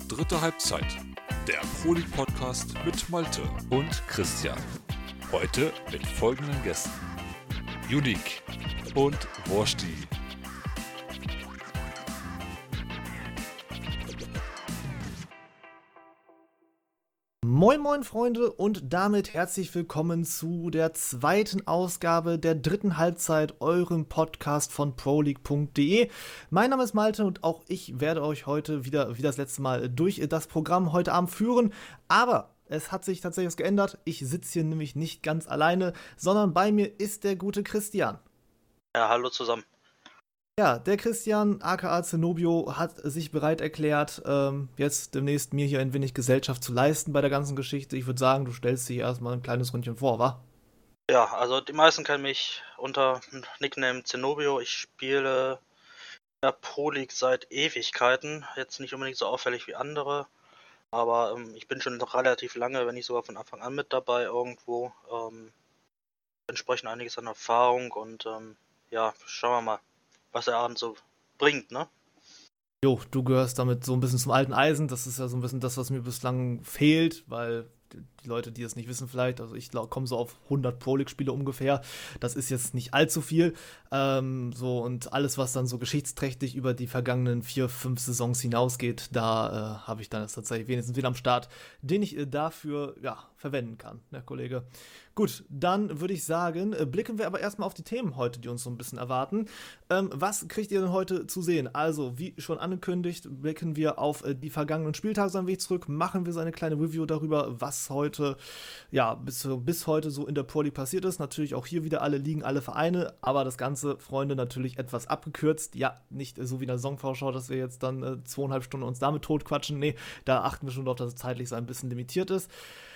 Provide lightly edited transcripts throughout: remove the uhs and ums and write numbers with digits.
dritte Halbzeit. Der Pro League Podcast mit Malte und Christian. Heute mit folgenden Gästen: Unique und Wursti. Moin moin Freunde und damit herzlich willkommen zu der zweiten Ausgabe der dritten Halbzeit, eurem Podcast von proleague.de. Mein Name ist Malte und auch ich werde euch heute wieder wie das letzte Mal durch das Programm heute Abend führen, aber es hat sich tatsächlich was geändert. Ich sitze hier nämlich nicht ganz alleine, sondern bei mir ist der gute Christian. Ja, hallo zusammen. Ja, der Christian, aka Zenobio, hat sich bereit erklärt, jetzt demnächst mir hier ein wenig Gesellschaft zu leisten bei der ganzen Geschichte. Ich würde sagen, du stellst dich erstmal ein kleines Ründchen vor, wa? Ja, also die meisten kennen mich unter Nickname Zenobio. Ich spiele ja Pro League seit Ewigkeiten. Jetzt nicht unbedingt so auffällig wie andere, aber ich bin schon noch relativ lange, wenn nicht sogar von Anfang an mit dabei irgendwo. Entsprechend einiges an Erfahrung und ja, schauen wir mal, was der Abend so bringt, ne? Jo, du gehörst damit so ein bisschen zum alten Eisen. Das ist ja so ein bisschen das, was mir bislang fehlt, weil die Leute, die es nicht wissen vielleicht, also ich komme so auf 100 Pro-League-Spiele ungefähr. Das ist jetzt nicht allzu viel. So, und alles, was dann so geschichtsträchtig über die vergangenen 4-5 Saisons hinausgeht, da habe ich dann jetzt tatsächlich wenigstens wieder am Start, den ich dafür, verwenden kann, ne, Kollege. Gut, dann würde ich sagen, blicken wir aber erstmal auf die Themen heute, die uns so ein bisschen erwarten. Was kriegt ihr denn heute zu sehen? Also, wie schon angekündigt, blicken wir auf die vergangenen Spieltage so ein wenig zurück, machen wir so eine kleine Review darüber, was heute, bis heute so in der Pro League passiert ist. Natürlich auch hier wieder alle Ligen, alle Vereine, aber das Ganze, Freunde, natürlich etwas abgekürzt. Ja, nicht so wie in der Saisonvorschau, dass wir jetzt dann 2,5 Stunden uns damit totquatschen. Nee, da achten wir schon darauf, dass es zeitlich so ein bisschen limitiert ist.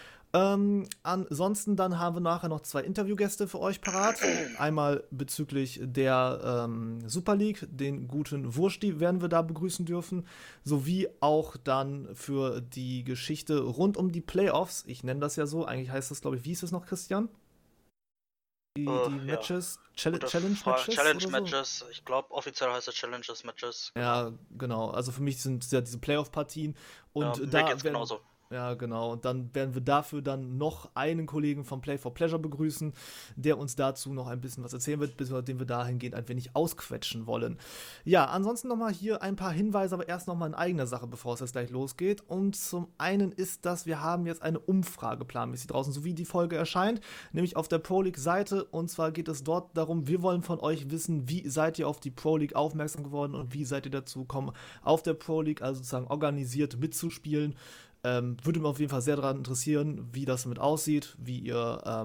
Ansonsten dann haben wir nachher noch 2 Interviewgäste für euch parat. Einmal bezüglich der Super League, den guten Wursti werden wir da begrüßen dürfen, sowie auch dann für die Geschichte rund um die Playoffs. Ich nenne das ja so, eigentlich heißt das, glaube ich, wie hieß es noch, Christian? Die Matches, Challenge-Matches? Challenge-Matches, so? Ich glaube, offiziell heißt es Challenges-Matches. Genau. Ja, genau. Also für mich sind es ja diese Playoff-Partien. Und ja, da geht's genauso. Ja, genau. Und dann werden wir dafür dann noch einen Kollegen von Play for Pleasure begrüßen, der uns dazu noch ein bisschen was erzählen wird, den wir dahingehend ein wenig ausquetschen wollen. Ja, ansonsten nochmal hier ein paar Hinweise, aber erst nochmal in eigener Sache, bevor es jetzt gleich losgeht. Und zum einen ist das, wir haben jetzt eine Umfrage planmäßig draußen, so wie die Folge erscheint, nämlich auf der Pro League-Seite. Und zwar geht es dort darum, wir wollen von euch wissen, wie seid ihr auf die Pro League aufmerksam geworden und wie seid ihr dazu gekommen, auf der Pro League, also sozusagen organisiert mitzuspielen. Würde mich auf jeden Fall sehr daran interessieren, wie das damit aussieht, wie ihr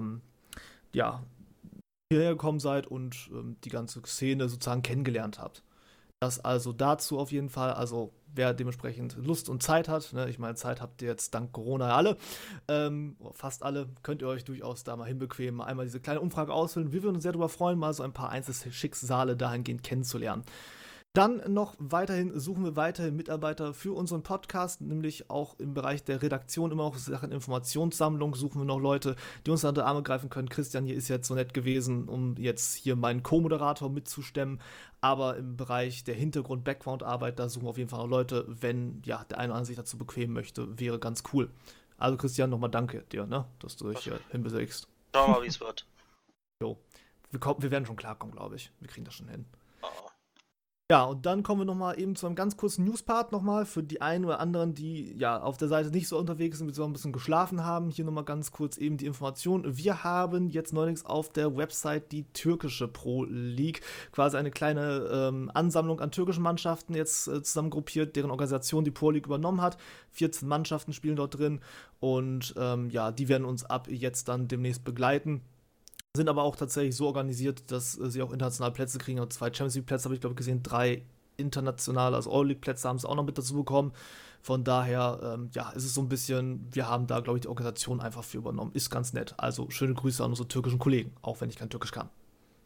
hierher gekommen seid und die ganze Szene sozusagen kennengelernt habt. Das also dazu auf jeden Fall, also wer dementsprechend Lust und Zeit hat, ne, ich meine, Zeit habt ihr jetzt dank Corona alle, fast alle, könnt ihr euch durchaus da mal hinbequemen, einmal diese kleine Umfrage ausfüllen. Wir würden uns sehr darüber freuen, mal so ein paar Einzelschicksale dahingehend kennenzulernen. Dann noch suchen wir weiterhin Mitarbeiter für unseren Podcast, nämlich auch im Bereich der Redaktion, immer noch Sachen Informationssammlung, suchen wir noch Leute, die uns an die Arme greifen können. Christian hier ist jetzt so nett gewesen, um jetzt hier meinen Co-Moderator mitzustemmen, aber im Bereich der Hintergrund-Background-Arbeit, da suchen wir auf jeden Fall noch Leute, wenn der eine oder andere sich dazu bequemen möchte, wäre ganz cool. Also Christian, nochmal danke dir, ne, dass du dich hier hinbewegst. Schauen wir mal, wie es wird. Jo, wir werden schon klarkommen, glaube ich. Wir kriegen das schon hin. Ja, und dann kommen wir nochmal eben zu einem ganz kurzen News-Part nochmal für die einen oder anderen, die auf der Seite nicht so unterwegs sind, beziehungsweise ein bisschen geschlafen haben. Hier nochmal ganz kurz eben die Information. Wir haben jetzt neuerdings auf der Website die türkische Pro League, quasi eine kleine Ansammlung an türkischen Mannschaften jetzt zusammengruppiert, deren Organisation die Pro League übernommen hat. 14 Mannschaften spielen dort drin und die werden uns ab jetzt dann demnächst begleiten. Sind aber auch tatsächlich so organisiert, dass sie auch internationale Plätze kriegen. Und 2 Champions League Plätze habe ich, glaube ich, gesehen. 3 internationale, also All-League Plätze haben sie auch noch mit dazu bekommen. Von daher, ist es so ein bisschen, wir haben da, glaube ich, die Organisation einfach für übernommen. Ist ganz nett. Also schöne Grüße an unsere türkischen Kollegen, auch wenn ich kein Türkisch kann.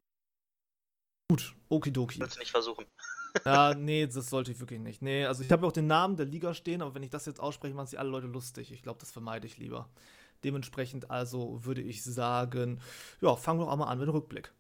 Gut, okidoki. Willst du nicht versuchen? Ja, nee, das sollte ich wirklich nicht. Nee, also ich habe ja auch den Namen der Liga stehen, aber wenn ich das jetzt ausspreche, machen sich alle Leute lustig. Ich glaube, das vermeide ich lieber. Dementsprechend also würde ich sagen, fangen wir doch auch mal an mit dem Rückblick.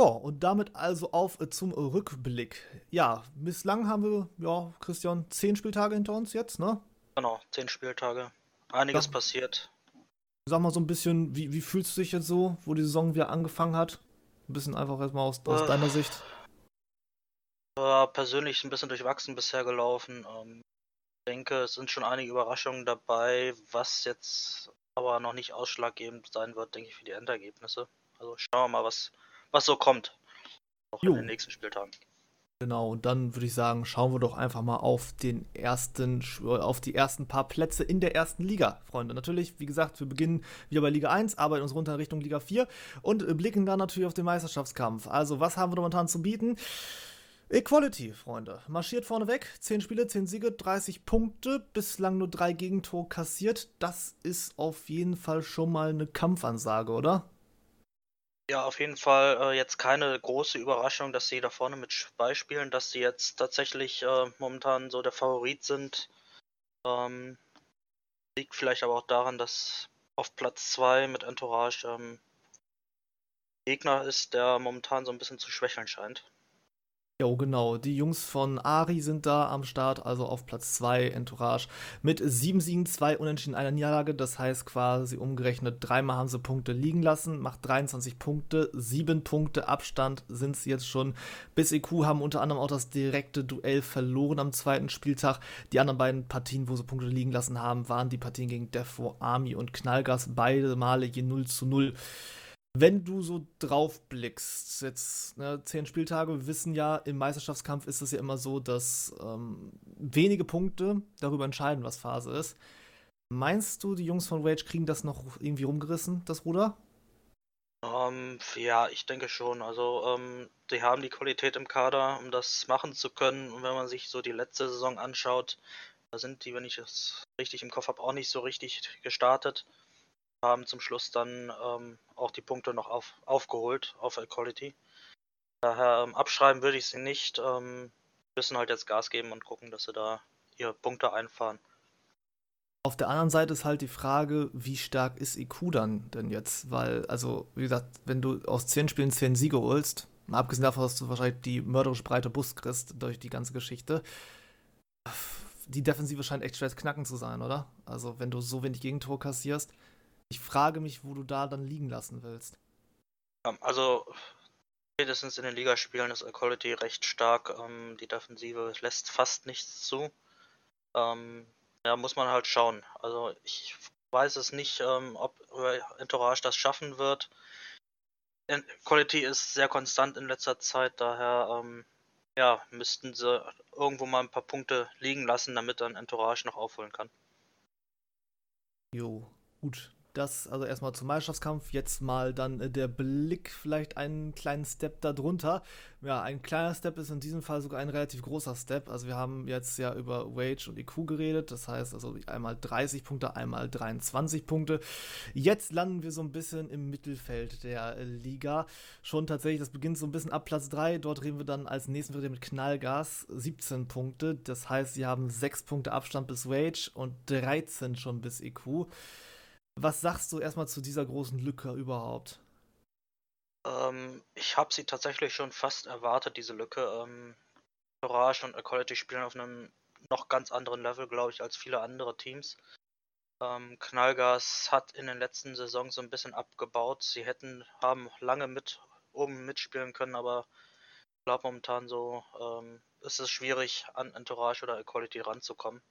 Ja, und damit also auf zum Rückblick. Ja, bislang haben wir, ja, Christian, 10 Spieltage hinter uns jetzt, ne? Genau, 10 Spieltage. Einiges Sag, passiert. sag mal so ein bisschen, wie fühlst du dich jetzt so, wo die Saison wieder angefangen hat? Ein bisschen einfach erstmal aus Äh, deiner Sicht. War persönlich ein bisschen durchwachsen bisher gelaufen. Ich denke, es sind schon einige Überraschungen dabei, was jetzt aber noch nicht ausschlaggebend sein wird, denke ich, für die Endergebnisse. Also schauen wir mal, was so kommt, auch in den Jo, nächsten Spieltagen. genau, und dann würde ich sagen, schauen wir doch einfach mal auf auf die ersten paar Plätze in der ersten Liga, Freunde. Natürlich, wie gesagt, wir beginnen wieder bei Liga 1, arbeiten uns runter in Richtung Liga 4 und blicken dann natürlich auf den Meisterschaftskampf. Also, was haben wir momentan zu bieten? Equality, Freunde. Marschiert vorne weg. 10 Spiele, 10 Siege, 30 Punkte. Bislang nur 3 Gegentore kassiert. Das ist auf jeden Fall schon mal eine Kampfansage, oder? Ja, auf jeden Fall jetzt keine große Überraschung, dass sie da vorne mit beispielen, dass sie jetzt tatsächlich momentan so der Favorit sind. Ähm, Liegt vielleicht aber auch daran, dass auf Platz 2 mit Entourage Gegner ist, der momentan so ein bisschen zu schwächeln scheint. Jo, genau. Die Jungs von Ari sind da am Start, also auf Platz 2 Entourage, mit 7 Siegen, 2 Unentschieden, einer Niederlage. Das heißt quasi umgerechnet, dreimal haben sie Punkte liegen lassen, macht 23 Punkte, 7 Punkte Abstand sind sie jetzt schon. Bis EQ haben unter anderem auch das direkte Duell verloren am zweiten Spieltag. Die anderen beiden Partien, wo sie Punkte liegen lassen haben, waren die Partien gegen Defo Army und Knallgas, beide Male je 0:0. Wenn du so drauf blickst, jetzt 10 Spieltage, wir wissen ja, im Meisterschaftskampf ist es ja immer so, dass wenige Punkte darüber entscheiden, was Phase ist. Meinst du, die Jungs von Rage kriegen das noch irgendwie rumgerissen, das Ruder? Ja, ich denke schon. Also, die haben die Qualität im Kader, um das machen zu können. Und wenn man sich so die letzte Saison anschaut, da sind die, wenn ich es richtig im Kopf habe, auch nicht so richtig gestartet. Haben zum Schluss dann auch die Punkte noch aufgeholt auf Equality. Daher abschreiben würde ich sie nicht. Müssen halt jetzt Gas geben und gucken, dass sie da ihre Punkte einfahren. Auf der anderen Seite ist halt die Frage, wie stark ist IQ dann denn jetzt? Weil, also, wie gesagt, wenn du aus 10 Spielen 10 Siege holst, mal abgesehen davon, dass du wahrscheinlich die mörderisch breite Brust kriegst durch die ganze Geschichte, die Defensive scheint echt schwer zu knacken zu sein, oder? Also, wenn du so wenig Gegentor kassierst. Ich frage mich, wo du da dann liegen lassen willst. Also spätestens in den Ligaspielen ist Equality recht stark. Die Defensive lässt fast nichts zu. Ähm, ja, muss man halt schauen. Also ich weiß es nicht, ob Entourage das schaffen wird. Quality ist sehr konstant in letzter Zeit, daher ja, müssten sie irgendwo mal ein paar Punkte liegen lassen, damit dann Entourage noch aufholen kann. Jo, gut. Das also erstmal zum Meisterschaftskampf. Jetzt mal dann der Blick, vielleicht einen kleinen Step darunter. Ja, ein kleiner Step ist in diesem Fall sogar ein relativ großer Step. Also wir haben jetzt ja über Wage und IQ geredet. Das heißt also einmal 30 Punkte, einmal 23 Punkte. Jetzt landen wir so ein bisschen im Mittelfeld der Liga. Schon tatsächlich, das beginnt so ein bisschen ab Platz 3. Dort reden wir dann als nächsten Schritt mit Knallgas 17 Punkte. Das heißt, sie haben 6 Punkte Abstand bis Wage und 13 schon bis IQ. Was sagst du erstmal zu dieser großen Lücke überhaupt? Ich habe sie tatsächlich schon fast erwartet, diese Lücke. Entourage und Equality spielen auf einem noch ganz anderen Level, glaube ich, als viele andere Teams. Knallgas hat in den letzten Saisons so ein bisschen abgebaut. Haben lange oben mitspielen können, aber ich glaube momentan so ist es schwierig, an Entourage oder Equality ranzukommen.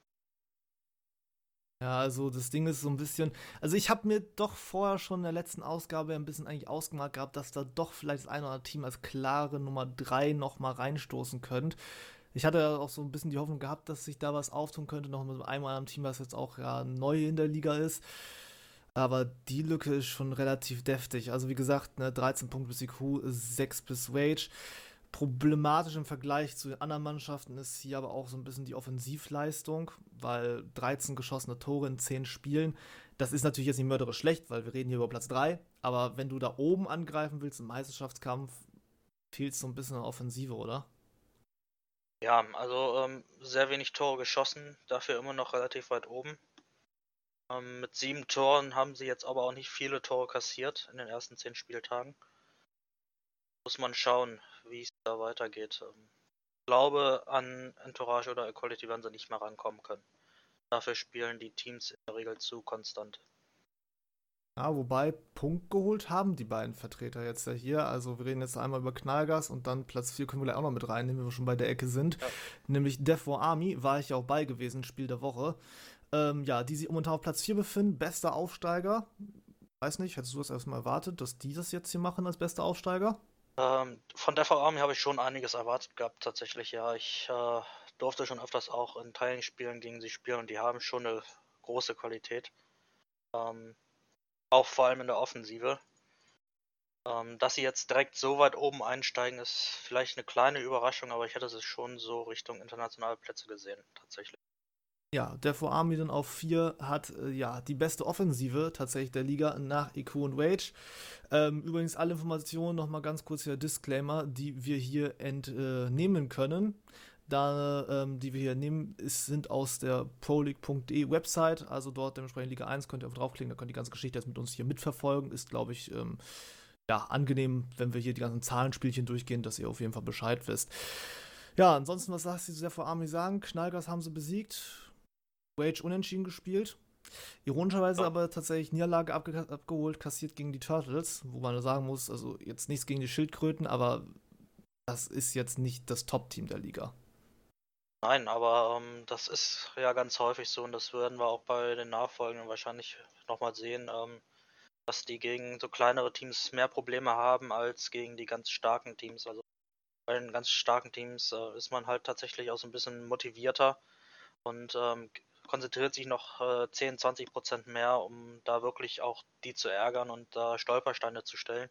Ja, also das Ding ist so ein bisschen, also ich habe mir doch vorher schon in der letzten Ausgabe ein bisschen eigentlich ausgemacht gehabt, dass da doch vielleicht das eine oder andere Team als klare Nummer 3 noch mal reinstoßen könnte. Ich hatte ja auch so ein bisschen die Hoffnung gehabt, dass sich da was auftun könnte, noch mit einem anderen Team, was jetzt auch ja neu in der Liga ist. Aber die Lücke ist schon relativ deftig. Also wie gesagt, ne, 13 Punkte bis IQ, 6 bis Wage. Problematisch im Vergleich zu den anderen Mannschaften ist hier aber auch so ein bisschen die Offensivleistung, weil 13 geschossene Tore in 10 Spielen, das ist natürlich jetzt nicht mörderisch schlecht, weil wir reden hier über Platz 3, aber wenn du da oben angreifen willst im Meisterschaftskampf, fehlt es so ein bisschen an Offensive, oder? Ja, also sehr wenig Tore geschossen, dafür immer noch relativ weit oben. Mit 7 Toren haben sie jetzt aber auch nicht viele Tore kassiert in den ersten 10 Spieltagen. muss man schauen, wie es da weitergeht. Ich glaube, an Entourage oder Equality werden sie nicht mehr rankommen können. Dafür spielen die Teams in der Regel zu konstant. Ja, wobei Punkt geholt haben die beiden Vertreter jetzt ja hier. Also wir reden jetzt einmal über Knallgas und dann Platz 4 können wir gleich auch noch mit reinnehmen, wenn wir schon bei der Ecke sind. Ja. Nämlich Death War Army, war ich ja auch bei gewesen, Spiel der Woche. Ja, die sich momentan auf Platz 4 befinden, bester Aufsteiger. Weiß nicht, hättest du das erstmal erwartet, dass die das jetzt hier machen als bester Aufsteiger? Von der Army habe ich schon einiges erwartet gehabt, tatsächlich, ja. Ich durfte schon öfters auch in Trainingsspielen gegen sie spielen und die haben schon eine große Qualität. Auch vor allem in der Offensive. Dass sie jetzt direkt so weit oben einsteigen, ist vielleicht eine kleine Überraschung, aber ich hätte es schon so Richtung internationale Plätze gesehen, tatsächlich. Ja, Death War Army dann auf 4 hat ja die beste Offensive tatsächlich der Liga nach EQ und Wage. Übrigens alle Informationen nochmal ganz kurz hier Disclaimer, die wir hier entnehmen können. Die wir hier nehmen, sind aus der proleague.de Website, also dort dementsprechend Liga 1, könnt ihr einfach draufklicken, da könnt ihr die ganze Geschichte jetzt mit uns hier mitverfolgen. Ist, glaube ich, ja, angenehm, wenn wir hier die ganzen Zahlenspielchen durchgehen, dass ihr auf jeden Fall Bescheid wisst. Ja, ansonsten, was sagst du zu der vor Army sagen? Knallgas haben sie besiegt, Wage unentschieden gespielt. Ironischerweise aber tatsächlich Niederlage abgeholt, kassiert gegen die Turtles, wo man sagen muss, also jetzt nichts gegen die Schildkröten, aber das ist jetzt nicht das Top-Team der Liga. Nein, aber das ist ja ganz häufig so und das werden wir auch bei den Nachfolgenden wahrscheinlich nochmal sehen, dass die gegen so kleinere Teams mehr Probleme haben als gegen die ganz starken Teams. Also bei den ganz starken Teams ist man halt tatsächlich auch so ein bisschen motivierter und konzentriert sich noch 10-20% mehr, um da wirklich auch die zu ärgern und da Stolpersteine zu stellen.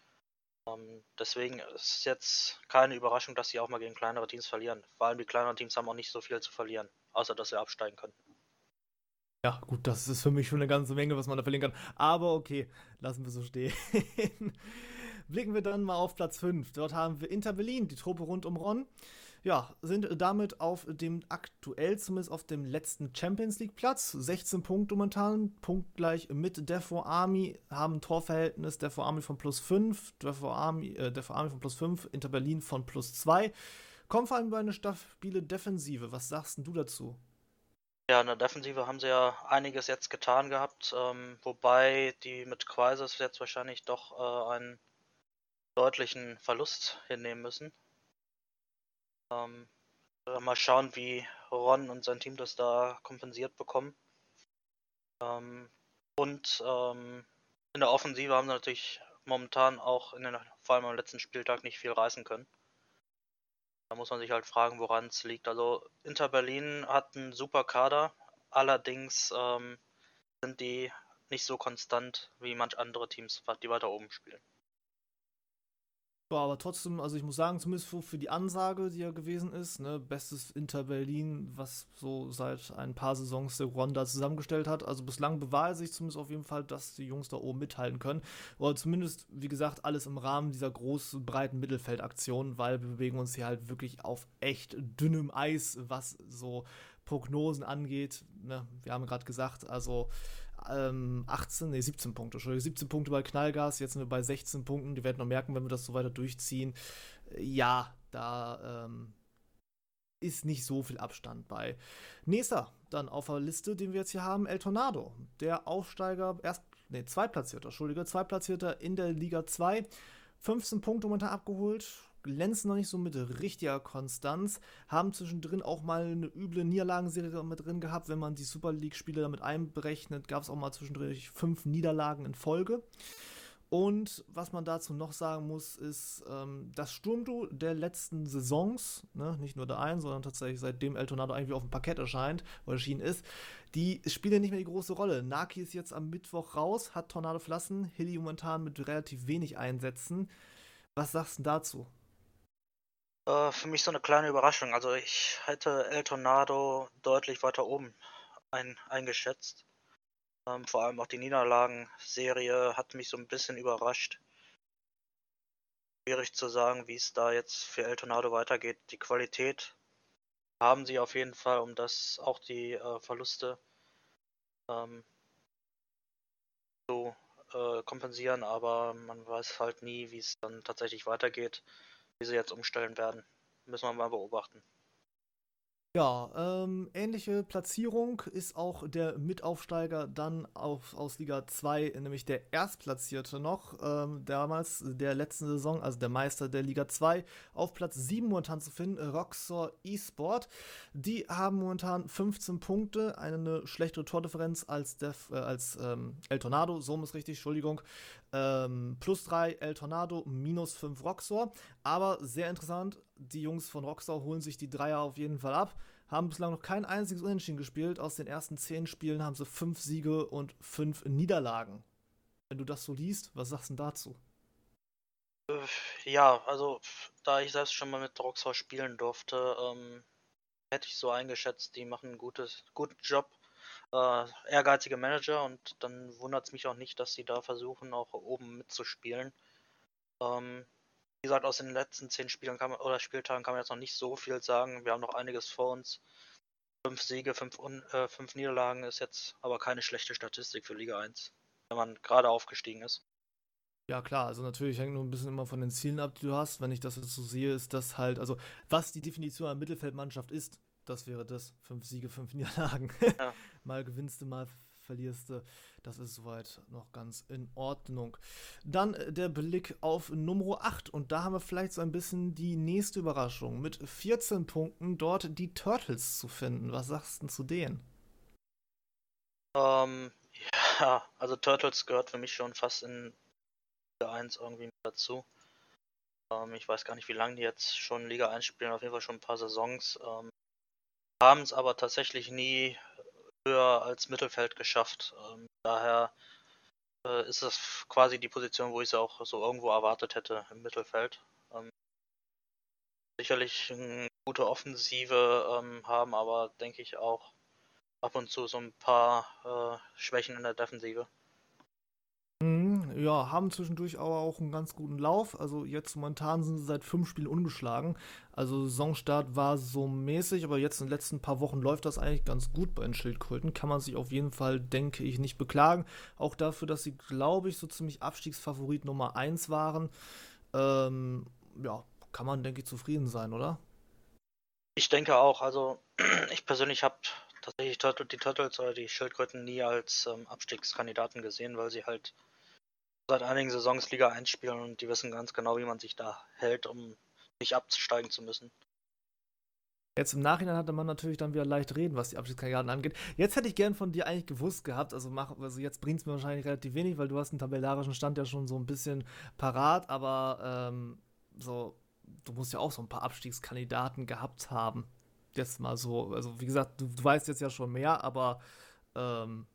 Deswegen ist es jetzt keine Überraschung, dass sie auch mal gegen kleinere Teams verlieren. Vor allem die kleineren Teams haben auch nicht so viel zu verlieren, außer dass sie absteigen können. Ja, gut, das ist für mich schon eine ganze Menge, was man da verlieren kann. Aber okay, lassen wir so stehen. Blicken wir dann mal auf Platz 5. Dort haben wir Inter Berlin, die Truppe rund um Ron. Ja, sind damit auf dem aktuell zumindest auf dem letzten Champions League Platz. 16 Punkte momentan, punktgleich mit Death War Army, haben ein Torverhältnis Death War Army von +5, Death War Army von +5, Inter Berlin von +2. Kommen vor allem über eine stabile Defensive. Was sagst denn du dazu? Ja, in der Defensive haben sie ja einiges jetzt getan gehabt, wobei die mit Quaisers jetzt wahrscheinlich doch einen deutlichen Verlust hinnehmen müssen. Mal schauen, wie Ron und sein Team das da kompensiert bekommen. Und in der Offensive haben sie natürlich momentan auch vor allem am letzten Spieltag nicht viel reißen können. Da muss man sich halt fragen, woran es liegt. Also Inter Berlin hat einen super Kader, allerdings sind die nicht so konstant wie manch andere Teams, die weiter oben spielen. Ja, aber trotzdem, also ich muss sagen, zumindest für die Ansage, die ja gewesen ist, ne, bestes Inter Berlin, was so seit ein paar Saisons der Ronda zusammengestellt hat. Also bislang bewahrheit sich zumindest auf jeden Fall, dass die Jungs da oben mithalten können. Oder zumindest, wie gesagt, alles im Rahmen dieser großen, breiten Mittelfeldaktion, weil wir bewegen uns hier halt wirklich auf echt dünnem Eis, was so Prognosen angeht. Ne, wir haben gerade gesagt, also 17 Punkte, Entschuldigung, 17 Punkte bei Knallgas, jetzt sind wir bei 16 Punkten, die werden noch merken, wenn wir das so weiter durchziehen. Ja, da ist nicht so viel Abstand bei. Nächster dann auf der Liste, den wir jetzt hier haben, El Tornado, der Aufsteiger, Zweitplatzierter in der Liga 2, 15 Punkte momentan abgeholt, glänzen noch nicht so mit richtiger Konstanz, haben zwischendrin auch mal eine üble Niederlagenserie mit drin gehabt, wenn man die Super League-Spiele damit einberechnet, gab es auch mal zwischendrin 5 Niederlagen in Folge. Und was man dazu noch sagen muss, ist, das Sturmduo der letzten Saisons, ne, nicht nur der einen, sondern tatsächlich seitdem El Tornado eigentlich auf dem Parkett erschienen ist, die spielen nicht mehr die große Rolle. Naki ist jetzt am Mittwoch raus, hat Tornado verlassen, Hilly momentan mit relativ wenig Einsätzen. Was sagst du dazu? Für mich so eine kleine Überraschung. Also ich hätte El Tornado deutlich weiter oben eingeschätzt. Vor allem auch die Niederlagenserie hat mich so ein bisschen überrascht. Schwierig zu sagen, wie es da jetzt für El Tornado weitergeht. Die Qualität haben sie auf jeden Fall, um das auch die Verluste zu kompensieren, aber man weiß halt nie, wie es dann tatsächlich weitergeht, wie sie jetzt umstellen werden. Müssen wir mal beobachten. Ja, ähnliche Platzierung ist auch der Mitaufsteiger dann aus Liga 2, nämlich der Erstplatzierte noch, damals der letzten Saison, also der Meister der Liga 2, auf Platz 7 momentan zu finden, Roxor eSport. Die haben momentan 15 Punkte, eine schlechtere Tordifferenz als El Tornado, so ist richtig, Entschuldigung. Plus 3 El Tornado, minus 5 Roxor. Aber sehr interessant, die Jungs von Roxor holen sich die Dreier auf jeden Fall ab. Haben bislang noch kein einziges Unentschieden gespielt. Aus den ersten 10 Spielen haben sie 5 Siege und 5 Niederlagen. Wenn du das so liest, was sagst du denn dazu? Ja, also da ich selbst schon mal mit Roxor spielen durfte, hätte ich so eingeschätzt, die machen einen guten Job. Ehrgeizige Manager und dann wundert es mich auch nicht, dass sie da versuchen, auch oben mitzuspielen. Wie gesagt, aus den letzten 10 Spielen Spieltagen kann man jetzt noch nicht so viel sagen. Wir haben noch einiges vor uns. 5 Siege, 5 Niederlagen ist jetzt aber keine schlechte Statistik für Liga 1, wenn man gerade aufgestiegen ist. Ja, klar, also natürlich hängt nur ein bisschen immer von den Zielen ab, die du hast. Wenn ich das jetzt so sehe, ist das halt, also was die Definition einer Mittelfeldmannschaft ist, das wäre das. 5 Siege, 5 Niederlagen. Ja. Mal gewinnst du, mal verlierst du. Das ist soweit noch ganz in Ordnung. Dann der Blick auf Nummer 8. Und da haben wir vielleicht so ein bisschen die nächste Überraschung. Mit 14 Punkten dort die Turtles zu finden. Was sagst du zu denen? Ähm, ja, also Turtles gehört für mich schon fast in Liga 1 irgendwie mit dazu. Ich weiß gar nicht, wie lange die jetzt schon Liga 1 spielen, auf jeden Fall schon ein paar Saisons. Haben es aber tatsächlich nie höher als Mittelfeld geschafft. Daher ist das quasi die Position, wo ich sie auch so irgendwo erwartet hätte im Mittelfeld. Sicherlich eine gute Offensive haben, aber denke ich auch ab und zu so ein paar Schwächen in der Defensive. Ja, haben zwischendurch aber auch einen ganz guten Lauf. Also jetzt momentan sind sie seit 5 Spielen ungeschlagen. Also Saisonstart war so mäßig, aber jetzt in den letzten paar Wochen läuft das eigentlich ganz gut bei den Schildkröten. Kann man sich auf jeden Fall, denke ich, nicht beklagen. Auch dafür, dass sie, glaube ich, so ziemlich Abstiegsfavorit Nummer 1 waren. Ähm, ja, kann man, denke ich, zufrieden sein, oder? Ich denke auch, also ich persönlich habe tatsächlich die Turtles oder die Schildkröten nie als Abstiegskandidaten gesehen, weil sie halt seit einigen Saisons Liga 1 spielen und die wissen ganz genau, wie man sich da hält, um nicht absteigen zu müssen. Jetzt im Nachhinein hatte man natürlich dann wieder leicht reden, was die Abstiegskandidaten angeht. Jetzt hätte ich gern von dir eigentlich gewusst gehabt, also jetzt bringt es mir wahrscheinlich relativ wenig, weil du hast den tabellarischen Stand ja schon so ein bisschen parat, aber so, du musst ja auch so ein paar Abstiegskandidaten gehabt haben. Jetzt mal so, also wie gesagt, du weißt jetzt ja schon mehr, aber ähm,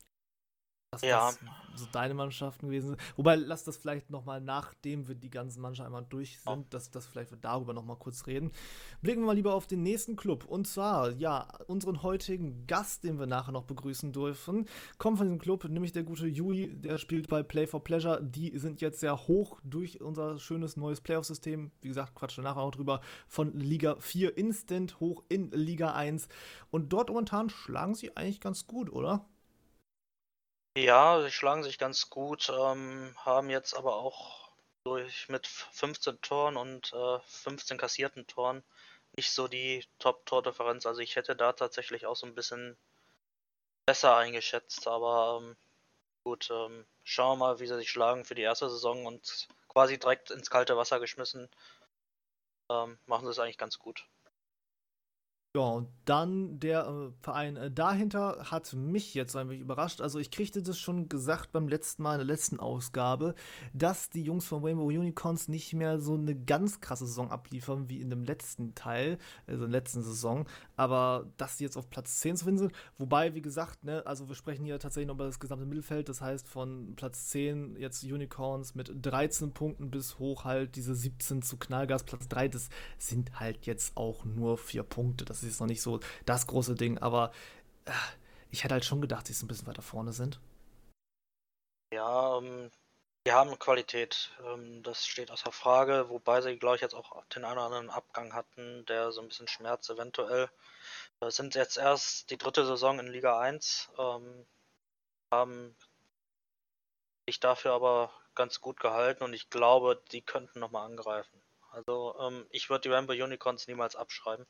Ja, was so deine Mannschaften gewesen sind. Wobei, lass das vielleicht nochmal, nachdem wir die ganzen Mannschaften einmal durch sind, dass vielleicht wir darüber nochmal kurz reden. Blicken wir mal lieber auf den nächsten Club. Und zwar, ja, unseren heutigen Gast, den wir nachher noch begrüßen dürfen, kommt von diesem Club, nämlich der gute Juli, der spielt bei Play for Pleasure. Die sind jetzt sehr hoch durch unser schönes neues Playoff-System. Wie gesagt, quatschen wir nachher auch drüber. Von Liga 4 instant hoch in Liga 1. Und dort momentan schlagen sie eigentlich ganz gut, oder? ja, sie schlagen sich ganz gut, haben jetzt aber auch mit 15 Toren und 15 kassierten Toren nicht so die Top-Tordifferenz. Also ich hätte da tatsächlich auch so ein bisschen besser eingeschätzt, aber gut, schauen wir mal, wie sie sich schlagen für die erste Saison und quasi direkt ins kalte Wasser geschmissen. Machen sie es eigentlich ganz gut. Ja, und dann der Verein dahinter hat mich jetzt ein wenig überrascht. Also ich kriegte das schon gesagt beim letzten Mal in der letzten Ausgabe, dass die Jungs von Rainbow Unicorns nicht mehr so eine ganz krasse Saison abliefern wie in dem letzten Teil, also in der letzten Saison. Aber dass sie jetzt auf Platz 10 zu finden sind, wobei, wie gesagt, ne, also wir sprechen hier tatsächlich noch über das gesamte Mittelfeld, das heißt von Platz 10 jetzt Unicorns mit 13 Punkten bis hoch halt diese 17 zu Knallgas Platz 3, das sind halt jetzt auch nur 4 Punkte. Das ist jetzt noch nicht so das große Ding, aber äh, ich hätte halt schon gedacht, dass sie ein bisschen weiter vorne sind. Ja, die haben Qualität, das steht außer Frage, wobei sie, glaube ich, jetzt auch den einen oder anderen Abgang hatten, der so ein bisschen schmerzt eventuell. Sind jetzt erst die dritte Saison in Liga 1, haben sich dafür aber ganz gut gehalten und ich glaube, die könnten nochmal angreifen. Also ich würde die Rainbow Unicorns niemals abschreiben.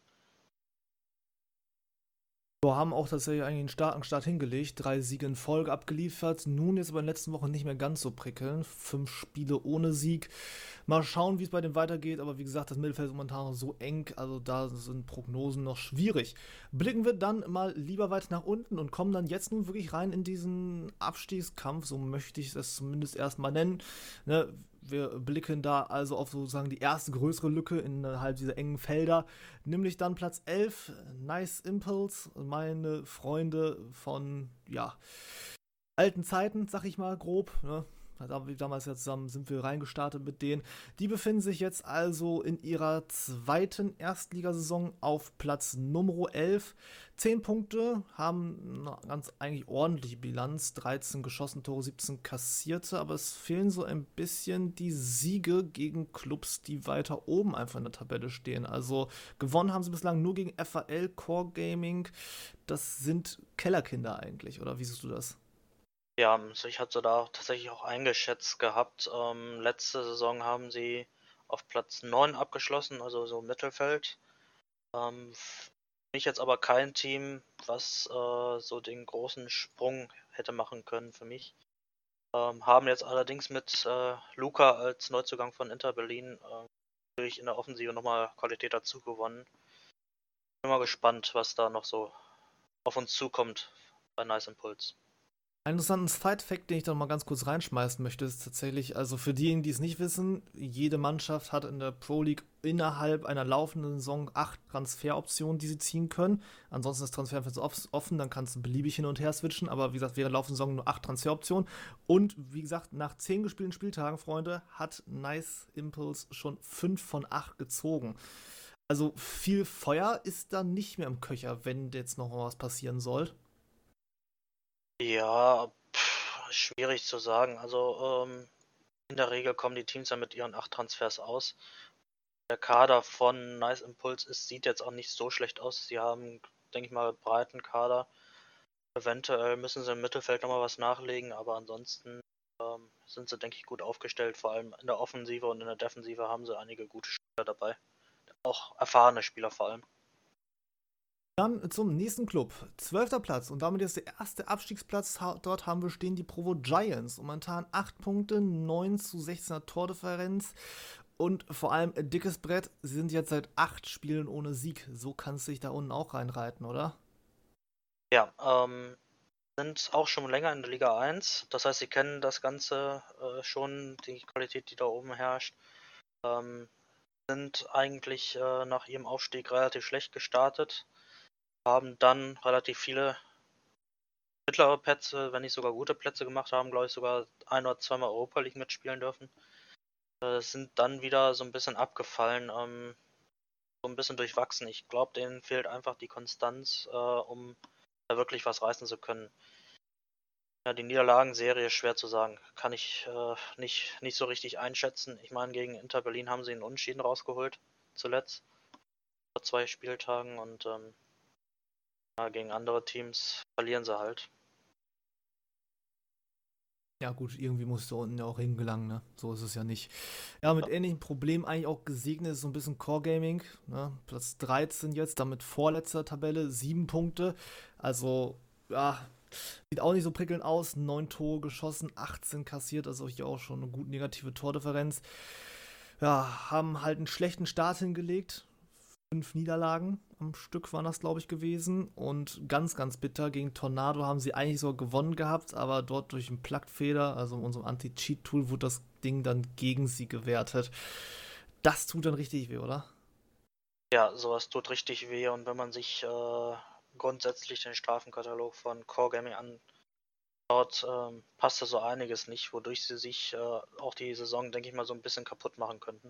Wir haben auch tatsächlich eigentlich einen starken Start hingelegt, 3 Siege in Folge abgeliefert, nun jetzt aber in den letzten Wochen nicht mehr ganz so prickelnd, 5 Spiele ohne Sieg. Mal schauen, wie es bei dem weitergeht, aber wie gesagt, das Mittelfeld ist momentan noch so eng, also da sind Prognosen noch schwierig. Blicken wir dann mal lieber weit nach unten und kommen dann jetzt nun wirklich rein in diesen Abstiegskampf, so möchte ich es zumindest erstmal nennen. Ne? Wir blicken da also auf sozusagen die erste größere Lücke innerhalb dieser engen Felder, nämlich dann Platz 11, Nice Impulse, meine Freunde von, ja, alten Zeiten, sag ich mal grob, ne? Damals ja zusammen sind wir reingestartet mit denen. Die befinden sich jetzt also in ihrer zweiten Erstligasaison auf Platz Nummer 11. 10 Punkte, haben eine ganz eigentlich ordentliche Bilanz. 13 geschossene Tore, 17 kassierte. Aber es fehlen so ein bisschen die Siege gegen Clubs, die weiter oben einfach in der Tabelle stehen. Also gewonnen haben sie bislang nur gegen FAL, Core Gaming. Das sind Kellerkinder eigentlich, oder wie siehst du das? Ja, also ich hatte da tatsächlich auch eingeschätzt gehabt. Letzte Saison haben sie auf Platz 9 abgeschlossen, also so Mittelfeld. Für mich jetzt aber kein Team, was so den großen Sprung hätte machen können für mich. Haben jetzt allerdings mit Luca als Neuzugang von Inter Berlin natürlich in der Offensive nochmal Qualität dazu gewonnen. Bin mal gespannt, was da noch so auf uns zukommt bei Nice Impulse. Ein interessanten Side-Fact, den ich da mal ganz kurz reinschmeißen möchte, ist tatsächlich, also für diejenigen, die es nicht wissen, jede Mannschaft hat in der Pro League innerhalb einer laufenden Saison 8 Transferoptionen, die sie ziehen können. Ansonsten ist Transferfenster offen, dann kannst du beliebig hin und her switchen, aber wie gesagt, während der laufenden Saison nur 8 Transferoptionen. Und wie gesagt, nach 10 gespielten Spieltagen, Freunde, hat Nice Impulse schon 5 von 8 gezogen. Also viel Feuer ist da nicht mehr im Köcher, wenn jetzt noch was passieren soll. Ja, schwierig zu sagen. Also in der Regel kommen die Teams ja mit ihren 8 Transfers aus. Der Kader von Nice Impulse sieht jetzt auch nicht so schlecht aus. Sie haben, denke ich mal, breiten Kader. Eventuell müssen sie im Mittelfeld nochmal was nachlegen, aber ansonsten sind sie, denke ich, gut aufgestellt. Vor allem in der Offensive und in der Defensive haben sie einige gute Spieler dabei. Auch erfahrene Spieler vor allem. Dann zum nächsten Club. 12. Platz und damit ist der erste Abstiegsplatz. Dort haben wir stehen die Provo Giants. Momentan 8 Punkte, 9 zu 16er Tordifferenz und vor allem ein dickes Brett. Sie sind jetzt seit 8 Spielen ohne Sieg. So kannst du dich da unten auch reinreiten, oder? Ja, sind auch schon länger in der Liga 1. Das heißt, sie kennen das Ganze schon, die Qualität, die da oben herrscht. Ähm, sind eigentlich nach ihrem Aufstieg relativ schlecht gestartet. Haben dann relativ viele mittlere Plätze, wenn nicht sogar gute Plätze gemacht haben, glaube ich sogar ein oder zweimal Europa League mitspielen dürfen. Sind dann wieder so ein bisschen abgefallen, so ein bisschen durchwachsen. Ich glaube, denen fehlt einfach die Konstanz, um da wirklich was reißen zu können. Ja, die Niederlagenserie ist schwer zu sagen. Kann ich nicht so richtig einschätzen. Ich meine, gegen Inter Berlin haben sie einen Unentschieden rausgeholt, zuletzt, vor 2 Spieltagen und ja, gegen andere Teams verlieren sie halt. Ja, gut, irgendwie musst du unten ja auch hingelangen, ne? So ist es ja nicht. Ja, mit Ja, ähnlichen Problemen eigentlich auch gesegnet ist so ein bisschen Core Gaming. Ne? Platz 13 jetzt, damit vorletzter Tabelle, 7 Punkte. Also, ja, sieht auch nicht so prickelnd aus. 9 Tore geschossen, 18 kassiert, also hier auch schon eine gut negative Tordifferenz. Ja, haben halt einen schlechten Start hingelegt. 5 Niederlagen am Stück waren das, glaube ich, gewesen. Und ganz, ganz bitter gegen Tornado haben sie eigentlich so gewonnen gehabt, aber dort durch einen Plugged-Fehler, also in unserem Anti-Cheat-Tool, wurde das Ding dann gegen sie gewertet. Das tut dann richtig weh, oder? ja, sowas tut richtig weh und wenn man sich grundsätzlich den Strafenkatalog von Core Gaming anschaut, passt da so einiges nicht, wodurch sie sich auch die Saison, denke ich mal, so ein bisschen kaputt machen könnten.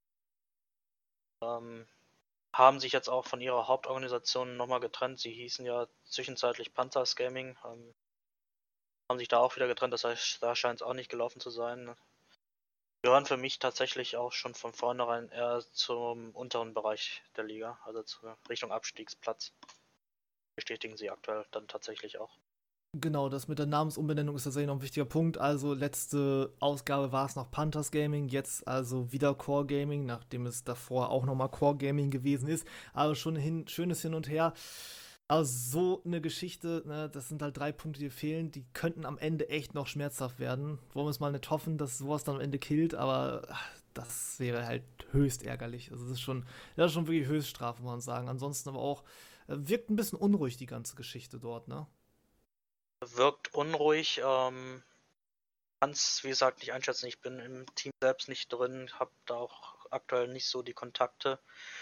Ähm, haben sich jetzt auch von ihrer Hauptorganisation nochmal getrennt. Sie hießen ja zwischenzeitlich Panthers Gaming, haben sich da auch wieder getrennt, das heißt, da scheint es auch nicht gelaufen zu sein. Gehören für mich tatsächlich auch schon von vornherein eher zum unteren Bereich der Liga, also zur Richtung Abstiegsplatz. Bestätigen sie aktuell dann tatsächlich auch. Genau, das mit der Namensumbenennung ist tatsächlich noch ein wichtiger Punkt. Also letzte Ausgabe war es noch Panthers Gaming, jetzt also wieder Core Gaming, nachdem es davor auch nochmal Core Gaming gewesen ist. Aber schon schönes Hin und Her. Also so eine Geschichte, ne, das sind halt 3 Punkte, die fehlen, die könnten am Ende echt noch schmerzhaft werden. Wollen wir es mal nicht hoffen, dass sowas dann am Ende killt, aber das wäre halt höchst ärgerlich. Also das ist schon wirklich Höchststrafe, muss man sagen. Ansonsten aber auch, wirkt ein bisschen unruhig, die ganze Geschichte dort, ne? Wirkt unruhig, kann es wie gesagt nicht einschätzen. Ich bin im Team selbst nicht drin, habe da auch aktuell nicht so die Kontakte.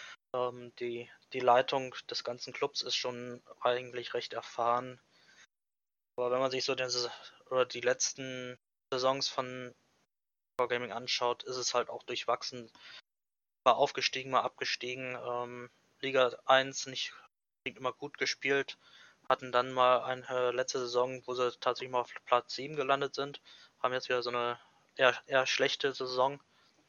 Die Leitung des ganzen Clubs ist schon eigentlich recht erfahren. Aber wenn man sich so die letzten Saisons von Core Gaming anschaut, ist es halt auch durchwachsen. Mal aufgestiegen, mal abgestiegen. Liga 1 nicht immer gut gespielt. Hatten dann mal eine letzte Saison, wo sie tatsächlich mal auf Platz 7 gelandet sind. Haben jetzt wieder so eine eher schlechte Saison.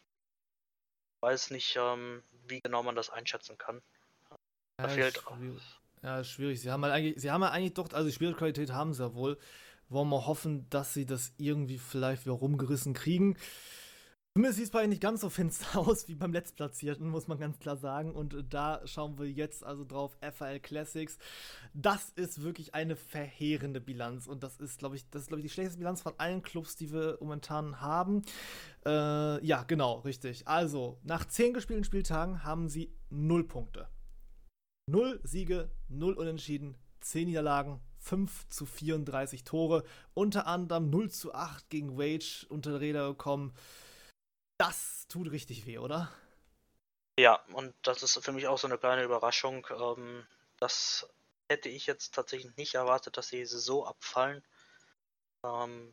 Weiß nicht, wie genau man das einschätzen kann. Da Ja, fehlt. schwierig. Ja, schwierig. Sie haben ja eigentlich doch, also die Spielqualität haben sie ja wohl. Wollen wir hoffen, dass sie das irgendwie vielleicht wieder rumgerissen kriegen. Zumindest sieht es bei ihnen nicht ganz so finster aus wie beim Letztplatzierten, muss man ganz klar sagen. Und da schauen wir jetzt also drauf, FAL Classics. Das ist wirklich eine verheerende Bilanz. Und glaube ich, die schlechteste Bilanz von allen Clubs, die wir momentan haben. Ja, genau, richtig. Also, nach 10 gespielten Spieltagen haben sie 0 Punkte. 0 Siege, 0 Unentschieden, 10 Niederlagen, 5:34 Tore, unter anderem 0:8 gegen Wage unter die Räder gekommen. Das tut richtig weh, oder? Ja, und das ist für mich auch so eine kleine Überraschung. Das hätte ich jetzt tatsächlich nicht erwartet, dass sie so abfallen. Ähm,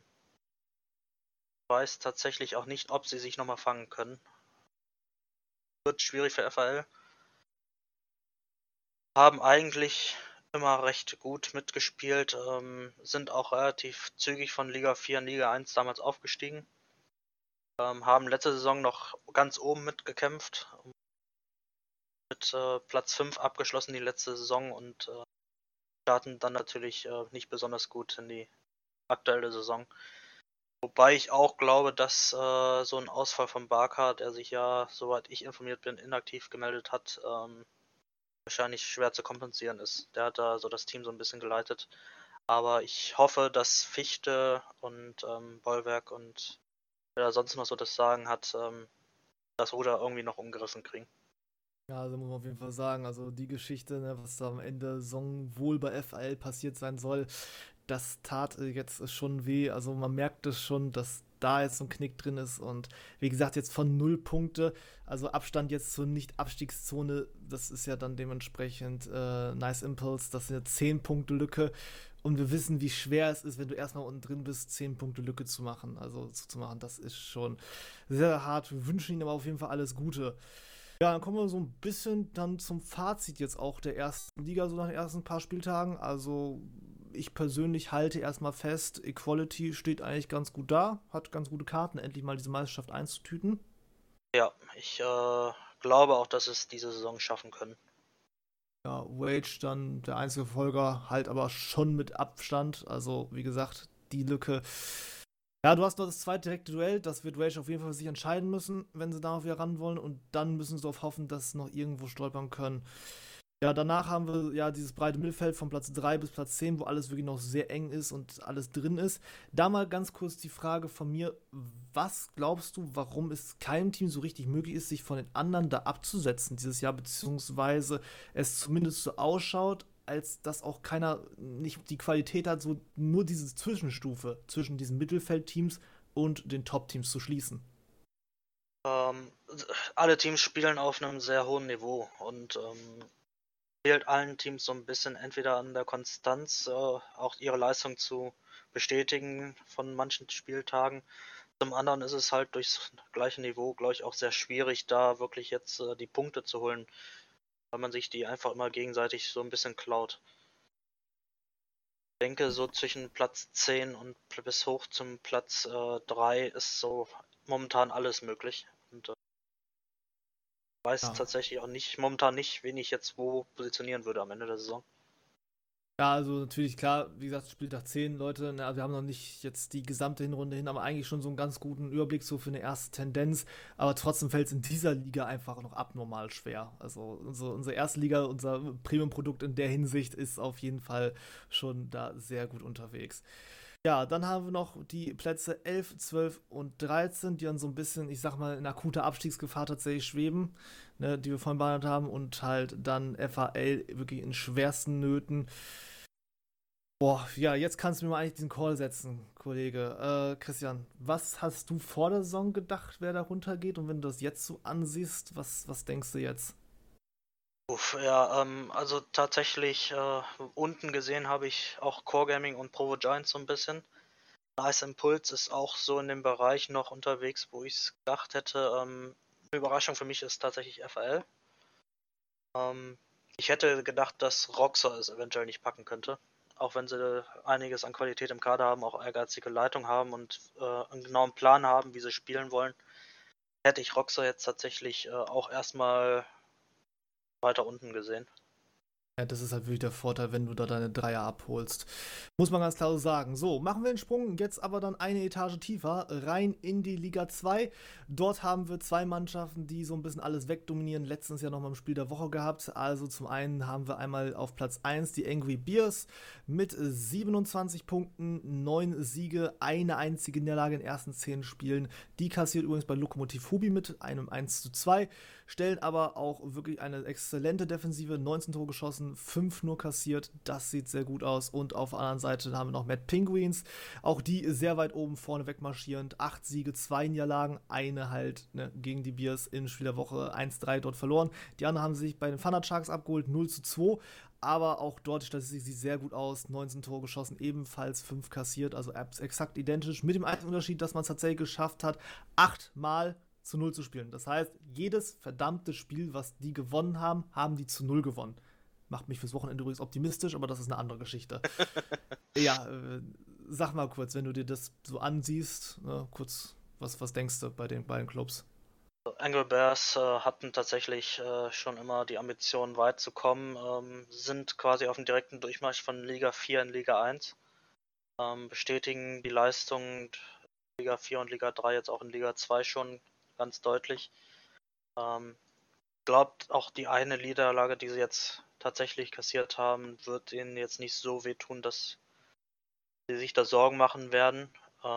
Weiß tatsächlich auch nicht, ob sie sich nochmal fangen können. Wird schwierig für FAL. Haben eigentlich immer recht gut mitgespielt, sind auch relativ zügig von Liga 4 in Liga 1 damals aufgestiegen. Haben letzte Saison noch ganz oben mitgekämpft, mit Platz 5 abgeschlossen die letzte Saison und starten dann natürlich nicht besonders gut in die aktuelle Saison. Wobei ich auch glaube, dass so ein Ausfall von Barca, der sich ja, soweit ich informiert bin, inaktiv gemeldet hat, wahrscheinlich schwer zu kompensieren ist. Der hat da so das Team so ein bisschen geleitet. Aber ich hoffe, dass Fichte und Bollwerk und wer da sonst noch so das Sagen hat, das Ruder irgendwie noch umgerissen kriegen. Ja, also muss man auf jeden Fall sagen, also die Geschichte, ne, was da am Ende der Saison wohl bei FAL passiert sein soll, das tat jetzt schon weh. Also man merkt es schon, dass da jetzt so ein Knick drin ist. Und wie gesagt, jetzt von 0 Punkte, also Abstand jetzt zur Nicht-Abstiegszone, das ist ja dann dementsprechend Nice Impulse, das sind ja 10 Punkte Lücke. Und wir wissen, wie schwer es ist, wenn du erstmal unten drin bist, 10 Punkte Lücke zu machen. Also zu machen, das ist schon sehr hart. Wir wünschen ihnen aber auf jeden Fall alles Gute. Ja, dann kommen wir so ein bisschen dann zum Fazit jetzt auch der ersten Liga, so nach den ersten paar Spieltagen. Also ich persönlich halte erstmal fest, Equality steht eigentlich ganz gut da, hat ganz gute Karten, endlich mal diese Meisterschaft einzutüten. Ja, ich glaube auch, dass es diese Saison schaffen können. Ja, Wage dann der einzige Verfolger, halt aber schon mit Abstand. Also wie gesagt, die Lücke. Ja, du hast noch das zweite direkte Duell, das wird Rage auf jeden Fall für sich entscheiden müssen, wenn sie darauf wieder ran wollen. Und dann müssen sie darauf hoffen, dass sie noch irgendwo stolpern können. Ja, danach haben wir ja dieses breite Mittelfeld von Platz 3 bis Platz 10, wo alles wirklich noch sehr eng ist und alles drin ist. Da mal ganz kurz die Frage von mir, was glaubst du, warum es keinem Team so richtig möglich ist, sich von den anderen da abzusetzen dieses Jahr, beziehungsweise es zumindest so ausschaut, als dass auch keiner nicht die Qualität hat, so nur diese Zwischenstufe zwischen diesen Mittelfeldteams und den Top-Teams zu schließen? Ähm, Alle Teams spielen auf einem sehr hohen Niveau und fehlt allen Teams so ein bisschen entweder an der Konstanz, auch ihre Leistung zu bestätigen von manchen Spieltagen. Zum anderen ist es halt durchs gleiche Niveau, glaube ich, auch sehr schwierig, da wirklich jetzt die Punkte zu holen, weil man sich die einfach immer gegenseitig so ein bisschen klaut. Ich denke, so zwischen Platz 10 und bis hoch zum Platz 3 ist so momentan alles möglich. Und weiß Ja. tatsächlich auch nicht, momentan nicht, wen ich jetzt wo positionieren würde am Ende der Saison. Ja, also natürlich, klar, wie gesagt, Spieltag 10 Leute, wir haben noch nicht jetzt die gesamte Hinrunde hin, aber eigentlich schon so einen ganz guten Überblick so für eine erste Tendenz. Aber trotzdem fällt es in dieser Liga einfach noch abnormal schwer. Also unsere erste Liga, unser Premium-Produkt in der Hinsicht ist auf jeden Fall schon da sehr gut unterwegs. Ja, dann haben wir noch die Plätze 11, 12 und 13, die dann so ein bisschen, ich sag mal, in akuter Abstiegsgefahr tatsächlich schweben, ne, die wir vorhin behandelt haben, und halt dann FAL wirklich in schwersten Nöten. Boah, ja, jetzt kannst du mir mal eigentlich diesen Call setzen, Kollege. Christian, was hast du vor der Saison gedacht, wer da runtergeht? Und wenn du das jetzt so ansiehst, was denkst du jetzt? Ja, also tatsächlich unten gesehen habe ich auch Core Gaming und Provo Giants so ein bisschen. Nice Impulse ist auch so in dem Bereich noch unterwegs, wo ich es gedacht hätte. Eine Überraschung für mich ist tatsächlich FAL. Ich hätte gedacht, dass Roxor es eventuell nicht packen könnte. Auch wenn sie einiges an Qualität im Kader haben, auch ehrgeizige Leitung haben und einen genauen Plan haben, wie sie spielen wollen, hätte ich Roxor jetzt tatsächlich auch erstmal weiter unten gesehen. Ja, das ist halt wirklich der Vorteil, wenn du da deine Dreier abholst. Muss man ganz klar so sagen. So, machen wir den Sprung jetzt aber dann eine Etage tiefer, rein in die Liga 2. Dort haben wir zwei Mannschaften, die so ein bisschen alles wegdominieren. Letztens ja nochmal im Spiel der Woche gehabt. Also zum einen haben wir einmal auf Platz 1 die Angry Bears mit 27 Punkten, 9 Siege, eine einzige Niederlage in den ersten 10 Spielen. Die kassiert übrigens bei Lokomotiv Hubi mit einem 1:2. Stellen aber auch wirklich eine exzellente Defensive, 19 Tore geschossen, 5 nur kassiert, das sieht sehr gut aus. Und auf der anderen Seite haben wir noch Mad Penguins, auch die sehr weit oben vorne wegmarschierend, 8 Siege, 2 Niederlagen, eine halt gegen die Bears in Spiel der Woche 1:3 dort verloren. Die anderen haben sich bei den Thunder Sharks abgeholt, 0:2. Aber auch dort die Statistik sieht sehr gut aus. 19 Tore geschossen, ebenfalls 5 kassiert, also exakt identisch. Mit dem einzigen Unterschied, dass man es tatsächlich geschafft hat, 8 Mal zu 0 zu spielen. Das heißt, jedes verdammte Spiel, was die gewonnen haben, haben die zu 0 gewonnen. Macht mich fürs Wochenende übrigens optimistisch, aber das ist eine andere Geschichte. Ja, sag mal kurz, wenn du dir das so ansiehst, kurz, was denkst du bei den beiden Clubs? Angry Bears hatten tatsächlich schon immer die Ambition, weit zu kommen, sind quasi auf dem direkten Durchmarsch von Liga 4 in Liga 1, bestätigen die Leistung Liga 4 und Liga 3 jetzt auch in Liga 2 schon ganz deutlich. Glaubt auch die eine Niederlage, die sie jetzt tatsächlich kassiert haben, wird ihnen jetzt nicht so wehtun, dass sie sich da Sorgen machen werden.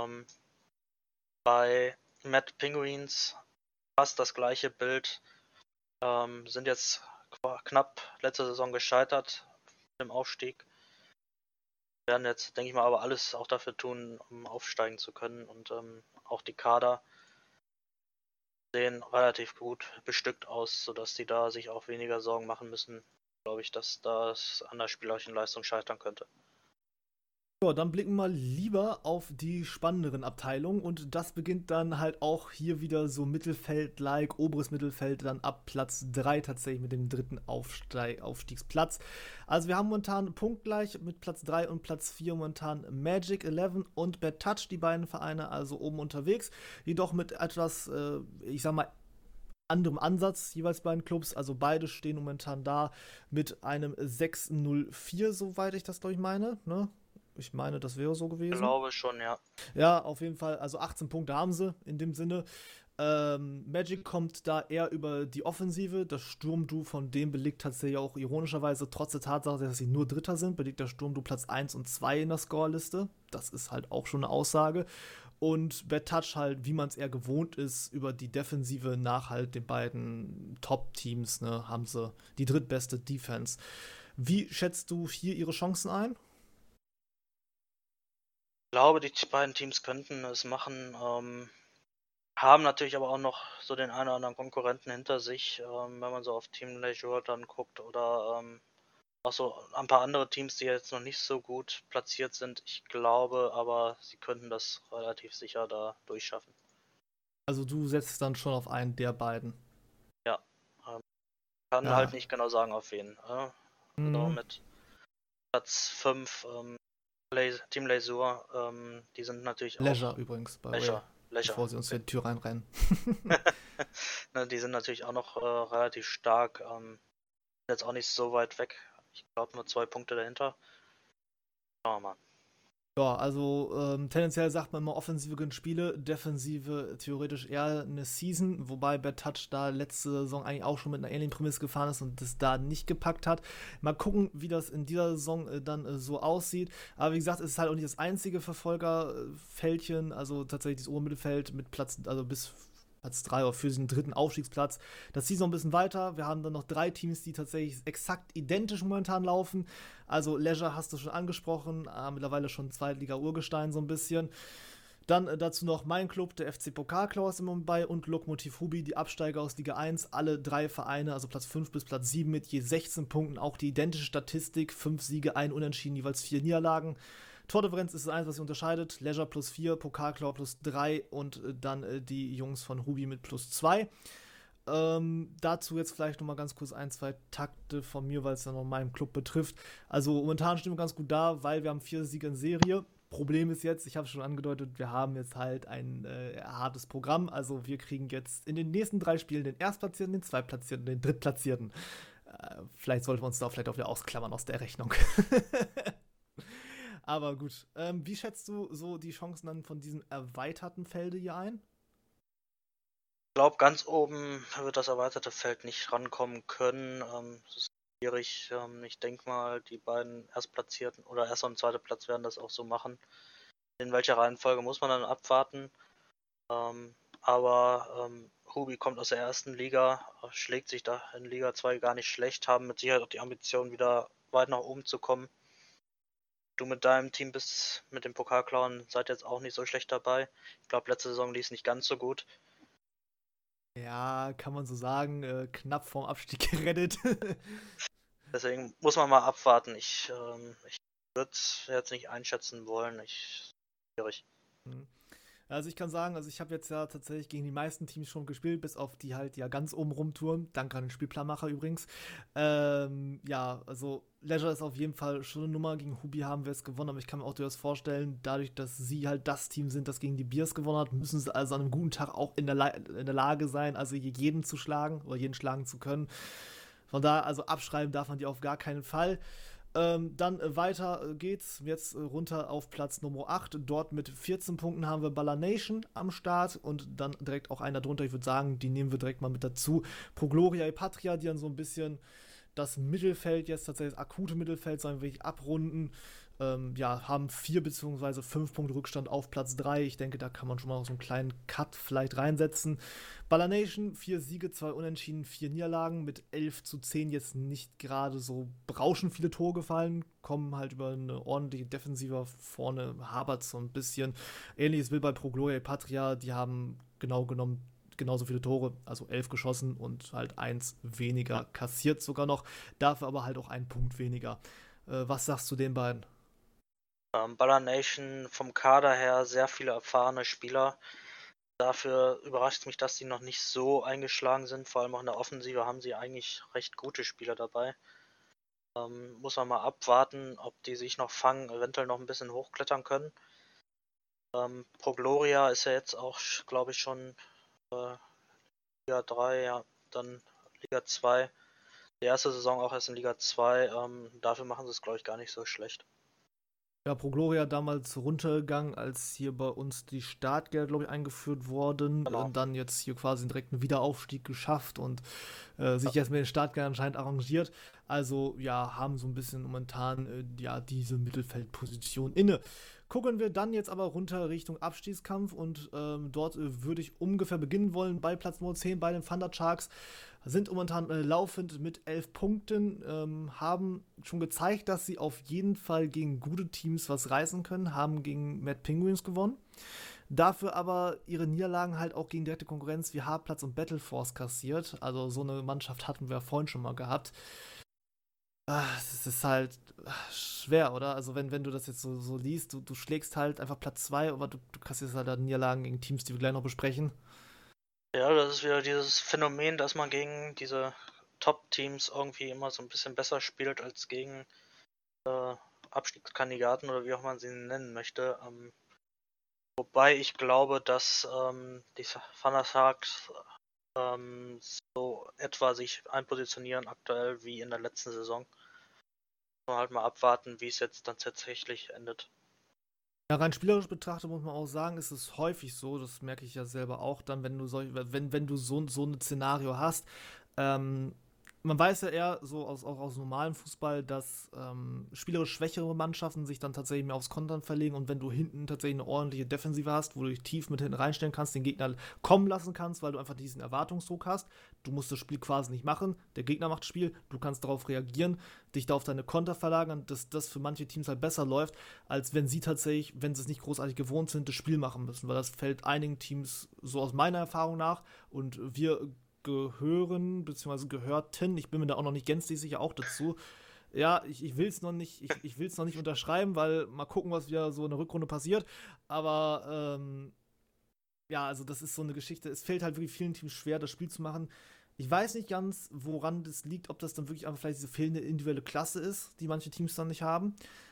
Bei Mad Penguins fast das gleiche Bild, sind jetzt knapp letzte Saison gescheitert im Aufstieg. Werden jetzt, denke ich mal, aber alles auch dafür tun, um aufsteigen zu können. Und auch die Kader sehen relativ gut bestückt aus, sodass die da sich auch weniger Sorgen machen müssen. Glaube ich, dass das an der spielerischen Leistung scheitern könnte. Ja, dann blicken wir mal lieber auf die spannenderen Abteilungen, und das beginnt dann halt auch hier wieder so Mittelfeld-like, oberes Mittelfeld, dann ab Platz 3 tatsächlich mit dem dritten Aufstiegsplatz. Also wir haben momentan punktgleich mit Platz 3 und Platz 4 momentan Magic 11 und Bad Touch, die beiden Vereine also oben unterwegs, jedoch mit etwas, ich sag mal, anderem Ansatz jeweils beiden Clubs. Also beide stehen momentan da mit einem 6:04, soweit ich das, glaube ich, meine, ne? Ich meine, das wäre so Ich gewesen. glaube schon, ja. Ja, auf jeden Fall. Also 18 Punkte haben sie in dem Sinne. Magic kommt da eher über die Offensive. Das Sturmduo von dem belegt tatsächlich auch ironischerweise, trotz der Tatsache, dass sie nur Dritter sind, belegt der Sturmduo Platz 1 und 2 in der Scoreliste. Das ist halt auch schon eine Aussage. Und Bad Touch halt, wie man es eher gewohnt ist, über die Defensive nach halt den beiden Top-Teams, ne, haben sie die drittbeste Defense. Wie schätzt du hier ihre Chancen ein? Ich glaube, die beiden Teams könnten es machen, haben natürlich aber auch noch so den einen oder anderen Konkurrenten hinter sich, wenn man so auf Team Leisure dann guckt oder auch so ein paar andere Teams, die jetzt noch nicht so gut platziert sind. Ich glaube aber, sie könnten das relativ sicher da durchschaffen. Also du setzt dann schon auf einen der beiden. Ja, kann halt Ja. nicht genau sagen, auf wen. Also Mhm. mit Platz 5 Team Leisure, die sind natürlich Leisure auch übrigens, by the way. Leisure, Bevor sie uns okay. hier die Tür reinrennen. Ne, die sind natürlich auch noch relativ stark. Jetzt auch nicht so weit weg. Ich glaube nur 2 Punkte dahinter. Schauen wir mal. Ja, also tendenziell sagt man immer Offensive gewinnt Spiele, Defensive theoretisch eher eine Season, wobei Bad Touch da letzte Saison eigentlich auch schon mit einer ähnlichen Prämisse gefahren ist und das da nicht gepackt hat. Mal gucken, wie das in dieser Saison dann so aussieht. Aber wie gesagt, es ist halt auch nicht das einzige Verfolgerfältchen, also tatsächlich das Obermittelfeld mit Platz, also bis Platz 3 oder für den dritten Aufstiegsplatz. Das zieht so ein bisschen weiter. Wir haben dann noch 3 Teams, die tatsächlich exakt identisch momentan laufen. Also Leisure hast du schon angesprochen, mittlerweile schon Zweitliga-Urgestein so ein bisschen. Dann dazu noch mein Club, der FC Pokalklau ist immer bei und Lokomotiv Ruby, die Absteiger aus Liga 1. Alle 3 Vereine, also Platz 5 bis Platz 7 mit je 16 Punkten. Auch die identische Statistik, 5 Siege, 1 Unentschieden, jeweils 4 Niederlagen. Tordifferenz ist das eins, was sich unterscheidet. Leisure plus 4, Pokalklau plus 3 und dann die Jungs von Ruby mit plus 2. Dazu jetzt vielleicht nochmal ganz kurz 1, 2 Takte von mir, weil es dann noch meinen Club betrifft. Also momentan stehen wir ganz gut da, weil wir haben 4 Siege in Serie. Problem ist jetzt, ich habe es schon angedeutet, wir haben jetzt halt ein hartes Programm. Also wir kriegen jetzt in den nächsten 3 Spielen den Erstplatzierten, den Zweitplatzierten, den Drittplatzierten. Vielleicht sollten wir uns da vielleicht auch wieder ausklammern aus der Rechnung. Aber gut, wie schätzt du so die Chancen dann von diesem erweiterten Felde hier ein? Ich glaube, ganz oben wird das erweiterte Feld nicht rankommen können. Es ist schwierig. Ich denke mal, die beiden Erstplatzierten oder erster und zweiter Platz werden das auch so machen. In welcher Reihenfolge muss man dann abwarten. Aber Ruby kommt aus der ersten Liga, schlägt sich da in Liga 2 gar nicht schlecht, haben mit Sicherheit auch die Ambition, wieder weit nach oben zu kommen. Du mit deinem Team bist mit dem Pokalklauen, seid jetzt auch nicht so schlecht dabei. Ich glaube, letzte Saison lief es nicht ganz so gut. Ja, kann man so sagen, knapp vorm Abstieg gerettet. Deswegen muss man mal abwarten. Ich würde es jetzt nicht einschätzen wollen. Schwierig. Also ich kann sagen, also ich habe jetzt ja tatsächlich gegen die meisten Teams schon gespielt, bis auf die halt ja ganz oben rumtouren. Danke an den Spielplanmacher übrigens. Ja, also Leisure ist auf jeden Fall schon eine Nummer. Gegen Hubi haben wir es gewonnen, aber ich kann mir auch durchaus vorstellen, dadurch, dass sie halt das Team sind, das gegen die Bears gewonnen hat, müssen sie also an einem guten Tag auch in der Lage sein, also jeden zu schlagen oder jeden schlagen zu können. Von daher, also abschreiben darf man die auf gar keinen Fall. Dann weiter geht's jetzt runter auf Platz Nummer 8. Dort mit 14 Punkten haben wir Baller Nation am Start und dann direkt auch einer drunter. Ich würde sagen, die nehmen wir direkt mal mit dazu. Pro Gloria e Patria, die dann so ein bisschen das Mittelfeld jetzt tatsächlich, das akute Mittelfeld, sollen wir wirklich abrunden. Ja, haben 4 bzw. 5 Punkte Rückstand auf Platz 3. Ich denke, da kann man schon mal so einen kleinen Cut vielleicht reinsetzen. Baller Nation, 4 Siege, 2 Unentschieden, 4 Niederlagen. Mit 11:10 jetzt nicht gerade so berauschend viele Tore gefallen. Kommen halt über eine ordentliche Defensive vorne, hapert so ein bisschen. Ähnliches will bei Pro Gloria Patria. Die haben genau genommen genauso viele Tore, also 11 geschossen und halt 1 weniger kassiert sogar noch. Dafür aber halt auch einen Punkt weniger. Was sagst du den beiden? Baller Nation vom Kader her sehr viele erfahrene Spieler. Dafür überrascht es mich, dass die noch nicht so eingeschlagen sind. Vor allem auch in der Offensive haben sie eigentlich recht gute Spieler dabei. Muss man mal abwarten, ob die sich noch fangen, eventuell noch ein bisschen hochklettern können. Pro Gloria ist ja jetzt auch, glaube ich, schon Liga 3, ja, dann Liga 2. Die erste Saison auch erst in Liga 2. Dafür machen sie es, glaube ich, gar nicht so schlecht. Ja, Pro Gloria damals runtergegangen, als hier bei uns die Startgelder, glaube ich, eingeführt wurden Genau. und dann jetzt hier quasi direkt einen Wiederaufstieg geschafft und sich jetzt mit den Startgeldern anscheinend arrangiert. Also ja, haben so ein bisschen momentan ja diese Mittelfeldposition inne. Gucken wir dann jetzt aber runter Richtung Abstiegskampf und dort würde ich ungefähr beginnen wollen bei Platz Nummer 10 bei den Thunder Sharks. Sind momentan laufend mit 11 Punkten, haben schon gezeigt, dass sie auf jeden Fall gegen gute Teams was reißen können, haben gegen Mad Penguins gewonnen. Dafür aber ihre Niederlagen halt auch gegen direkte Konkurrenz wie Hartplatz und Battleforce kassiert. Also so eine Mannschaft hatten wir vorhin schon mal gehabt. Es ist halt schwer, oder? Also wenn du das jetzt so liest, du schlägst halt einfach Platz 2, aber du kassierst halt dann Niederlagen gegen Teams, die wir gleich noch besprechen. Ja, das ist wieder dieses Phänomen, dass man gegen diese Top-Teams irgendwie immer so ein bisschen besser spielt als gegen Abstiegskandidaten oder wie auch man sie nennen möchte. Wobei ich glaube, dass die Thunder Sharks so etwa sich einpositionieren aktuell wie in der letzten Saison. halt mal abwarten, wie es jetzt dann tatsächlich endet. Ja, rein spielerisch betrachtet muss man auch sagen, ist es häufig so, das merke ich ja selber auch dann, wenn du wenn du so ein Szenario hast. Man weiß ja eher so auch aus normalem Fußball, dass spielerisch schwächere Mannschaften sich dann tatsächlich mehr aufs Kontern verlegen, und wenn du hinten tatsächlich eine ordentliche Defensive hast, wo du dich tief mit hinten reinstellen kannst, den Gegner kommen lassen kannst, weil du einfach diesen Erwartungsdruck hast. Du musst das Spiel quasi nicht machen, der Gegner macht das Spiel, du kannst darauf reagieren, dich da auf deine Konter verlagern, dass das für manche Teams halt besser läuft, als wenn sie tatsächlich, wenn sie es nicht großartig gewohnt sind, das Spiel machen müssen, weil das fällt einigen Teams so aus meiner Erfahrung nach, und wir gehören, beziehungsweise gehörten, ich bin mir da auch noch nicht gänzlich sicher, auch dazu. Ja, ich will es noch nicht, ich will es noch nicht unterschreiben, weil mal gucken, was wieder so in der Rückrunde passiert. Aber ja, also das ist so eine Geschichte. Es fällt halt wirklich vielen Teams schwer, das Spiel zu machen. Ich weiß nicht ganz, woran das liegt, ob das dann wirklich einfach vielleicht diese fehlende individuelle Klasse ist, die manche Teams dann nicht haben.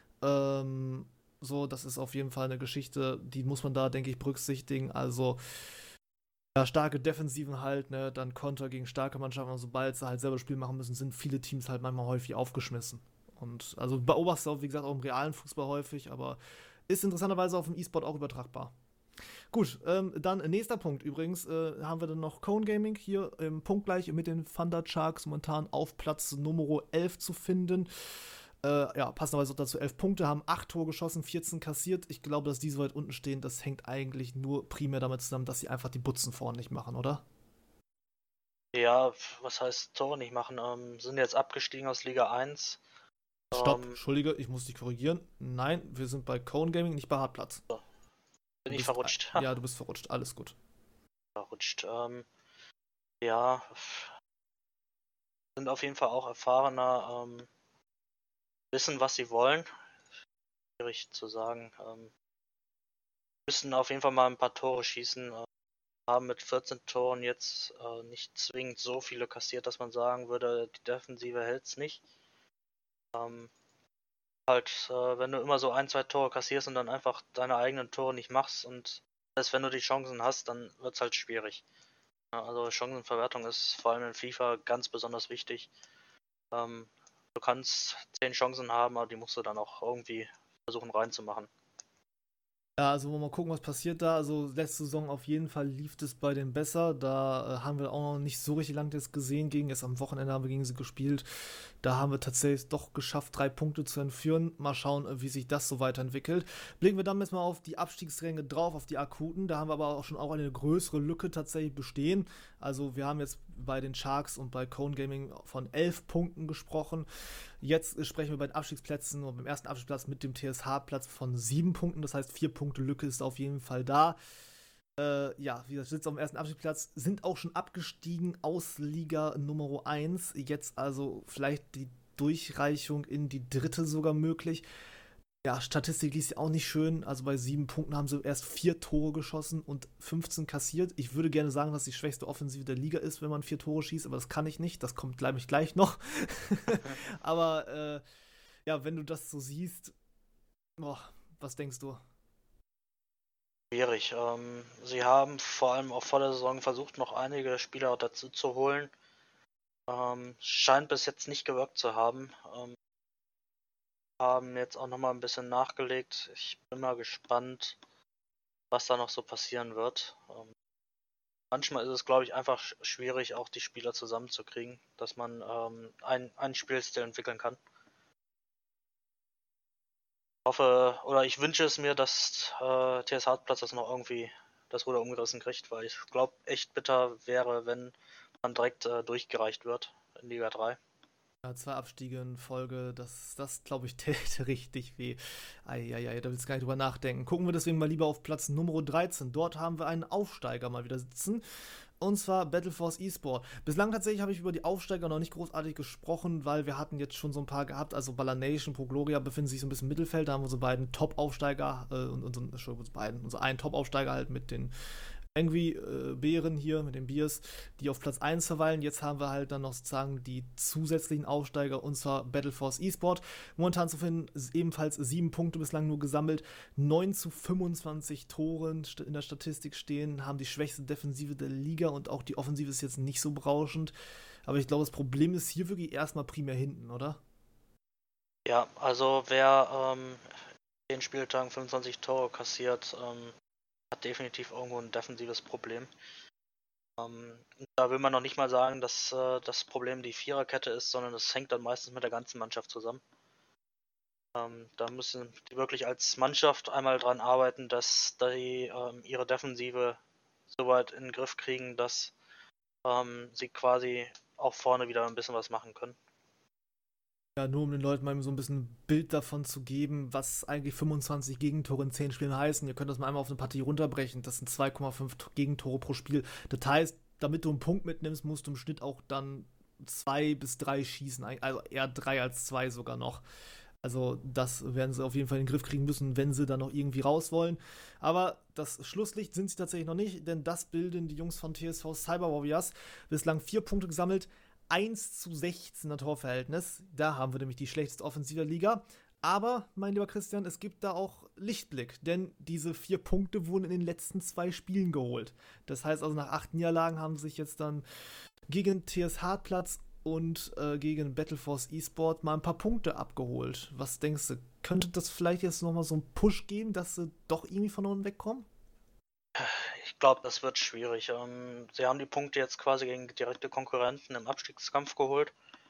So, das ist auf jeden Fall eine Geschichte, die muss man da, denke ich, berücksichtigen. Also ja, starke Defensiven halt, ne, dann Konter gegen starke Mannschaften, und sobald sie halt selber das Spiel machen müssen, sind viele Teams halt manchmal häufig aufgeschmissen. Und also beobachtest du auch, wie gesagt, auch im realen Fußball häufig, aber ist interessanterweise auf dem E-Sport auch übertragbar. Gut, dann nächster Punkt übrigens, haben wir dann noch Cone Gaming hier im Punktgleich mit den Thunder Sharks momentan auf Platz Nummer 11 zu finden. Ja, passenderweise auch dazu 11 Punkte, haben 8 Tore geschossen, 14 kassiert. Ich glaube, dass die so weit unten stehen, das hängt eigentlich nur primär damit zusammen, dass sie einfach die Butzen vorne nicht machen, oder? Ja, was heißt Tore nicht machen? Sind jetzt abgestiegen aus Liga 1. Stopp, Entschuldige, ich muss dich korrigieren. Nein, wir sind bei Cone Gaming, nicht bei Hartplatz. Bin ich verrutscht? Ja, du bist verrutscht, alles gut. Verrutscht. Ja, sind auf jeden Fall auch erfahrener, wissen, was sie wollen. Schwierig zu sagen. Müssen auf jeden Fall mal ein paar Tore schießen. Haben mit 14 Toren jetzt nicht zwingend so viele kassiert, dass man sagen würde, die Defensive hält's nicht. Wenn du immer so 1, 2 Tore kassierst und dann einfach deine eigenen Tore nicht machst, und selbst wenn du die Chancen hast, dann wird's halt schwierig. Ja, also Chancenverwertung ist vor allem in FIFA ganz besonders wichtig. Du kannst 10 Chancen haben, aber die musst du dann auch irgendwie versuchen reinzumachen. Ja, also wollen wir mal gucken, was passiert da. Also letzte Saison auf jeden Fall lief es bei denen besser. Da haben wir auch noch nicht so richtig lange das gesehen. Erst am Wochenende haben wir gegen sie gespielt. Da haben wir tatsächlich doch geschafft, 3 Punkte zu entführen. Mal schauen, wie sich das so weiterentwickelt. Blicken wir dann jetzt mal auf die Abstiegsränge drauf, auf die akuten. Da haben wir aber auch schon eine größere Lücke tatsächlich bestehen. Also wir haben jetzt bei den Sharks und bei Cone Gaming von 11 Punkten gesprochen. Jetzt sprechen wir bei den Abstiegsplätzen und beim ersten Abstiegsplatz mit dem TSH-Platz von 7 Punkten. Das heißt, 4 Punkte Lücke ist auf jeden Fall da. Ja, wie gesagt, sitzen auf dem ersten Abstiegsplatz, sind auch schon abgestiegen aus Liga Nummer 1. Jetzt also vielleicht die Durchreichung in die dritte sogar möglich. Ja, Statistik liest ja auch nicht schön. Also bei 7 Punkten haben sie erst 4 Tore geschossen und 15 kassiert. Ich würde gerne sagen, dass die schwächste Offensive der Liga ist, wenn man 4 Tore schießt, aber das kann ich nicht. Das kommt gleich noch. Aber ja, wenn du das so siehst, boah, was denkst du? Schwierig. Sie haben vor allem auch vor der Saison versucht, noch einige Spieler dazu zu holen. Scheint bis jetzt nicht gewirkt zu haben. Haben jetzt auch nochmal ein bisschen nachgelegt. Ich bin mal gespannt, was da noch so passieren wird. Manchmal ist es, glaube ich, einfach schwierig, auch die Spieler zusammenzukriegen, dass man einen Spielstil entwickeln kann. Hoffe, oder ich wünsche es mir, dass TS Hartplatz das noch irgendwie das Ruder umgerissen kriegt, weil ich glaube, echt bitter wäre, wenn man direkt durchgereicht wird in Liga 3. Ja, 2 Abstiege in Folge, das glaube ich, täte richtig weh. Eieiei, da willst du gar nicht drüber nachdenken. Gucken wir deswegen mal lieber auf Platz Nummer 13. Dort haben wir einen Aufsteiger mal wieder sitzen. Und zwar Battleforce eSport. Bislang tatsächlich habe ich über die Aufsteiger noch nicht großartig gesprochen, weil wir hatten jetzt schon so ein paar gehabt. Also Baller Nation, Pro Gloria befinden sich so ein bisschen im Mittelfeld. Da haben wir unsere beiden Top-Aufsteiger unser einen Top-Aufsteiger halt mit den Angry Bären hier, mit den Biers, die auf Platz 1 verweilen. Jetzt haben wir halt dann noch sozusagen die zusätzlichen Aufsteiger, und zwar Battleforce eSport. Momentan zu finden, ebenfalls 7 Punkte bislang nur gesammelt, 9 zu 25 Toren in der Statistik stehen, haben die schwächste Defensive der Liga, und auch die Offensive ist jetzt nicht so berauschend. Aber ich glaube, das Problem ist hier wirklich erstmal primär hinten, oder? Ja, also wer den Spieltagen 25 Tore kassiert, hat definitiv irgendwo ein defensives Problem. Da will man noch nicht mal sagen, dass das Problem die Viererkette ist, sondern das hängt dann meistens mit der ganzen Mannschaft zusammen. Da müssen die wirklich als Mannschaft einmal dran arbeiten, dass die ihre Defensive so weit in den Griff kriegen, dass sie quasi auch vorne wieder ein bisschen was machen können. Ja, nur um den Leuten mal so ein bisschen ein Bild davon zu geben, was eigentlich 25 Gegentore in 10 Spielen heißen. Ihr könnt das mal einmal auf eine Partie runterbrechen. Das sind 2,5 Gegentore pro Spiel. Das heißt, damit du einen Punkt mitnimmst, musst du im Schnitt auch dann 2 bis 3 schießen. Also eher 3 als 2 sogar noch. Also das werden sie auf jeden Fall in den Griff kriegen müssen, wenn sie da noch irgendwie raus wollen. Aber das Schlusslicht sind sie tatsächlich noch nicht, denn das bilden die Jungs von TSV Cyber Warriors. Bislang 4 Punkte gesammelt, 1:16er Torverhältnis. Da haben wir nämlich die schlechteste Offensive der Liga. Aber, mein lieber Christian, es gibt da auch Lichtblick, denn diese 4 Punkte wurden in den letzten 2 Spielen geholt. Das heißt also, nach 8 Niederlagen haben sie sich jetzt dann gegen TS Hartplatz und gegen Battleforce eSport mal ein paar Punkte abgeholt. Was denkst du, könnte das vielleicht jetzt nochmal so einen Push geben, dass sie doch irgendwie von unten wegkommen? Ich glaube, das wird schwierig. Sie haben die Punkte jetzt quasi gegen direkte Konkurrenten im Abstiegskampf geholt.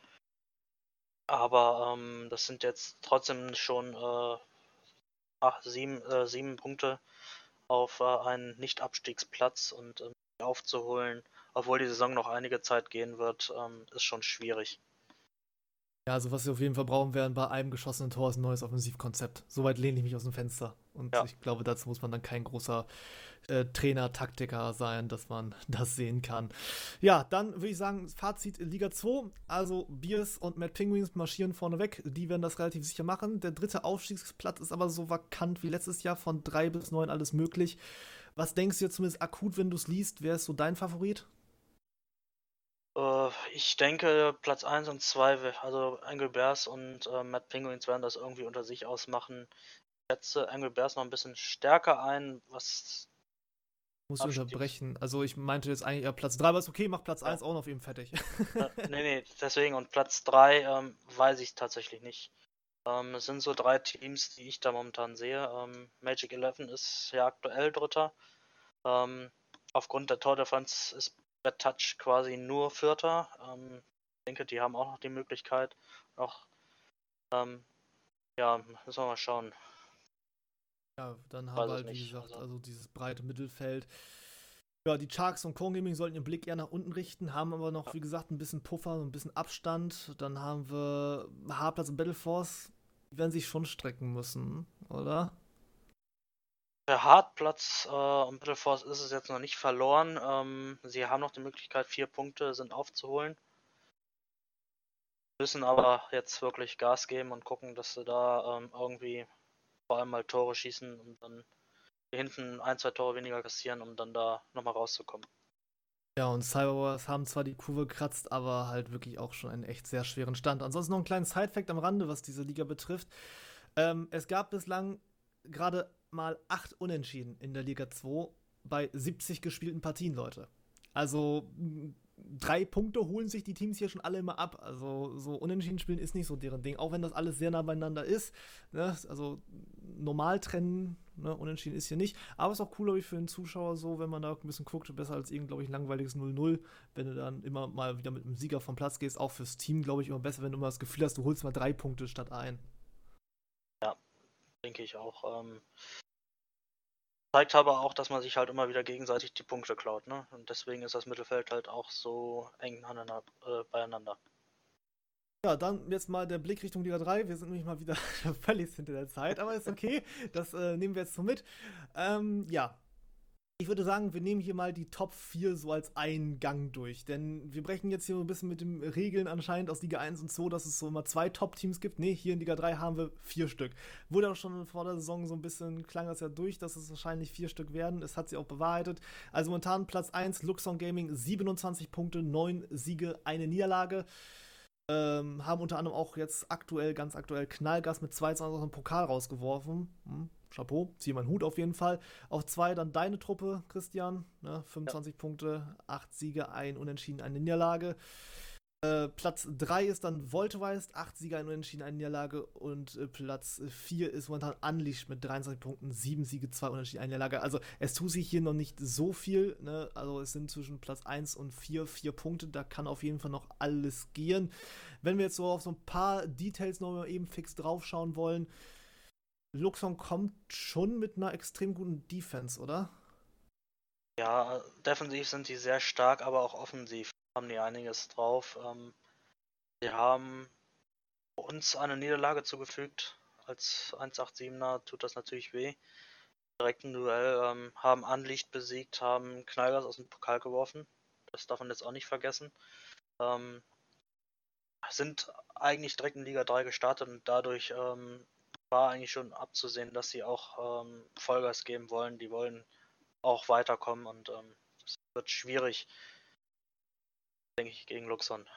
Aber das sind jetzt trotzdem schon 7 Punkte auf einen Nicht-Abstiegsplatz und die aufzuholen, obwohl die Saison noch einige Zeit gehen wird, ist schon schwierig. Ja, also was wir auf jeden Fall brauchen werden bei einem geschossenen Tor ist ein neues Offensivkonzept. Soweit lehne ich mich aus dem Fenster. Und Ja. ich glaube, dazu muss man dann kein großer Trainer, Taktiker sein, dass man das sehen kann. Ja, dann würde ich sagen, Fazit Liga 2. Also Bears und Mad Penguins marschieren vorne weg. Die werden das relativ sicher machen. Der 3. Aufstiegsplatz ist aber so vakant wie letztes Jahr. Von 3 bis 9 alles möglich. Was denkst du jetzt zumindest akut, wenn du es liest? Wer ist so dein Favorit? Ich denke, Platz 1 und 2, also Angry Bears und Mad Penguins werden das irgendwie unter sich ausmachen. Ich schätze Angry Bears noch ein bisschen stärker ein, was Muss ich Abstiegs... unterbrechen. Also ich meinte jetzt eigentlich eher Platz 3, aber ist okay, mach Platz Ja. 1 auch noch eben fertig. Nee, deswegen. Und Platz 3 weiß ich tatsächlich nicht. Es sind so 3 Teams, die ich da momentan sehe. Magic 11 ist ja aktuell Dritter. Aufgrund der Tordifferenz ist Bad Touch quasi nur Vierter. Ich denke, die haben auch noch die Möglichkeit. Auch, ja, müssen wir mal schauen. Ja, dann haben Weiß wir es halt, wie nicht. gesagt, also dieses breite Mittelfeld. Ja, die Sharks und Core Gaming sollten ihren Blick eher nach unten richten, haben aber noch, wie gesagt, ein bisschen Puffer, ein bisschen Abstand. Dann haben wir Hartplatz und Battleforce. Die werden sich schon strecken müssen, oder? Der Hartplatz und Battleforce ist es jetzt noch nicht verloren. Sie haben noch die Möglichkeit, 4 Punkte sind aufzuholen. Müssen aber jetzt wirklich Gas geben und gucken, dass sie da irgendwie vor allem mal Tore schießen und dann hinten 1, 2 Tore weniger kassieren, um dann da nochmal rauszukommen. Ja, und Cyberwars haben zwar die Kurve gekratzt, aber halt wirklich auch schon einen echt sehr schweren Stand. Ansonsten noch einen kleinen Side-Fact am Rande, was diese Liga betrifft. Es gab bislang gerade mal 8 Unentschieden in der Liga 2 bei 70 gespielten Partien, Leute. Also 3 Punkte holen sich die Teams hier schon alle immer ab. Also so Unentschieden spielen ist nicht so deren Ding, auch wenn das alles sehr nah beieinander ist. Ne? Also normal trennen, ne? Unentschieden ist hier nicht. Aber es ist auch cool, glaube ich, für den Zuschauer so, wenn man da ein bisschen guckt, besser als irgend, glaube ich, ein langweiliges 0-0. Wenn du dann immer mal wieder mit einem Sieger vom Platz gehst, auch fürs Team, glaube ich, immer besser, wenn du immer das Gefühl hast, du holst mal 3 Punkte statt 1. Ja, denke ich auch. Zeigt aber auch, dass man sich halt immer wieder gegenseitig die Punkte klaut, ne? Und deswegen ist das Mittelfeld halt auch so eng beieinander. Ja, dann jetzt mal der Blick Richtung Liga 3. Wir sind nämlich mal wieder völlig hinter der Zeit, aber ist okay. Das nehmen wir jetzt so mit. Ja, ich würde sagen, wir nehmen hier mal die Top 4 so als einen Gang durch. Denn wir brechen jetzt hier so ein bisschen mit den Regeln anscheinend aus Liga 1 und 2, dass es so immer 2 Top-Teams gibt. Nee, hier in Liga 3 haben wir 4 Stück. Wurde auch schon vor der Saison so ein bisschen, klang das ja durch, dass es wahrscheinlich 4 Stück werden. Es hat sich auch bewahrheitet. Also momentan Platz 1, Luxon Gaming, 27 Punkte, 9 Siege, 1 Niederlage. Haben unter anderem auch jetzt ganz aktuell Knallgas mit 2-2 aus dem Pokal rausgeworfen. Chapeau, ziehe meinen Hut auf jeden Fall. Auf 2 dann deine Truppe, Christian. Ne, 25 Punkte, 8 Siege, 1 Unentschieden, 1 Niederlage. Platz 3 ist dann Volteweist, 8 Siege, 1 Unentschieden, 1 Niederlage. Und Platz 4 ist momentan Unleashed mit 23 Punkten, 7 Siege, 2 Unentschieden, 1 Niederlage. Also es tut sich hier noch nicht so viel. Ne? Also es sind zwischen Platz 1 und 4 Punkte. Da kann auf jeden Fall noch alles gehen. Wenn wir jetzt so auf so ein paar Details noch mal eben fix draufschauen wollen, Luxon kommt schon mit einer extrem guten Defense, oder? Ja, defensiv sind die sehr stark, aber auch offensiv haben die einiges drauf. Die haben uns eine Niederlage zugefügt. Als 187er tut das natürlich weh. Direkt ein Duell, haben Unleashed besiegt, haben Knallgas aus dem Pokal geworfen. Das darf man jetzt auch nicht vergessen. Sind eigentlich direkt in Liga 3 gestartet und dadurch war eigentlich schon abzusehen, dass sie auch Vollgas geben wollen. Die wollen auch weiterkommen und es wird schwierig, denke ich, gegen Luxon.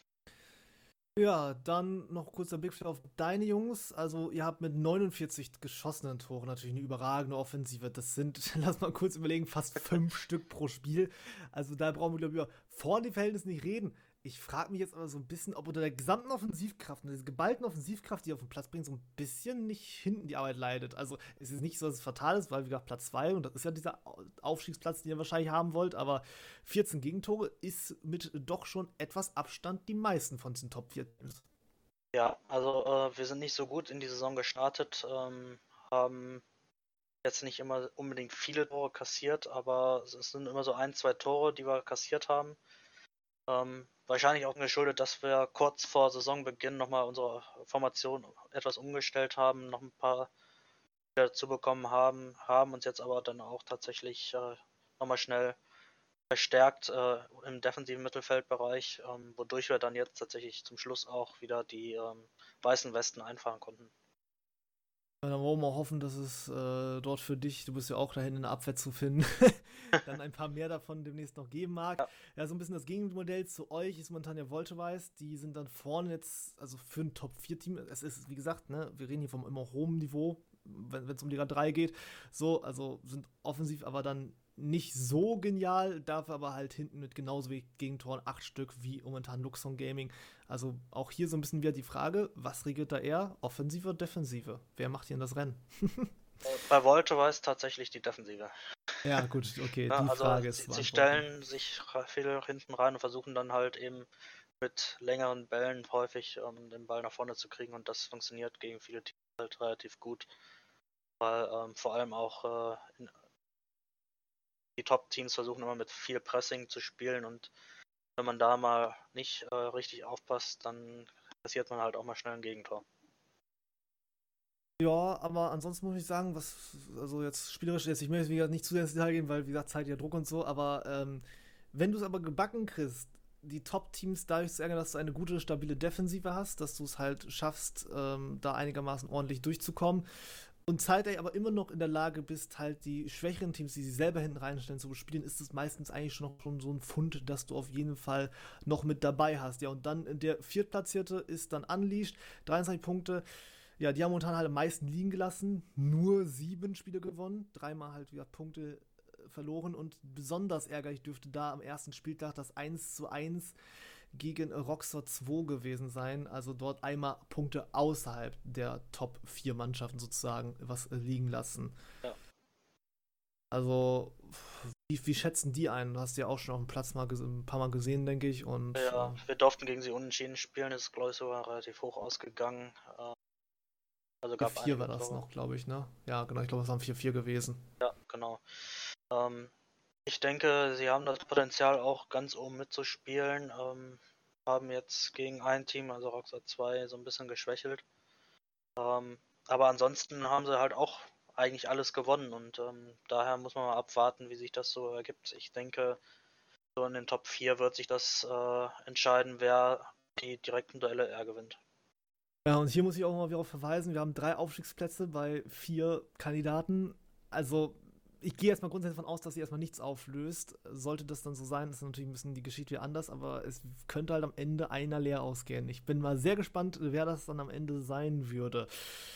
Ja, dann noch kurz der Blick auf deine Jungs. Also, ihr habt mit 49 geschossenen Toren natürlich eine überragende Offensive. Das sind, lass mal kurz überlegen, fast 5 Stück pro Spiel. Also, da brauchen wir, glaube ich, über vorne die Verhältnisse nicht reden. Ich frage mich jetzt aber so ein bisschen, ob unter der gesamten Offensivkraft, dieser geballten Offensivkraft, die ihr auf den Platz bringt, so ein bisschen nicht hinten die Arbeit leidet. Also, es ist nicht so, dass es fatal ist, weil, wie gesagt, Platz 2 und das ist ja dieser Aufstiegsplatz, den ihr wahrscheinlich haben wollt, aber 14 Gegentore ist mit doch schon etwas Abstand die meisten von diesen Top 4 Teams. Ja, also wir sind nicht so gut in die Saison gestartet, haben jetzt nicht immer unbedingt viele Tore kassiert, aber es sind immer so 1, 2 Tore, die wir kassiert haben. Wahrscheinlich auch geschuldet, dass wir kurz vor Saisonbeginn nochmal unsere Formation etwas umgestellt haben, noch ein paar dazu bekommen haben uns jetzt aber dann auch tatsächlich nochmal schnell verstärkt im defensiven Mittelfeldbereich, wodurch wir dann jetzt tatsächlich zum Schluss auch wieder die weißen Westen einfahren konnten. Dann wollen wir hoffen, dass es dort für dich, du bist ja auch dahin in der Abwehr zu finden, dann ein paar mehr davon demnächst noch geben mag. Ja, so ein bisschen das Gegenmodell zu euch ist momentan ja Volteweist. Die sind dann vorne jetzt, also für ein Top-4-Team, es ist, wie gesagt, ne, wir reden hier vom immer hohen Niveau, wenn es um Liga 3 geht. So, also sind offensiv aber dann nicht so genial, dafür aber halt hinten mit genauso wie Gegentoren 8 Stück wie momentan Luxon Gaming. Also auch hier so ein bisschen wieder die Frage, was regelt da eher? Offensive oder Defensive? Wer macht hier in das Rennen? Bei Volte war es tatsächlich die Defensive. Ja, gut, okay, ja, die also Frage ist sie stellen sich viel hinten rein und versuchen dann halt eben mit längeren Bällen häufig den Ball nach vorne zu kriegen und das funktioniert gegen viele Teams halt relativ gut, weil vor allem auch die Top-Teams versuchen immer mit viel Pressing zu spielen und wenn man da mal nicht richtig aufpasst, dann passiert man halt auch mal schnell ein Gegentor. Ja, aber ansonsten muss ich sagen, also jetzt spielerisch ist, ich möchte jetzt wie gesagt nicht zu sehr ins Detail gehen, weil wie gesagt, zeitlicher Druck und so, aber wenn du es aber gebacken kriegst, die Top-Teams dadurch zu ärgern, dass du eine gute, stabile Defensive hast, dass du es halt schaffst, da einigermaßen ordentlich durchzukommen und zeitgleich aber immer noch in der Lage bist, halt die schwächeren Teams, die sie selber hinten reinstellen, zu bespielen, ist es meistens eigentlich schon so ein Fund, dass du auf jeden Fall noch mit dabei hast. Ja, und dann der Viertplatzierte ist dann Unleashed, 23 Punkte. Ja, die haben momentan halt am meisten liegen gelassen, nur 7 Spiele gewonnen, 3-mal halt wieder Punkte verloren und besonders ärgerlich dürfte da am ersten Spieltag das 1:1 gegen Roxor 2 gewesen sein, also dort einmal Punkte außerhalb der Top 4 Mannschaften sozusagen was liegen lassen. Ja. Also, wie schätzen die ein? Du hast ja auch schon auf dem Platz mal ein paar Mal gesehen, denke ich. Und, ja, wir durften gegen sie unentschieden spielen, ist glaube ich sogar relativ hoch ausgegangen. Also gab 4 war das noch, glaube ich, ne? Ja, genau, ich glaube, es waren 4-4 gewesen. Ja, genau. Ich denke, sie haben das Potenzial auch ganz oben mitzuspielen. Haben jetzt gegen ein Team, also Roxor 2, so ein bisschen geschwächelt. Aber ansonsten haben sie halt auch eigentlich alles gewonnen und daher muss man mal abwarten, wie sich das so ergibt. Ich denke, so in den Top 4 wird sich das entscheiden, wer die direkten Duelle eher gewinnt. Ja, und hier muss ich auch mal wieder darauf verweisen, wir haben 3 Aufstiegsplätze bei 4 Kandidaten. Also, ich gehe erstmal grundsätzlich davon aus, dass sie erstmal nichts auflöst. Sollte das dann so sein, ist natürlich ein bisschen die Geschichte wieder anders, aber es könnte halt am Ende einer leer ausgehen. Ich bin mal sehr gespannt, wer das dann am Ende sein würde.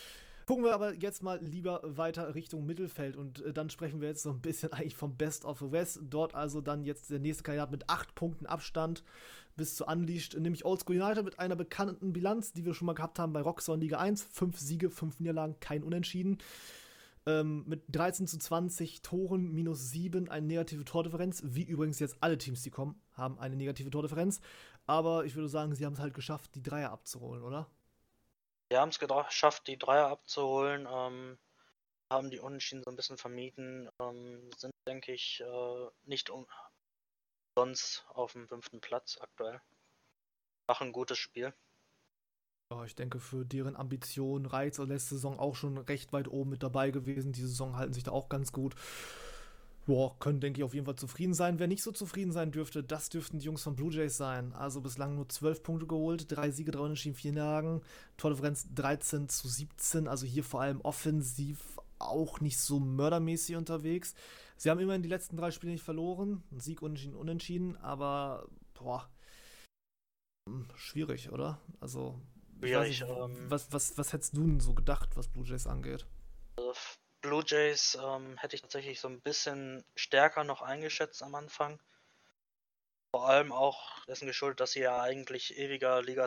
Gucken wir aber jetzt mal lieber weiter Richtung Mittelfeld und dann sprechen wir jetzt so ein bisschen eigentlich vom Best of the West. Dort also dann jetzt der nächste Kandidat mit 8 Punkten Abstand bis zu Unleashed, nämlich Oldschool United mit einer bekannten Bilanz, die wir schon mal gehabt haben bei Rockstar in Liga 1. 5 Siege, 5 Niederlagen, kein Unentschieden. Mit 13:20 Toren, -7, eine negative Tordifferenz. Wie übrigens jetzt alle Teams, die kommen, haben eine negative Tordifferenz. Aber ich würde sagen, sie haben es halt geschafft, die Dreier abzuholen, oder? Wir haben es geschafft, die Dreier abzuholen, haben die Unentschieden so ein bisschen vermieden, sind, denke ich, nicht umsonst auf dem 5. Platz aktuell. Machen ein gutes Spiel. Ja, ich denke, für deren Ambitionen reizt letzte Saison auch schon recht weit oben mit dabei gewesen. Diese Saison halten sich da auch ganz gut. Boah, können, denke ich, auf jeden Fall zufrieden sein. Wer nicht so zufrieden sein dürfte, das dürften die Jungs von Blue Jays sein. Also bislang nur 12 Punkte geholt, 3 Siege, 3 Unentschieden, 4 Niederlagen. Tordifferenz 13:17, also hier vor allem offensiv auch nicht so mördermäßig unterwegs. Sie haben immerhin die letzten 3 Spiele nicht verloren. Ein Sieg, Unentschieden, Unentschieden, aber boah, schwierig, oder? Also, ich weiß nicht, was hättest du denn so gedacht, was Blue Jays angeht? Blue Jays hätte ich tatsächlich so ein bisschen stärker noch eingeschätzt am Anfang. Vor allem auch dessen geschuldet, dass sie ja eigentlich ewige Liga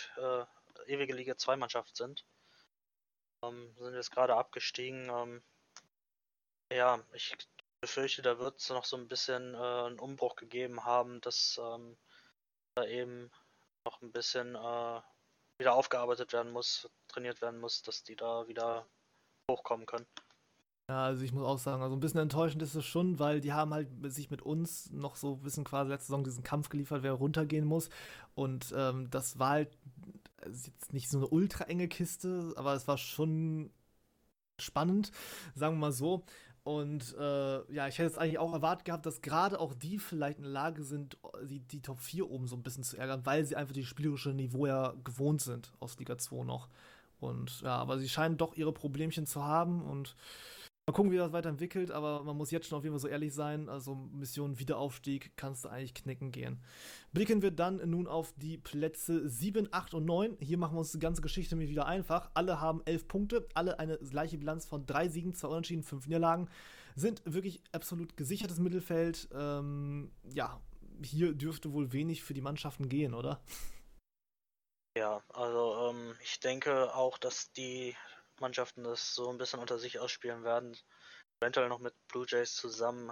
2 Mannschaft sind. Sind jetzt gerade abgestiegen. Ja, ich befürchte, da wird es noch so ein bisschen einen Umbruch gegeben haben, dass da eben noch ein bisschen wieder aufgearbeitet werden muss, trainiert werden muss, dass die da wieder hochkommen können. Ja, also ich muss auch sagen, also ein bisschen enttäuschend ist es schon, weil die haben halt sich mit uns noch so ein bisschen quasi letzte Saison diesen Kampf geliefert, wer runtergehen muss. Und das war halt jetzt nicht so eine ultra enge Kiste, aber es war schon spannend, sagen wir mal so. Und ja, ich hätte jetzt eigentlich auch erwartet gehabt, dass gerade auch die vielleicht in der Lage sind, die Top 4 oben so ein bisschen zu ärgern, weil sie einfach das spielerische Niveau ja gewohnt sind aus Liga 2 noch. Und ja, aber sie scheinen doch ihre Problemchen zu haben und mal gucken, wie das weiterentwickelt, aber man muss jetzt schon auf jeden Fall so ehrlich sein, also Mission Wiederaufstieg kannst du eigentlich knicken gehen. Blicken wir dann nun auf die Plätze 7, 8 und 9. Hier machen wir uns die ganze Geschichte nämlich wieder einfach. Alle haben 11 Punkte, alle eine gleiche Bilanz von 3 Siegen, 2 Unentschieden, 5 Niederlagen. Sind wirklich absolut gesichertes Mittelfeld. Ja, hier dürfte wohl wenig für die Mannschaften gehen, oder? Ja, also ich denke auch, dass die Mannschaften das so ein bisschen unter sich ausspielen werden. Eventuell noch mit Blue Jays zusammen.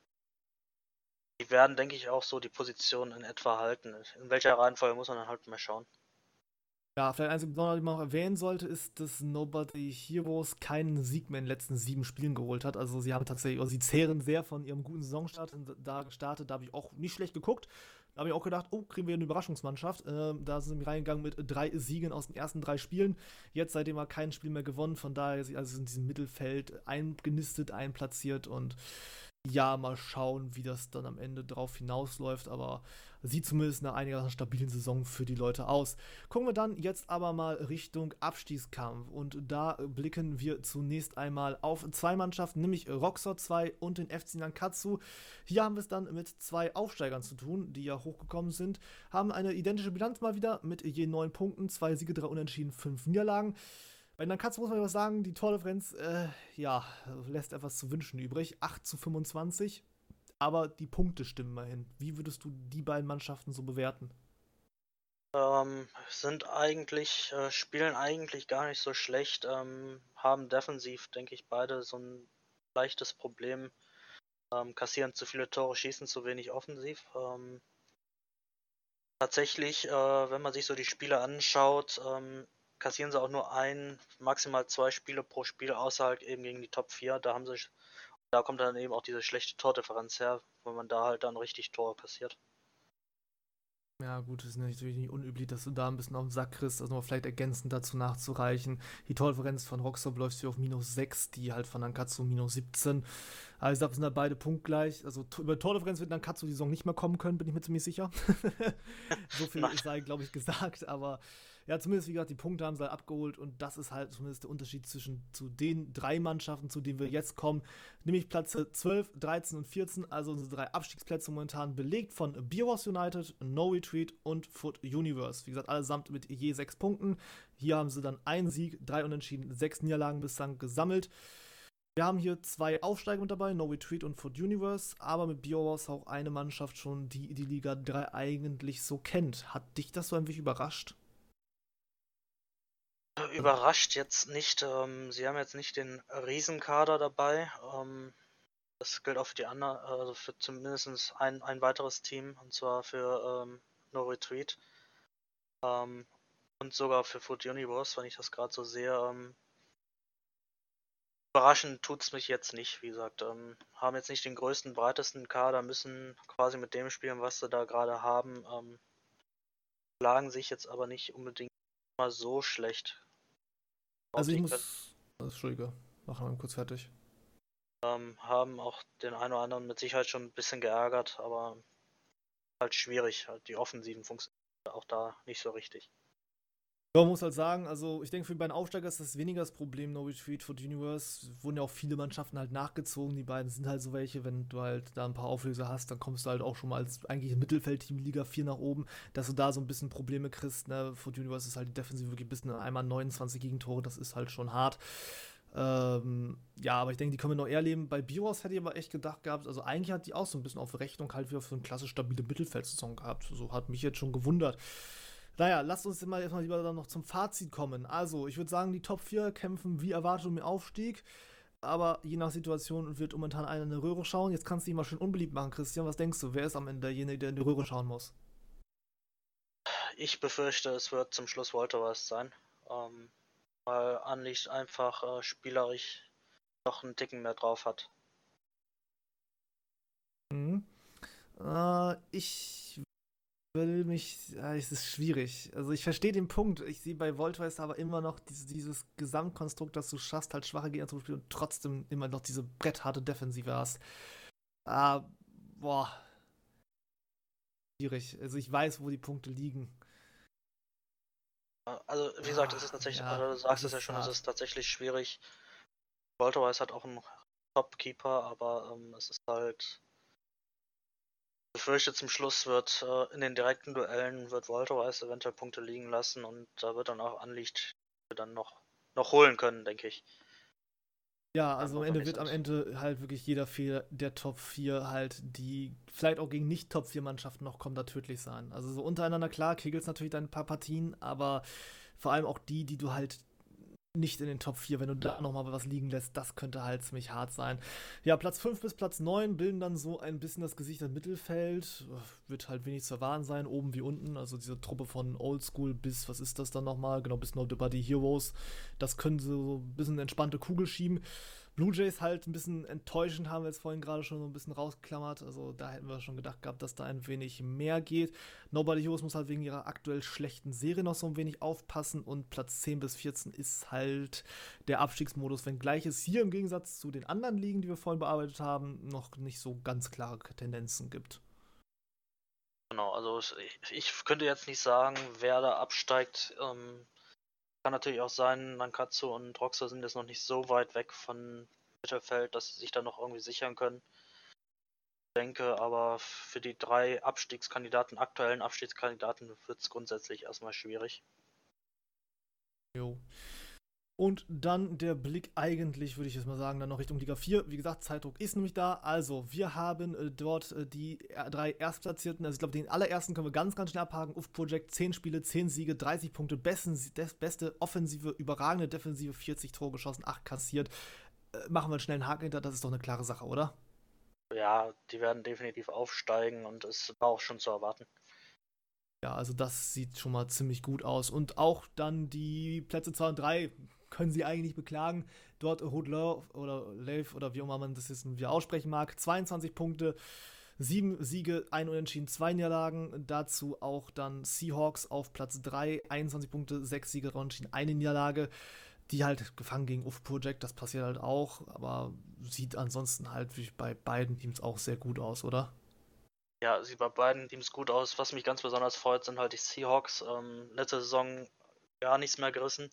Die werden, denke ich, auch so die Position in etwa halten. In welcher Reihenfolge muss man dann halt mal schauen. Ja, vielleicht einzige Besonderheit, die man noch erwähnen sollte, ist, dass Nobody Heroes keinen Sieg mehr in den letzten 7 Spielen geholt hat. Also sie haben tatsächlich, also sie zehren sehr von ihrem guten Saisonstart da gestartet. Da habe ich auch nicht schlecht geguckt. Da habe ich auch gedacht, oh, kriegen wir eine Überraschungsmannschaft. Da sind sie reingegangen mit 3 Siegen aus den ersten 3 Spielen. Jetzt seitdem er kein Spiel mehr gewonnen. Von daher sind sie in diesem Mittelfeld eingenistet, einplatziert und ja, mal schauen, wie das dann am Ende drauf hinausläuft, aber sieht zumindest nach einiger stabilen Saison für die Leute aus. Gucken wir dann jetzt aber mal Richtung Abstiegskampf und da blicken wir zunächst einmal auf 2 Mannschaften, nämlich Rockstar 2 und den FC Nankatsu. Hier haben wir es dann mit 2 Aufsteigern zu tun, die ja hochgekommen sind, haben eine identische Bilanz mal wieder mit je 9 Punkten, 2 Siege, 3 Unentschieden, 5 Niederlagen. Bei Nankatsu muss man was sagen, die Tordifferenz, ja, lässt etwas zu wünschen übrig. 8:25, aber die Punkte stimmen mal hin. Wie würdest du die beiden Mannschaften so bewerten? Sind eigentlich, spielen eigentlich gar nicht so schlecht, haben defensiv, denke ich, beide so ein leichtes Problem. Kassieren zu viele Tore, schießen zu wenig offensiv. Tatsächlich, wenn man sich so die Spiele anschaut, kassieren sie auch nur maximal 2 Spiele pro Spiel, außer halt eben gegen die Top 4. Da kommt dann eben auch diese schlechte Tordifferenz her, wenn man da halt dann richtig Tore kassiert. Ja, gut, es ist natürlich nicht unüblich, dass du da ein bisschen auf den Sack kriegst, also noch vielleicht ergänzend dazu nachzureichen. Die Tordifferenz von Rockstar läuft hier auf -6, die halt von Nankatsu -17. Aber ich sag, sind halt beide punktgleich. Also über Tordifferenz wird dann Katsu die Saison nicht mehr kommen können, bin ich mir ziemlich sicher. So viel sei, glaube ich, gesagt. Aber ja, zumindest, wie gesagt, die Punkte haben sie halt abgeholt. Und das ist halt zumindest der Unterschied zu den 3 Mannschaften, zu denen wir jetzt kommen. Nämlich Plätze 12, 13 und 14. Also unsere 3 Abstiegsplätze momentan belegt von Beer Wars United, No Retreat und Foot Universe. Wie gesagt, allesamt mit je 6 Punkten. Hier haben sie dann 1 Sieg, 3 Unentschieden, 6 Niederlagen bislang gesammelt. Wir haben hier 2 Aufsteiger mit dabei, No Retreat und Foot Universe, aber mit BioWars auch eine Mannschaft schon, die die Liga 3 eigentlich so kennt. Hat dich das so ein wenig überrascht? Überrascht jetzt nicht. Sie haben jetzt nicht den Riesenkader dabei. Das gilt auch für die anderen, also für zumindest ein weiteres Team, und zwar für No Retreat. Und sogar für Foot Universe, wenn ich das gerade so sehe. Überraschend tut's mich jetzt nicht, wie gesagt. Haben jetzt nicht den größten, breitesten Kader, müssen quasi mit dem spielen, was sie da gerade haben. Schlagen sich jetzt aber nicht unbedingt mal so schlecht. Also ich muss... Entschuldige, machen wir kurz fertig. Haben auch den einen oder anderen mit Sicherheit schon ein bisschen geärgert, aber halt schwierig. Halt die Offensiven funktionieren auch da nicht so richtig. Ja, man muss halt sagen, also ich denke, für die beiden Aufsteiger ist das weniger das Problem. No Retreat, Foot Universe wurden ja auch viele Mannschaften halt nachgezogen. Die beiden sind halt so welche, wenn du halt da ein paar Auflöser hast, dann kommst du halt auch schon mal als eigentlich Mittelfeldteam Liga 4 nach oben, dass du da so ein bisschen Probleme kriegst. Ne? Foot Universe ist halt die Defensive wirklich bis einmal 29 Gegentore, das ist halt schon hart. Ja, aber ich denke, die können wir noch eher leben. Bei BioWars hätte ich aber echt gedacht gehabt, also eigentlich hat die auch so ein bisschen auf Rechnung halt wieder für eine klassisch stabile Mittelfeldsaison gehabt. So hat mich jetzt schon gewundert. Naja, lasst uns mal erstmal lieber dann noch zum Fazit kommen. Also, ich würde sagen, die Top 4 kämpfen wie erwartet um den Aufstieg. Aber je nach Situation wird momentan einer in die Röhre schauen. Jetzt kannst du dich mal schön unbeliebt machen, Christian. Was denkst du? Wer ist am Ende derjenige, der in die Röhre schauen muss? Ich befürchte, es wird zum Schluss Voltewast sein. Weil Unleashed einfach spielerisch noch einen Ticken mehr drauf hat. Mhm. Ich will mich, ja, es ist schwierig. Also ich verstehe den Punkt. Ich sehe bei Voltweiss aber immer noch dieses Gesamtkonstrukt, dass du schaffst, halt schwache Gegner zu spielen und trotzdem immer noch diese brettharte Defensive hast. Boah. Schwierig. Also ich weiß, wo die Punkte liegen. Also, wie gesagt, es ist tatsächlich, ja, also du sagst es ja schon, es ist tatsächlich schwierig. Volteweiss hat auch einen Top-Keeper, aber es ist halt. Ich befürchte, zum Schluss wird in den direkten Duellen wird Volteweiss eventuell Punkte liegen lassen und da wird dann auch Unleashed dann noch holen können, denke ich. Ja, also am Ende wird am Ende halt wirklich jeder Fehler der Top 4 halt, die vielleicht auch gegen nicht-Top 4 Mannschaften noch kommen, da tödlich sein. Also so untereinander, klar, kegelst natürlich dann ein paar Partien, aber vor allem auch die du halt nicht in den Top 4, wenn du da nochmal was liegen lässt, das könnte halt ziemlich hart sein. Ja, Platz 5 bis Platz 9 bilden dann so ein bisschen das gesicherte Mittelfeld. Wird halt wenig zu erwarten sein, oben wie unten. Also diese Truppe von Oldschool bis, was ist das dann nochmal? Genau, bis Nobody Heroes. Das können sie so ein bisschen entspannte Kugel schieben. Blue Jays halt ein bisschen enttäuschend, haben wir jetzt vorhin gerade schon so ein bisschen rausgeklammert. Also da hätten wir schon gedacht gehabt, dass da ein wenig mehr geht. Nobody Heroes muss halt wegen ihrer aktuell schlechten Serie noch so ein wenig aufpassen und Platz 10 bis 14 ist halt der Abstiegsmodus, wenngleich es hier im Gegensatz zu den anderen Ligen, die wir vorhin bearbeitet haben, noch nicht so ganz klare Tendenzen gibt. Genau, also ich könnte jetzt nicht sagen, wer da absteigt. Kann natürlich auch sein, Nankatsu und Roxor sind jetzt noch nicht so weit weg von Mittelfeld, dass sie sich da noch irgendwie sichern können. Ich denke, aber für die 3 aktuellen Abstiegskandidaten, wird es grundsätzlich erstmal schwierig. Jo. Und dann der Blick eigentlich, würde ich jetzt mal sagen, dann noch Richtung Liga 4. Wie gesagt, Zeitdruck ist nämlich da. Also, wir haben dort die 3 Erstplatzierten. Also, ich glaube, den allerersten können wir ganz, ganz schnell abhaken. UF Project, 10 Spiele, 10 Siege, 30 Punkte. Beste Offensive, überragende Defensive, 40 Tore geschossen, 8 kassiert. Machen wir einen schnellen Haken hinter. Das ist doch eine klare Sache, oder? Ja, die werden definitiv aufsteigen und es war auch schon zu erwarten. Ja, also das sieht schon mal ziemlich gut aus. Und auch dann die Plätze 2 und 3 können sie eigentlich nicht beklagen. Dort Hoodler oder Leif oder wie auch immer man das jetzt wieder aussprechen mag. 22 Punkte, 7 Siege, 1 Unentschieden, 2 Niederlagen. Dazu auch dann Seahawks auf Platz 3, 21 Punkte, 6 Siege, Unentschieden, 1 Niederlage. die halt gefangen gegen UF Project, das passiert halt auch, aber sieht ansonsten halt wie bei beiden Teams auch sehr gut aus, oder? Ja, sieht bei beiden Teams gut aus. Was mich ganz besonders freut, sind halt die Seahawks. Letzte Saison gar nichts mehr gerissen.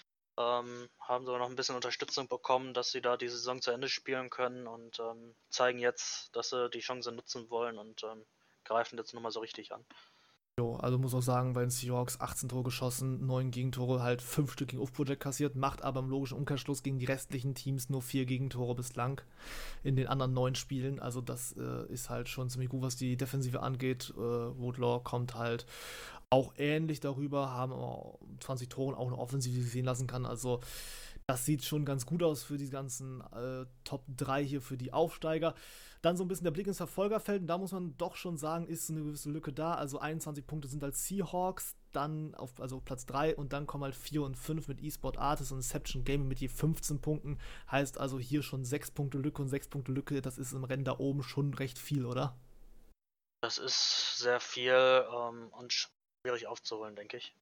Haben sogar noch ein bisschen Unterstützung bekommen, dass sie da die Saison zu Ende spielen können und zeigen jetzt, dass sie die Chance nutzen wollen und greifen jetzt nochmal so richtig an. Jo, also muss auch sagen, bei den Seahawks 18 Tore geschossen, 9 Gegentore, halt 5 Stück gegen UF-Project kassiert, macht aber im logischen Umkehrschluss gegen die restlichen Teams nur 4 Gegentore bislang in den anderen 9 Spielen. Also das ist halt schon ziemlich gut, was die Defensive angeht. Woodlaw kommt halt auch ähnlich darüber, haben aber 20 Toren auch eine Offensive, die sehen lassen kann. Also das sieht schon ganz gut aus für die ganzen Top 3 hier für die Aufsteiger. Dann so ein bisschen der Blick ins Verfolgerfeld. Und da muss man doch schon sagen, ist eine gewisse Lücke da. Also 21 Punkte sind als Seahawks, dann auf Platz 3 und dann kommen halt 4 und 5 mit eSport Artist und Inception Gaming mit je 15 Punkten. Heißt also hier schon 6 Punkte Lücke und 6 Punkte Lücke. Das ist im Rennen da oben schon recht viel, oder? Das ist sehr viel und schwierig aufzuholen, denke ich.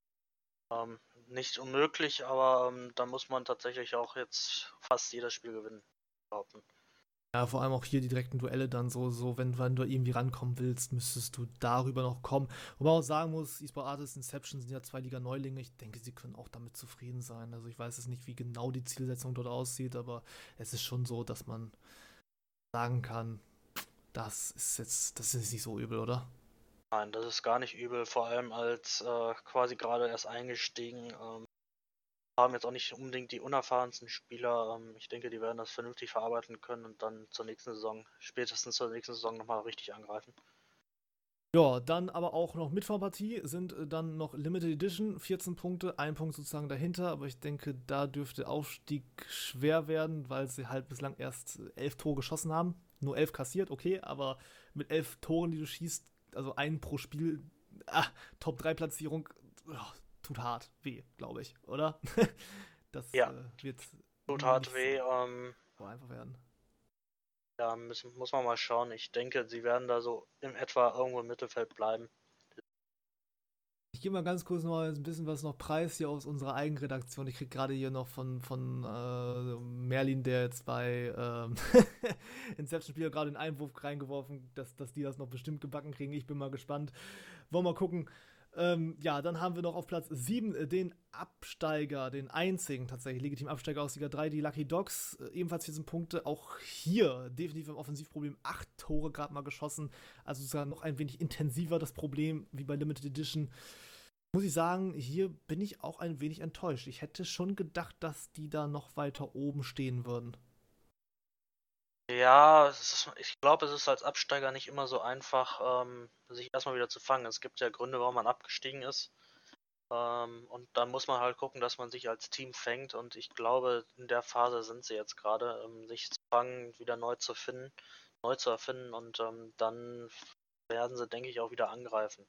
Nicht unmöglich, aber da muss man tatsächlich auch jetzt fast jedes Spiel gewinnen, behaupten. Ja, vor allem auch hier die direkten Duelle dann so wenn du irgendwie rankommen willst, müsstest du darüber noch kommen. Wobei man auch sagen muss, eSport Artists Inception sind ja 2 Liga-Neulinge. Ich denke, sie können auch damit zufrieden sein. Also ich weiß jetzt nicht, wie genau die Zielsetzung dort aussieht, aber es ist schon so, dass man sagen kann, das ist jetzt nicht so übel, oder? Nein, das ist gar nicht übel, vor allem als quasi gerade erst eingestiegen. Haben jetzt auch nicht unbedingt die unerfahrensten Spieler. Ich denke, die werden das vernünftig verarbeiten können und dann zur nächsten Saison, spätestens zur nächsten Saison nochmal richtig angreifen. Ja, dann aber auch noch mit von Partie sind dann noch Limited Edition, 14 Punkte, ein Punkt sozusagen dahinter, aber ich denke, da dürfte Aufstieg schwer werden, weil sie halt bislang erst 11 Tore geschossen haben. Nur 11 kassiert, okay, aber mit 11 Toren, die du schießt, also einen pro Spiel, Top-3-Platzierung, tut hart weh, glaube ich, oder? Das Ja, wird tut hart nicht weh. so einfach werden. Da muss man mal schauen. Ich denke, sie werden da so in etwa irgendwo im Mittelfeld bleiben. Ich gebe mal ganz kurz noch mal ein bisschen was noch preis hier aus unserer Eigenredaktion. Ich kriege gerade hier noch von Merlin, der jetzt bei Inception-Spieler gerade den Einwurf reingeworfen, dass die das noch bestimmt gebacken kriegen. Ich bin mal gespannt. Wollen wir mal gucken. Ja, dann haben wir noch auf Platz 7 den Absteiger, den einzigen tatsächlich legitimen Absteiger aus Liga 3, die Lucky Dogs. Ebenfalls 14 Punkte. Auch hier definitiv ein Offensivproblem. 8 Tore gerade mal geschossen. Also sogar noch ein wenig intensiver das Problem wie bei Limited Edition. Muss ich sagen, hier bin ich auch ein wenig enttäuscht. Ich hätte schon gedacht, dass die da noch weiter oben stehen würden. Ja, ich glaube, es ist als Absteiger nicht immer so einfach, sich erstmal wieder zu fangen. Es gibt ja Gründe, warum man abgestiegen ist. Und dann muss man halt gucken, dass man sich als Team fängt. Und ich glaube, in der Phase sind sie jetzt gerade, sich zu fangen, wieder neu zu finden, neu zu erfinden. Und dann werden sie, denke ich, auch wieder angreifen.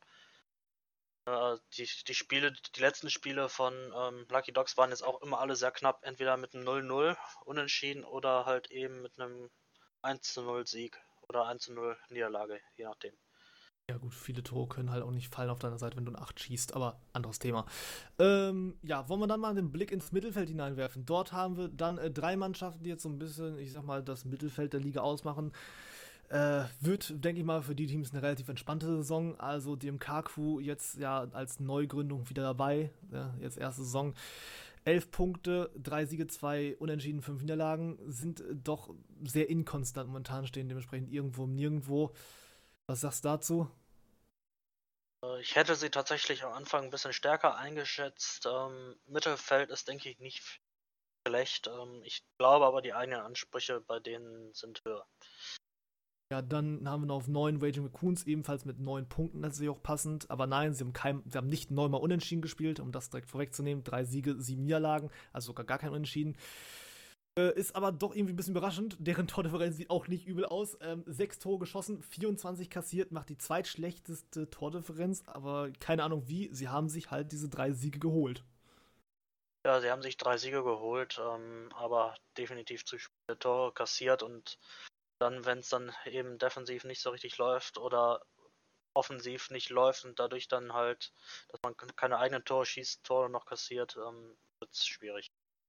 Die letzten Spiele von Lucky Dogs waren jetzt auch immer alle sehr knapp, entweder mit einem 0-0 unentschieden oder halt eben mit einem 1-0 Sieg oder 1-0 Niederlage, je nachdem. Ja gut, viele Tore können halt auch nicht fallen auf deiner Seite, wenn du ein 8 schießt, aber anderes Thema. Ja, wollen wir dann mal den Blick ins Mittelfeld hineinwerfen. Dort haben wir dann 3 Mannschaften, die jetzt so ein bisschen, ich sag mal, das Mittelfeld der Liga ausmachen. Wird, denke ich mal, für die Teams eine relativ entspannte Saison. Also die MK-Crew jetzt ja als Neugründung wieder dabei. Ja, jetzt erste Saison. 11 Punkte, 3 Siege, 2 Unentschieden, 5 Niederlagen. Sind doch sehr inkonstant momentan, stehen dementsprechend irgendwo im Nirgendwo. Was sagst du dazu? Ich hätte sie tatsächlich am Anfang ein bisschen stärker eingeschätzt. Mittelfeld ist, denke ich, nicht schlecht. Ich glaube aber, die eigenen Ansprüche bei denen sind höher. Ja, dann haben wir noch auf 9 Raging Raccoons, ebenfalls mit 9 Punkten, das ist auch passend. Aber nein, sie haben nicht 9 Mal unentschieden gespielt, um das direkt vorwegzunehmen. 3 Siege, 7 Niederlagen, also sogar gar kein Unentschieden. Ist aber doch irgendwie ein bisschen überraschend. Deren Tordifferenz sieht auch nicht übel aus. 6 Tore geschossen, 24 kassiert, macht die zweitschlechteste Tordifferenz. Aber keine Ahnung wie, sie haben sich halt diese 3 Siege geholt. Ja, sie haben sich 3 Siege geholt, aber definitiv zu viele Tore kassiert und dann, wenn es dann eben defensiv nicht so richtig läuft oder offensiv nicht läuft und dadurch dann halt, dass man keine eigenen Tore schießt, Tore noch kassiert, wird es schwierig.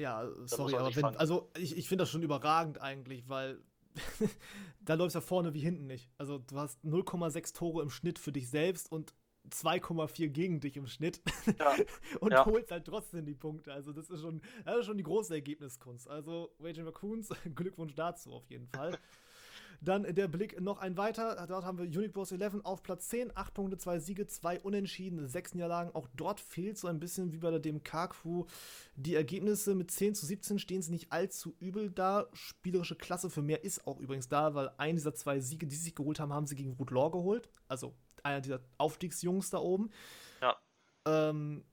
Ja, Da muss sorry, man aber sich fragen. ich finde das schon überragend eigentlich, weil da läuft es ja vorne wie hinten nicht. Also du hast 0,6 Tore im Schnitt für dich selbst und 2,4 gegen dich im Schnitt Ja, und ja. holst halt trotzdem die Punkte. Also das ist schon die große Ergebniskunst. Also Raging Raccoons, Glückwunsch dazu auf jeden Fall. Dann der Blick noch ein weiter. Dort haben wir Unique Bros 11 auf Platz 10. 8 Punkte, 2 Siege, 2 Unentschieden, 6 Niederlagen. Auch dort fehlt so ein bisschen wie bei der DMK-Crew die Ergebnisse. Mit 10:17 stehen sie nicht allzu übel da. Spielerische Klasse für mehr ist auch übrigens da, weil einen dieser 2 Siege, die sie sich geholt haben, haben sie gegen Root Law geholt. Also einer dieser Aufstiegsjungs da oben. Ja. Ähm,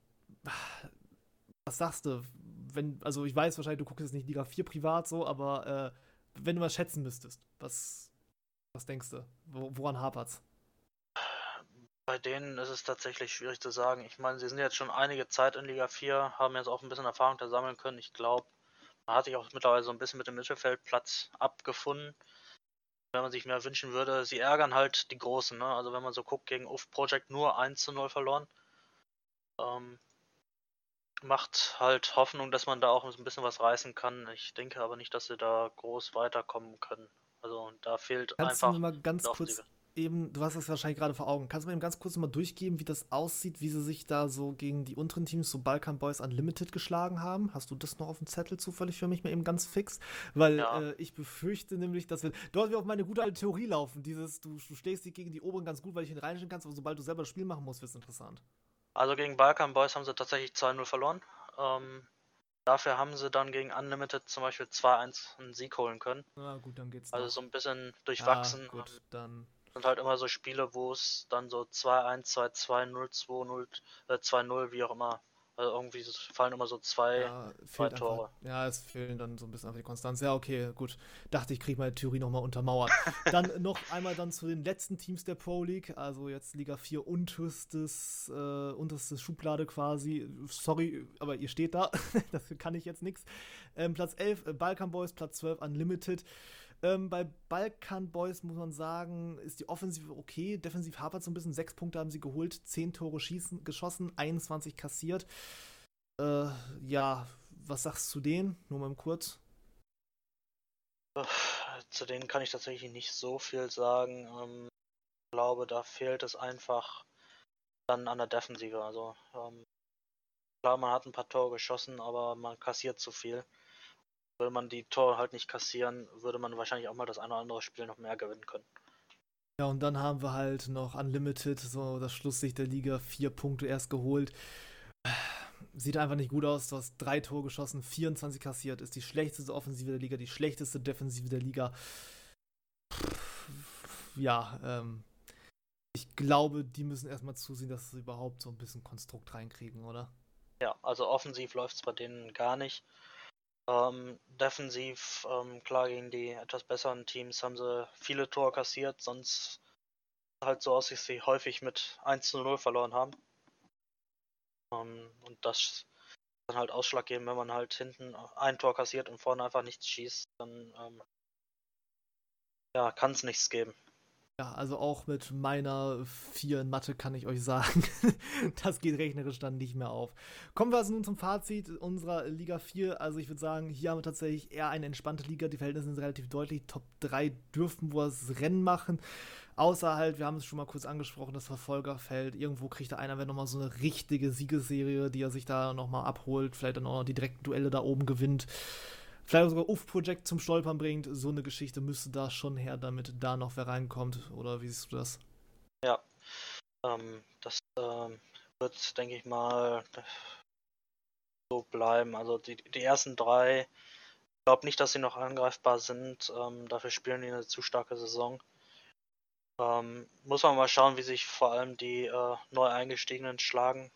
was sagst du? Also ich weiß wahrscheinlich, du guckst jetzt nicht Liga 4 privat so, aber wenn du mal schätzen müsstest, was denkst du? Woran hapert's? Bei denen ist es tatsächlich schwierig zu sagen. Ich meine, sie sind jetzt schon einige Zeit in Liga 4, haben jetzt auch ein bisschen Erfahrung da sammeln können. Ich glaube, man hat sich auch mittlerweile so ein bisschen mit dem Mittelfeldplatz abgefunden. Wenn man sich mehr wünschen würde, sie ärgern halt die Großen, ne? Also wenn man so guckt, gegen UF Project nur 1:0 verloren. Ähm, Macht halt Hoffnung, dass man da auch ein bisschen was reißen kann. Ich denke aber nicht, dass sie da groß weiterkommen können. Also da fehlt Kannst du mir einfach mal ganz eine kurz Offensive. eben, du hast das wahrscheinlich gerade vor Augen, kannst du mir eben ganz kurz mal durchgeben, wie das aussieht, wie sie sich da so gegen die unteren Teams, so Balkan Boys Unlimited geschlagen haben? Hast du das noch auf dem Zettel zufällig für mich mal eben ganz fix? Weil Ja, ich befürchte nämlich, dass wir dort wieder auf meine gute alte Theorie laufen. Du stehst dich gegen die oberen ganz gut, weil ich ihn reinstellen kannst, aber sobald du selber das Spiel machen musst, wird es interessant. also gegen Balkan Boys haben sie tatsächlich 2:0 verloren. Dafür haben sie dann gegen Unlimited zum Beispiel 2:1 einen Sieg holen können. Na gut, dann geht's Also so noch. ein bisschen Ja, durchwachsen. gut, dann. Sind halt immer so Spiele, wo es dann so 2:1, 2:2, 0:2, 2:0, wie auch immer. Also irgendwie fallen immer so zwei, Ja, zwei fehlt einfach. Tore. Ja, es fehlen dann so ein bisschen einfach die Konstanz. Ja, okay, gut. Dachte, ich kriege meine Theorie nochmal untermauert. Dann noch einmal dann zu den letzten Teams der Pro League. Also jetzt Liga 4 unterste Schublade quasi. Sorry, aber ihr steht da. Dafür kann ich jetzt nichts. Platz 11, Balkan Boys, Platz 12, Unlimited. Bei Balkan Boys muss man sagen, ist die Offensive okay. Defensiv hapert so ein bisschen. 6 Punkte haben sie geholt, 10 Tore geschossen, 21 kassiert. Ja, was sagst du zu denen? Nur mal kurz. Zu denen kann ich tatsächlich nicht so viel sagen. Ich glaube, da fehlt es einfach dann an der Defensive. Also klar, man hat ein paar Tore geschossen, aber man kassiert zu viel. Würde man die Tore halt nicht kassieren, würde man wahrscheinlich auch mal das eine oder andere Spiel noch mehr gewinnen können. Ja, und dann haben wir halt noch Unlimited, so das Schlusslicht der Liga, 4 Punkte erst geholt. Sieht einfach nicht gut aus. Du hast 3 Tore geschossen, 24 kassiert, ist die schlechteste Offensive der Liga, die schlechteste Defensive der Liga. Ja, ich glaube, die müssen erstmal zusehen, dass sie überhaupt so ein bisschen Konstrukt reinkriegen, oder? Ja, also offensiv läuft es bei denen gar nicht. Defensiv, klar, gegen die etwas besseren Teams haben sie viele Tore kassiert, sonst halt so aus, dass sie häufig mit 1:0 verloren haben. Und das ist dann halt ausschlaggebend, wenn man halt hinten ein Tor kassiert und vorne einfach nichts schießt, dann ja, kann es nichts geben. Ja, also auch mit meiner 4 in Mathe kann ich euch sagen, das geht rechnerisch dann nicht mehr auf. Kommen wir also nun zum Fazit unserer Liga 4. Also ich würde sagen, hier haben wir tatsächlich eher eine entspannte Liga. Die Verhältnisse sind relativ deutlich. Top 3 dürften wohl das Rennen machen. Außer halt, wir haben es schon mal kurz angesprochen, das Verfolgerfeld. Irgendwo kriegt da einer, wenn nochmal so eine richtige Siegesserie, die er sich da nochmal abholt. Vielleicht dann auch noch die direkten Duelle da oben gewinnt. Vielleicht sogar UF-Projekt zum Stolpern bringt. So eine Geschichte müsste da schon her, damit da noch wer reinkommt. Oder wie siehst du das? Ja, das wird, denke ich mal, so bleiben. Also die ersten drei, ich glaube nicht, dass sie noch angreifbar sind. Dafür spielen die eine zu starke Saison. Muss man mal schauen, wie sich vor allem die neu eingestiegenen schlagen.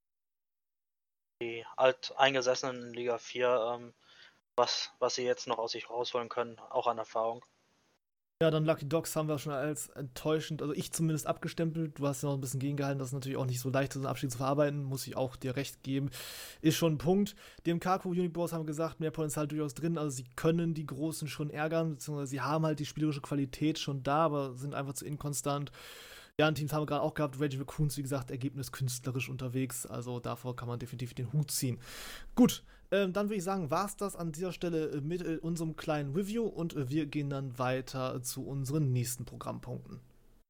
Die alteingesessenen in Liga 4, was sie jetzt noch aus sich rausholen können, auch an Erfahrung. Ja, dann Lucky Dogs haben wir schon als enttäuschend, also ich zumindest abgestempelt. Du hast ja noch ein bisschen gegengehalten, das ist natürlich auch nicht so leicht, so einen Abstieg zu verarbeiten, muss ich auch dir recht geben. Ist schon ein Punkt. Dem Kaku Unique Boys haben gesagt, mehr Potenzial durchaus drin, also sie können die Großen schon ärgern, beziehungsweise sie haben halt die spielerische Qualität schon da, aber sind einfach zu inkonstant. Die anderen Teams haben wir gerade auch gehabt. Raging Raccoons, wie gesagt, ergebniskünstlerisch unterwegs. Also davor kann man definitiv den Hut ziehen. Gut, dann würde ich sagen, war es das an dieser Stelle mit unserem kleinen Review und wir gehen dann weiter zu unseren nächsten Programmpunkten.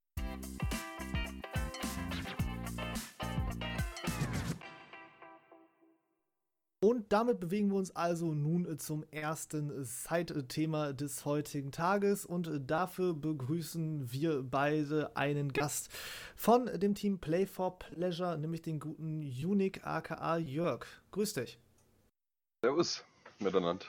Und damit bewegen wir uns also nun zum ersten Side-Thema des heutigen Tages und dafür begrüßen wir beide einen Gast von dem Team Play for Pleasure, nämlich den guten Unique aka Jörg. Grüß dich. Servus miteinander.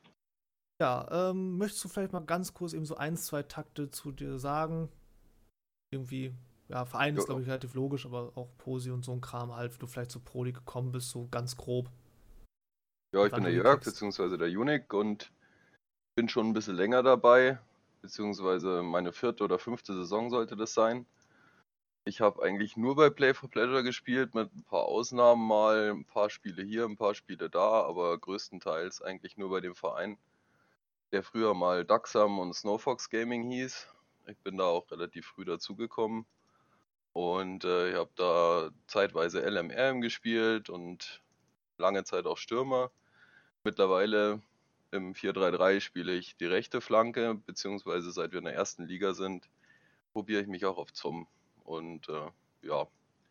Ja, möchtest du vielleicht mal ganz kurz eben so 1, 2 Takte zu dir sagen? Irgendwie, ja, Verein ist glaube ich relativ logisch, aber auch Posi und so ein Kram halt, wie du vielleicht zu Proli gekommen bist, so ganz grob. Ja, ich bin der Jörg, beziehungsweise der Unique und bin schon ein bisschen länger dabei, beziehungsweise meine 4. oder 5. Saison sollte das sein. Ich habe eigentlich nur bei Play for Pleasure gespielt, mit ein paar Ausnahmen mal, ein paar Spiele hier, ein paar Spiele da, aber größtenteils eigentlich nur bei dem Verein, der früher mal Ducksam und Snowfox Gaming hieß. Ich bin da auch relativ früh dazugekommen und ich habe da zeitweise LMR gespielt und lange Zeit auch Stürmer. Mittlerweile im 4-3-3 spiele ich die rechte Flanke, beziehungsweise seit wir in der ersten Liga sind, probiere ich mich auch auf ZOM. Und ja,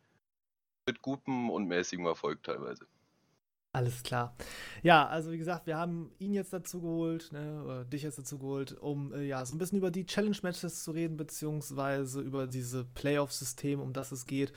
mit gutem und mäßigem Erfolg teilweise. Alles klar. Ja, also wie gesagt, wir haben ihn jetzt dazu geholt, oder dich jetzt dazu geholt, um ja so ein bisschen über die Challenge-Matches zu reden, beziehungsweise über diese Playoff-Systeme, um das es geht.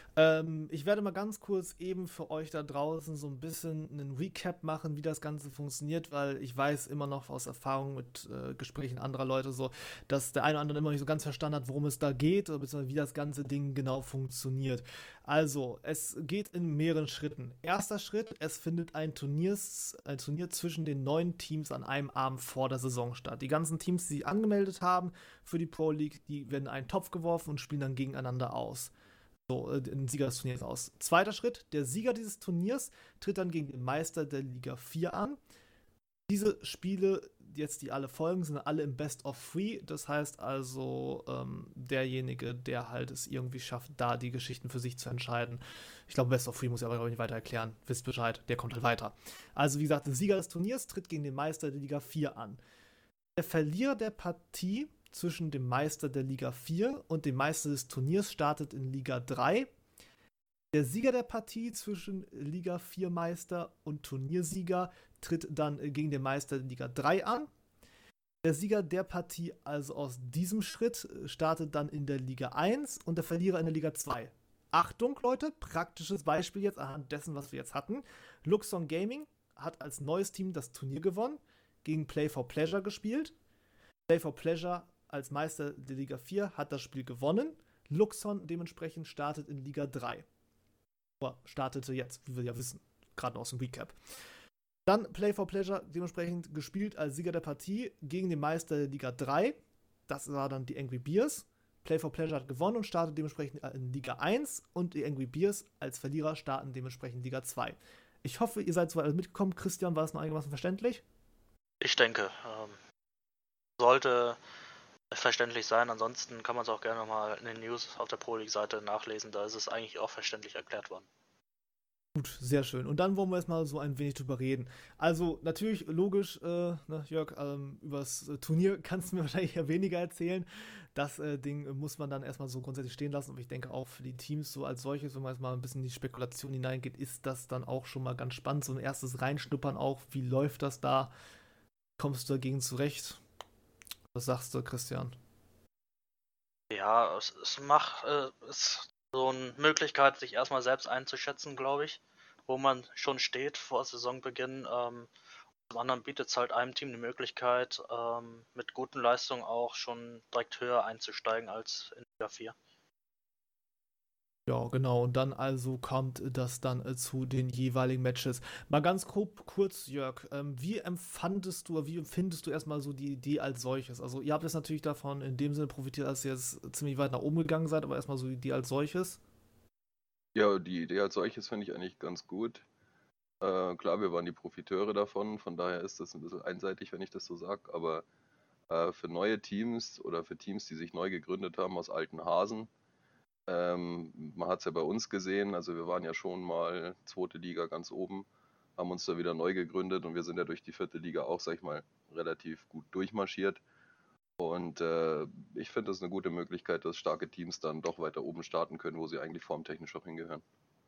Ich werde mal ganz kurz eben für euch da draußen so ein bisschen einen Recap machen, wie das Ganze funktioniert, weil ich weiß immer noch aus Erfahrung mit Gesprächen anderer Leute so, dass der eine oder andere immer nicht so ganz verstanden hat, worum es da geht, oder beziehungsweise wie das ganze Ding genau funktioniert. Also, es geht in mehreren Schritten. Erster Schritt, es findet ein Turnier zwischen den 9 Teams an einem Abend vor der Saison statt. Die ganzen Teams, die sich angemeldet haben für die Pro League, die werden in einen Topf geworfen und spielen dann gegeneinander aus. So, ein Sieger des Turniers aus. Zweiter Schritt, der Sieger dieses Turniers tritt dann gegen den Meister der Liga 4 an. Diese Spiele, jetzt die alle folgen, sind alle im Best of 3. Das heißt also, derjenige, der halt es irgendwie schafft, da die Geschichten für sich zu entscheiden. Ich glaube, Best of 3 muss ich aber glaube ich nicht weiter erklären. Wisst Bescheid, der kommt halt weiter. Also wie gesagt, der Sieger des Turniers tritt gegen den Meister der Liga 4 an. Der Verlierer der Partie zwischen dem Meister der Liga 4 und dem Meister des Turniers startet in Liga 3. Der Sieger der Partie zwischen Liga 4 Meister und Turniersieger tritt dann gegen den Meister der Liga 3 an. Der Sieger der Partie also aus diesem Schritt startet dann in der Liga 1 und der Verlierer in der Liga 2. Achtung, Leute, praktisches Beispiel jetzt anhand dessen, was wir jetzt hatten. Luxon Gaming hat als neues Team das Turnier gewonnen, gegen Play for Pleasure gespielt. Play for Pleasure als Meister der Liga 4 hat das Spiel gewonnen. Luxon dementsprechend startet in Liga 3. Oder startete jetzt, wie wir ja wissen, gerade aus dem Recap. Dann Play for Pleasure dementsprechend gespielt als Sieger der Partie gegen den Meister der Liga 3. Das war dann die Angry Bears. Play for Pleasure hat gewonnen und startet dementsprechend in Liga 1 und die Angry Bears als Verlierer starten dementsprechend Liga 2. Ich hoffe, ihr seid soweit mitgekommen. Christian, war das noch einigermaßen verständlich? Ich denke, sollte verständlich sein. Ansonsten kann man es auch gerne mal in den News auf der Pro League-Seite nachlesen. Da ist es eigentlich auch verständlich erklärt worden. Gut, sehr schön. Und dann wollen wir jetzt mal so ein wenig drüber reden. Also natürlich, logisch, Jörg, über das Turnier kannst du mir wahrscheinlich ja weniger erzählen. Das Ding muss man dann erstmal so grundsätzlich stehen lassen. Aber ich denke auch für die Teams so als solches, wenn man jetzt mal ein bisschen in die Spekulation hineingeht, ist das dann auch schon mal ganz spannend. So ein erstes Reinschnuppern auch. Wie läuft das da? Kommst du dagegen zurecht? Was sagst du, Christian? Ja, es ist so eine Möglichkeit, sich erstmal selbst einzuschätzen, glaube ich, wo man schon steht vor Saisonbeginn. Zum anderen bietet es halt einem Team die Möglichkeit, mit guten Leistungen auch schon direkt höher einzusteigen als in Liga 4. Ja, genau. Und dann also kommt das dann zu den jeweiligen Matches. Mal ganz kurz, Jörg, wie empfandest du, oder wie empfindest du erstmal so die Idee als solches? Also ihr habt jetzt natürlich davon in dem Sinne profitiert, dass ihr jetzt ziemlich weit nach oben gegangen seid, aber erstmal so die Idee als solches. Ja, die Idee als solches finde ich eigentlich ganz gut. Klar, wir waren die Profiteure davon, von daher ist das ein bisschen einseitig, wenn ich das so sage, aber für neue Teams oder für Teams, die sich neu gegründet haben aus alten Hasen, Man hat es ja bei uns gesehen, also wir waren ja schon mal zweite Liga ganz oben, haben uns da wieder neu gegründet und wir sind ja durch die vierte Liga auch, sag ich mal, relativ gut durchmarschiert. Und ich finde das eine gute Möglichkeit, dass starke Teams dann doch weiter oben starten können, wo sie eigentlich formtechnisch auch hingehören.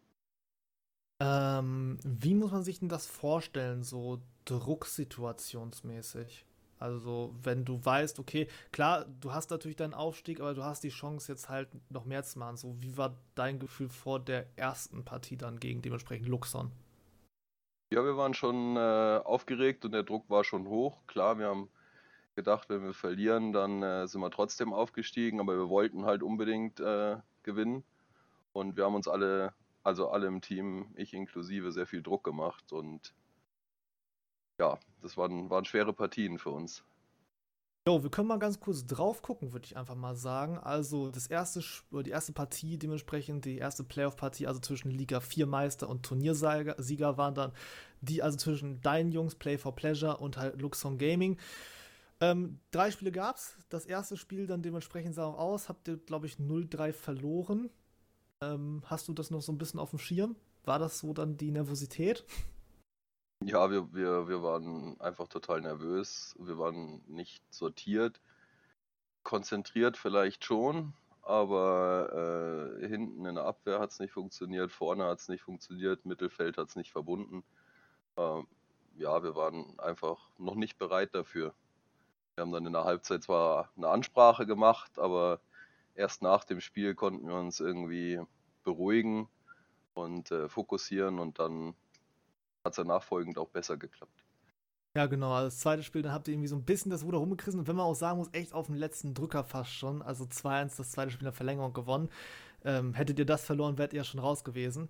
Wie muss man sich denn das vorstellen, so drucksituationsmäßig? Also, wenn du weißt, okay, klar, du hast natürlich deinen Aufstieg, aber du hast die Chance, jetzt halt noch mehr zu machen. So, wie war dein Gefühl vor der ersten Partie dann gegen dementsprechend Luxon? Ja, wir waren schon aufgeregt und der Druck war schon hoch. Klar, wir haben gedacht, wenn wir verlieren, dann sind wir trotzdem aufgestiegen, aber wir wollten halt unbedingt gewinnen. Und wir haben uns alle, also alle im Team, ich inklusive, sehr viel Druck gemacht. Und ja, das waren schwere Partien für uns. Jo, wir können mal ganz kurz drauf gucken, würde ich einfach mal sagen. Also die erste Partie dementsprechend, die erste Playoff-Partie, also zwischen Liga 4 Meister und Turniersieger waren dann die, also zwischen deinen Jungs, Play for Pleasure und halt Luxon Gaming. 3 Spiele gab's. Das erste Spiel dann dementsprechend sah auch aus. Habt ihr, glaube ich, 0-3 verloren. Hast du das noch so ein bisschen auf dem Schirm? War das so dann die Nervosität? Ja, wir waren einfach total nervös. Wir waren nicht sortiert. Konzentriert vielleicht schon, aber hinten in der Abwehr hat es nicht funktioniert, vorne hat es nicht funktioniert, Mittelfeld hat es nicht verbunden. Ja, wir waren einfach noch nicht bereit dafür. Wir haben dann in der Halbzeit zwar eine Ansprache gemacht, aber erst nach dem Spiel konnten wir uns irgendwie beruhigen und fokussieren und dann hat es ja nachfolgend auch besser geklappt. Ja, genau. Also das zweite Spiel, dann habt ihr irgendwie so ein bisschen das Ruder rumgerissen. Und wenn man auch sagen muss, echt auf den letzten Drücker fast schon. Also 2-1 das zweite Spiel in der Verlängerung gewonnen. Hättet ihr das verloren, wärt ihr ja schon raus gewesen.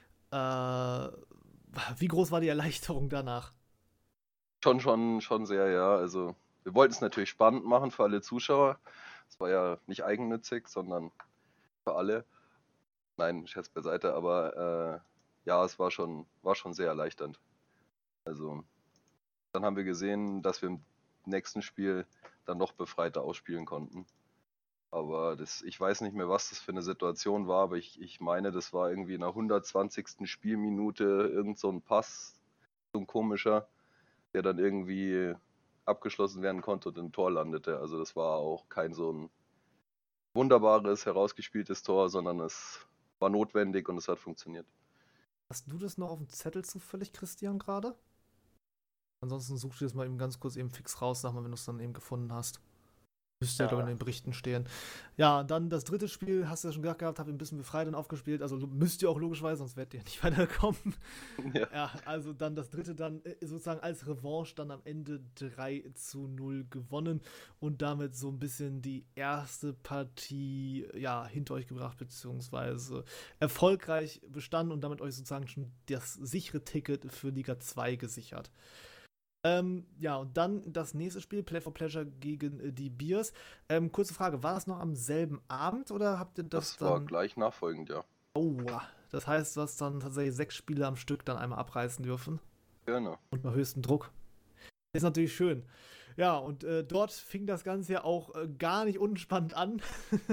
Wie groß war die Erleichterung danach? Schon sehr, ja. Also wir wollten es natürlich spannend machen für alle Zuschauer. Es war ja nicht eigennützig, sondern für alle. Nein, Scherz beiseite, aber ja, es war schon sehr erleichternd. Also dann haben wir gesehen, dass wir im nächsten Spiel dann noch befreiter ausspielen konnten. Aber ich weiß nicht mehr, was das für eine Situation war, aber ich meine, das war irgendwie in der 120. Spielminute irgend so ein Pass, so ein komischer, der dann irgendwie abgeschlossen werden konnte und im Tor landete. Also das war auch kein so ein wunderbares, herausgespieltes Tor, sondern es war notwendig und es hat funktioniert. Hast du das noch auf dem Zettel zufällig, Christian, gerade? Ansonsten such dir das mal eben ganz kurz eben fix raus, sag mal, wenn du es dann eben gefunden hast. Müsste ja, glaube ich, in den Berichten stehen. Ja, dann das dritte Spiel, hast du ja schon gesagt gehabt, habt ihr ein bisschen befreit dann aufgespielt. Also müsst ihr auch logischerweise, sonst werdet ihr nicht weiterkommen. Ja, also dann das dritte dann sozusagen als Revanche dann am Ende 3-0 gewonnen und damit so ein bisschen die erste Partie ja hinter euch gebracht, beziehungsweise erfolgreich bestanden und damit euch sozusagen schon das sichere Ticket für Liga 2 gesichert. Ja, und dann das nächste Spiel, Play for Pleasure gegen die Bears. Kurze Frage, war das noch am selben Abend oder habt ihr das dann... Das war gleich nachfolgend, ja. Oh, das heißt, du hast dann tatsächlich 6 Spiele am Stück dann einmal abreißen dürfen. Genau. Unter höchstem Druck. Ist natürlich schön. Ja, und dort fing das Ganze ja auch gar nicht unspannend an.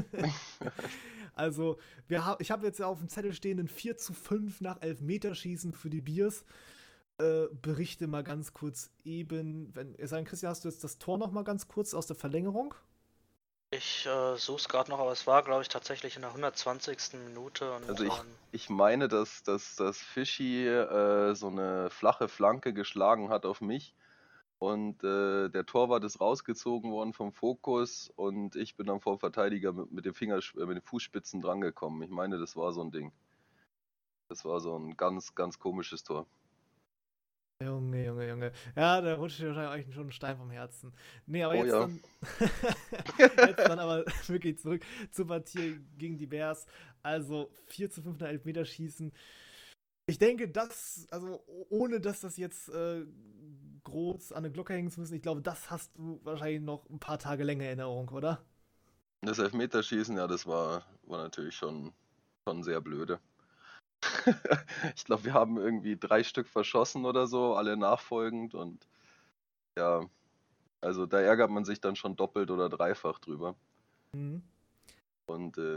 Also, ich habe jetzt ja auf dem Zettel stehen ein 4-5 nach Elfmeterschießen für die Bears. Berichte mal ganz kurz eben, Christian, hast du jetzt das Tor noch mal ganz kurz aus der Verlängerung? Ich suche es gerade noch, aber es war, glaube ich, tatsächlich in der 120. Minute. Und, also ich meine, dass Fischi so eine flache Flanke geschlagen hat auf mich und der Torwart ist rausgezogen worden vom Fokus und ich bin dann vor Verteidiger mit den Fußspitzen drangekommen. Ich meine, das war so ein Ding. Das war so ein ganz, ganz komisches Tor. Junge. Ja, da rutscht dir wahrscheinlich schon ein Stein vom Herzen. Nee, aber jetzt dann aber wirklich zurück zur Partie gegen die Bears. Also 4-5 nach Elfmeterschießen. Ich denke, also ohne dass das jetzt groß an eine Glocke hängen zu müssen, ich glaube, das hast du wahrscheinlich noch ein paar Tage länger in Erinnerung, oder? Das Elfmeterschießen, ja, das war natürlich schon sehr blöde. Ich glaube, wir haben irgendwie 3 Stück verschossen oder so, alle nachfolgend und ja, also da ärgert man sich dann schon doppelt oder dreifach drüber. Mhm. Und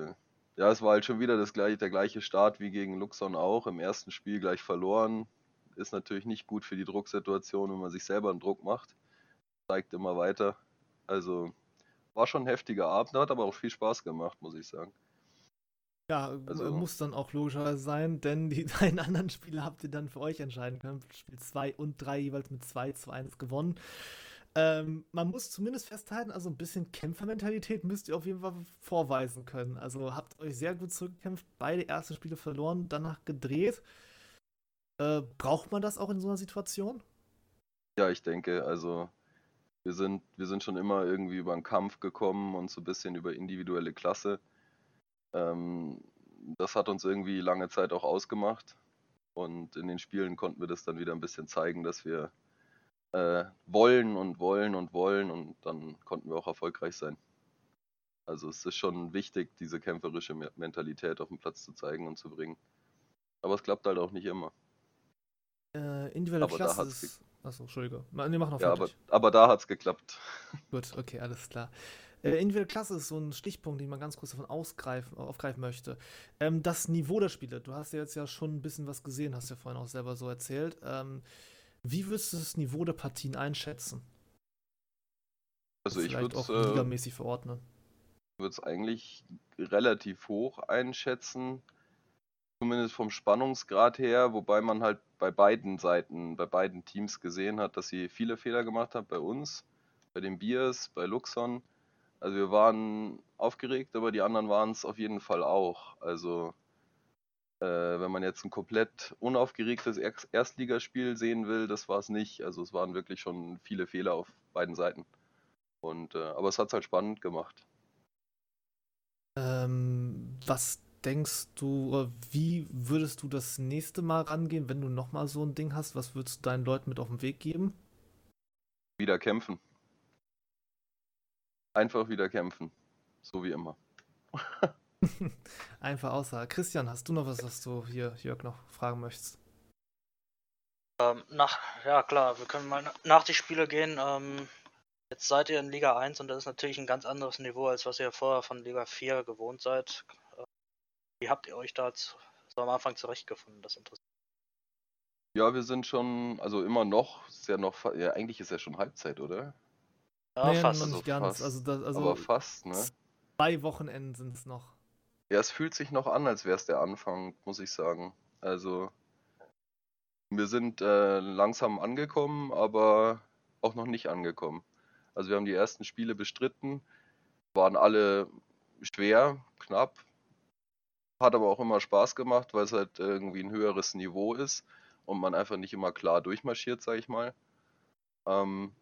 Ja, es war halt schon wieder der gleiche Start wie gegen Luxon auch. Im ersten Spiel gleich verloren. Ist natürlich nicht gut für die Drucksituation, wenn man sich selber einen Druck macht. Steigt immer weiter. Also war schon ein heftiger Abend, hat aber auch viel Spaß gemacht, muss ich sagen. Ja, Also, muss dann auch logischerweise sein, denn die beiden anderen Spiele habt ihr dann für euch entscheiden können. Spiel 2 und 3 jeweils mit 2:1 gewonnen. Man muss zumindest festhalten, also ein bisschen Kämpfermentalität müsst ihr auf jeden Fall vorweisen können. Also habt euch sehr gut zurückgekämpft, beide ersten Spiele verloren, danach gedreht. Braucht man das auch in so einer Situation? ja, ich denke, also wir sind schon immer irgendwie über den Kampf gekommen und so ein bisschen über individuelle Klasse. Ähm, Das hat uns irgendwie lange Zeit auch ausgemacht. Und in den Spielen konnten wir das dann wieder ein bisschen zeigen, dass wir wollen und wollen und wollen und dann konnten wir auch erfolgreich sein. Also es ist schon wichtig, diese kämpferische Mentalität auf den Platz zu zeigen und zu bringen. Aber es klappt halt auch nicht immer. Individuelle Aber da Klasse hat's ist. Achso, Entschuldige. Nee, mach noch ja, aber, fertig. aber da hat's geklappt. Gut, okay, alles klar. Individuelle Klasse ist so ein Stichpunkt, den man ganz kurz davon aufgreifen möchte. Das Niveau der Spiele. Du hast ja jetzt ja schon ein bisschen was gesehen, hast ja vorhin auch selber so erzählt. Wie würdest du das Niveau der Partien einschätzen? Also ich Vielleicht würde auch es ligamäßig verordnen. eigentlich relativ hoch einschätzen, zumindest vom Spannungsgrad her, wobei man halt bei beiden Seiten, bei beiden Teams gesehen hat, dass sie viele Fehler gemacht haben, bei uns, bei den Bears, bei Luxon. Also wir waren aufgeregt, aber die anderen waren es auf jeden Fall auch. Also wenn man jetzt ein komplett unaufgeregtes Erstligaspiel sehen will, das war es nicht. Also es waren wirklich schon viele Fehler auf beiden Seiten. Aber es hat es halt spannend gemacht. Was denkst du, oder wie würdest du das nächste Mal rangehen, wenn du nochmal so ein Ding hast? Was würdest du deinen Leuten mit auf den Weg geben? Wieder kämpfen. Einfach wieder kämpfen. So wie immer. Einfach Aussage. Christian, hast du noch was du hier Jörg noch fragen möchtest? Ja klar, wir können mal nach die Spiele gehen. Jetzt seid ihr in Liga 1 und das ist natürlich ein ganz anderes Niveau, als was ihr vorher von Liga 4 gewohnt seid. Wie habt ihr euch da so am Anfang zurechtgefunden? Das interessiert Ja, wir sind schon, also immer noch, ist ja noch, ja, eigentlich ist ja schon Halbzeit, oder? mich. Ja, Nee, noch Also nicht fast. ganz. fast, Also, aber fast, ne? 2 Wochenenden sind es noch. Ja, es fühlt sich noch an, als wäre es der Anfang, muss ich sagen. Also wir sind langsam angekommen, aber auch noch nicht angekommen. Also wir haben die ersten Spiele bestritten, waren alle schwer, knapp, hat aber auch immer Spaß gemacht, weil es halt irgendwie ein höheres Niveau ist und man einfach nicht immer klar durchmarschiert, sag ich mal. Ähm,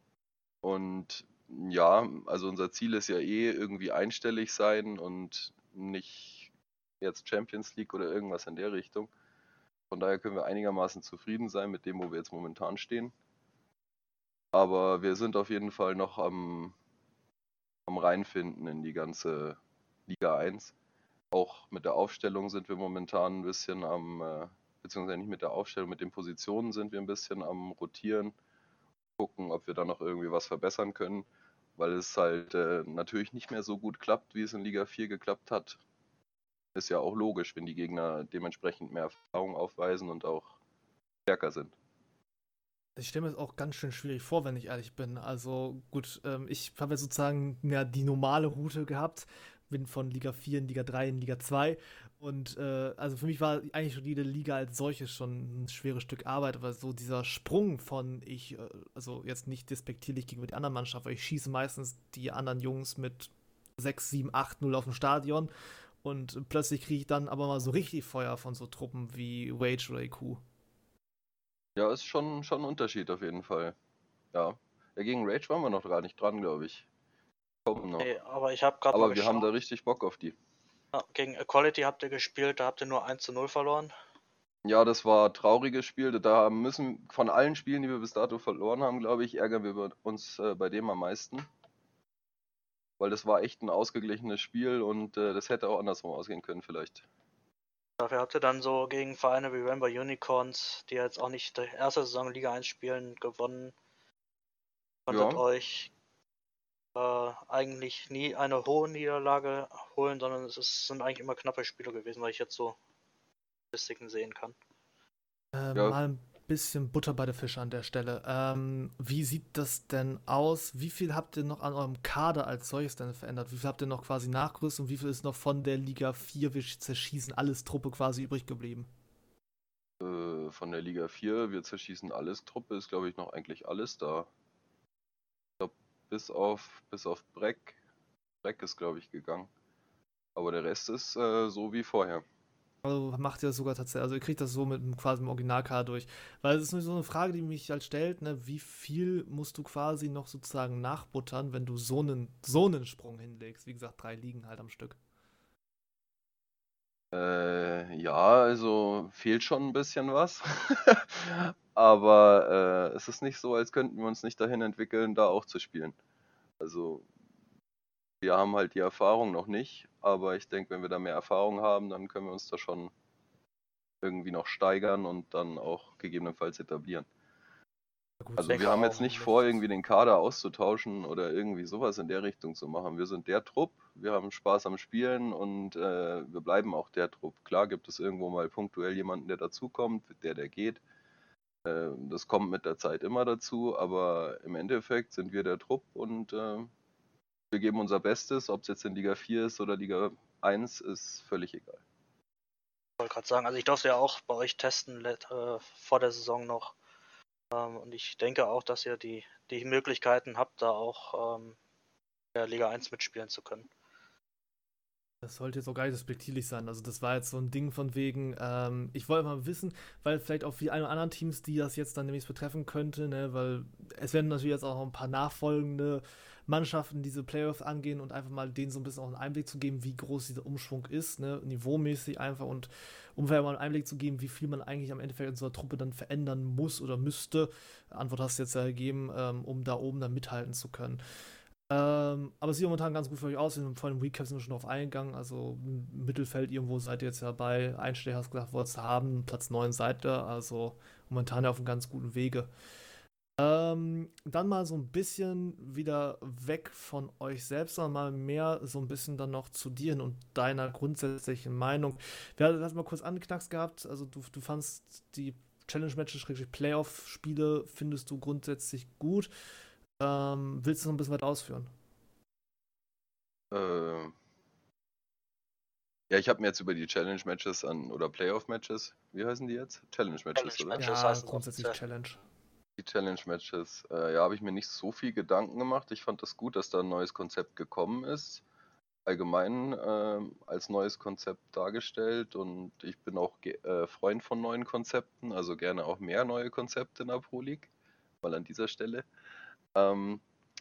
und ja, also unser Ziel ist ja eh irgendwie einstellig sein und nicht jetzt Champions League oder irgendwas in der Richtung. Von daher können wir einigermaßen zufrieden sein mit dem, wo wir jetzt momentan stehen. Aber wir sind auf jeden Fall noch am Reinfinden in die ganze Liga 1. Auch mit der Aufstellung sind wir momentan ein bisschen beziehungsweise nicht mit der Aufstellung, mit den Positionen sind wir ein bisschen am Rotieren, gucken, ob wir da noch irgendwie was verbessern können, weil es halt natürlich nicht mehr so gut klappt, wie es in Liga 4 geklappt hat. Ist ja auch logisch, wenn die Gegner dementsprechend mehr Erfahrung aufweisen und auch stärker sind. Ich stelle mir das auch ganz schön schwierig vor, wenn ich ehrlich bin. Also gut, ich habe ja sozusagen ja, die normale Route gehabt, bin von Liga 4 in Liga 3 in Liga 2 und also für mich war eigentlich schon jede Liga als solche schon ein schweres Stück Arbeit, aber so dieser Sprung von also jetzt nicht despektierlich gegenüber die anderen Mannschaften, weil ich schieße meistens die anderen Jungs mit 6, 7, 8-0 auf dem Stadion und plötzlich kriege ich dann aber mal so richtig Feuer von so Truppen wie Rage oder EQ. Ja, ist schon ein Unterschied auf jeden Fall. Ja. Ja, gegen Rage waren wir noch gar nicht dran, glaube ich. Kommen noch. Nee, aber ich habe gerade mal Aber wir haben da geschaut. richtig Bock auf die. Ja, gegen Equality habt ihr gespielt, da habt ihr nur 1:0 verloren. Ja, das war ein trauriges Spiel. Da müssen von allen Spielen, die wir bis dato verloren haben, glaube ich, ärgern wir uns bei dem am meisten. Weil das war echt ein ausgeglichenes Spiel und das hätte auch andersrum ausgehen können vielleicht. Dafür habt ihr dann so gegen Vereine wie Rainbow Unicorns, die jetzt auch nicht die erste Saison Liga 1 spielen, gewonnen. Konntet Ja, euch eigentlich nie eine hohe Niederlage holen, sondern sind eigentlich immer knappe Spiele gewesen, weil ich jetzt so Statistiken sehen kann. Ja, Mal ein bisschen Butter bei der Fische an der Stelle. Wie sieht das denn aus? Wie viel habt ihr noch an eurem Kader als solches denn verändert? Wie viel habt ihr noch quasi nachgerüstet und wie viel ist noch von der Liga 4, wir zerschießen alles Truppe quasi übrig geblieben? von der Liga 4, wir zerschießen alles Truppe, ist glaube ich noch eigentlich alles da. Ich glaube, bis auf Breck. Breck ist glaube ich gegangen. Aber der Rest ist so wie vorher. Also macht ihr das sogar tatsächlich, also ihr kriegt das so mit quasi dem Originalkader durch. Weil es ist nur so eine Frage, die mich halt stellt, ne, wie viel musst du quasi noch sozusagen nachbuttern, wenn du so einen Sprung hinlegst? Wie gesagt, 3 Ligen halt am Stück. Ja, also fehlt schon ein bisschen was. Aber es ist nicht so, als könnten wir uns nicht dahin entwickeln, da auch zu spielen. Also wir haben halt die Erfahrung noch nicht, aber ich denke, wenn wir da mehr Erfahrung haben, dann können wir uns da schon irgendwie noch steigern und dann auch gegebenenfalls etablieren. Ja, gut, Also so wir haben wie jetzt du nicht vor, möchtest. irgendwie den Kader auszutauschen oder irgendwie sowas in der Richtung zu machen. Wir sind der Trupp, wir haben Spaß am Spielen und wir bleiben auch der Trupp. Klar gibt es irgendwo mal punktuell jemanden, der dazukommt, der geht. Das kommt mit der Zeit immer dazu, aber im Endeffekt sind wir der Trupp und wir geben unser Bestes. Ob es jetzt in Liga 4 ist oder Liga 1, ist völlig egal. Ich wollte gerade sagen, also ich durfte ja auch bei euch testen vor der Saison noch. Und ich denke auch, dass ihr die Möglichkeiten habt, da auch in der Liga 1 mitspielen zu können. Das sollte jetzt auch gar nicht respektierlich sein. Also das war jetzt so ein Ding von wegen, ich wollte mal wissen, weil vielleicht auch für die ein oder anderen Teams, die das jetzt dann nämlich betreffen könnte, ne, weil es werden natürlich jetzt auch noch ein paar nachfolgende Mannschaften diese Playoffs angehen und einfach mal denen so ein bisschen auch einen Einblick zu geben, wie groß dieser Umschwung ist, ne, niveaumäßig einfach und um vielleicht mal einen Einblick zu geben, wie viel man eigentlich am Endeffekt in so einer Truppe dann verändern muss oder müsste. Antwort hast du jetzt ja gegeben, um da oben dann mithalten zu können. Aber es sieht momentan ganz gut für euch aus. Vor dem Recap sind wir schon drauf eingegangen. Also im Mittelfeld irgendwo seid ihr jetzt ja bei Einstecher, hast gesagt, wolltest du haben. Platz 9 seid ihr. Also momentan ja auf einem ganz guten Wege. Dann mal so ein bisschen wieder weg von euch selbst, sondern mal mehr so ein bisschen dann noch zu dir und deiner grundsätzlichen Meinung. Wir hatten das mal kurz angeknackst gehabt. Also du fandst die Challenge-Matches, Playoff-Spiele, findest du grundsätzlich gut. Willst du noch ein bisschen weit ausführen? Äh, ja, ich habe mir jetzt über die Challenge-Matches oder Playoff-Matches, wie heißen die jetzt? Challenge-Matches, oder? Challenge-Matches Ja, heißen es grundsätzlich offiziell. Challenge. Die Challenge-Matches, ja, habe ich mir nicht so viel Gedanken gemacht. Ich fand das gut, dass da ein neues Konzept gekommen ist. Allgemein als neues Konzept dargestellt und ich bin auch Freund von neuen Konzepten, also gerne auch mehr neue Konzepte in der Pro League. Mal an dieser Stelle. Ähm,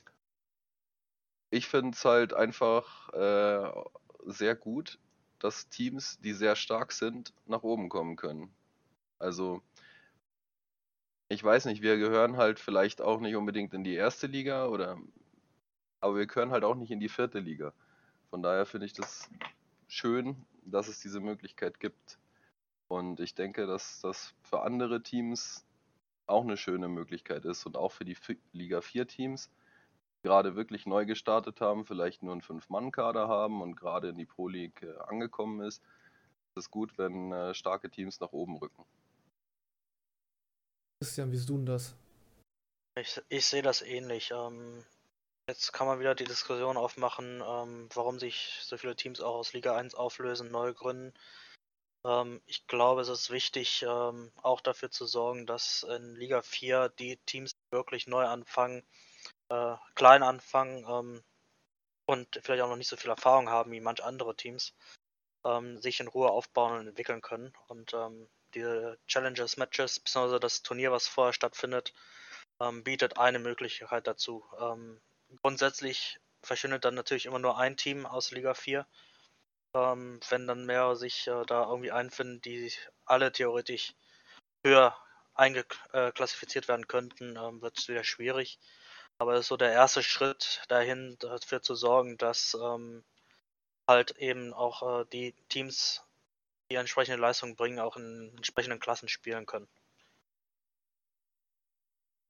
Ich finde es halt einfach sehr gut, dass Teams, die sehr stark sind, nach oben kommen können. Also ich weiß nicht, wir gehören halt vielleicht auch nicht unbedingt in die erste Liga aber wir gehören halt auch nicht in die vierte Liga. Von daher finde ich das schön, dass es diese Möglichkeit gibt. Und ich denke, dass das für andere Teams auch eine schöne Möglichkeit ist und auch für die Liga 4 Teams, die gerade wirklich neu gestartet haben, vielleicht nur einen 5-Mann-Kader haben und gerade in die Pro League angekommen ist es gut, wenn starke Teams nach oben rücken. Christian, wie siehst du denn das? Ich sehe das ähnlich. Jetzt kann man wieder die Diskussion aufmachen, warum sich so viele Teams auch aus Liga 1 auflösen, neu gründen. Ich glaube, es ist wichtig, auch dafür zu sorgen, dass in Liga 4 die Teams, die wirklich neu anfangen, klein anfangen und vielleicht auch noch nicht so viel Erfahrung haben wie manch andere Teams, sich in Ruhe aufbauen und entwickeln können. Und diese Challenges, Matches, beziehungsweise das Turnier, was vorher stattfindet, bietet eine Möglichkeit dazu. Grundsätzlich verschwindet dann natürlich immer nur ein Team aus Liga 4. Wenn dann mehrere sich da irgendwie einfinden, die alle theoretisch höher klassifiziert werden könnten, wird es wieder schwierig. Aber es ist so der erste Schritt dahin, dafür zu sorgen, dass halt eben auch die Teams, die entsprechende Leistung bringen, auch in entsprechenden Klassen spielen können.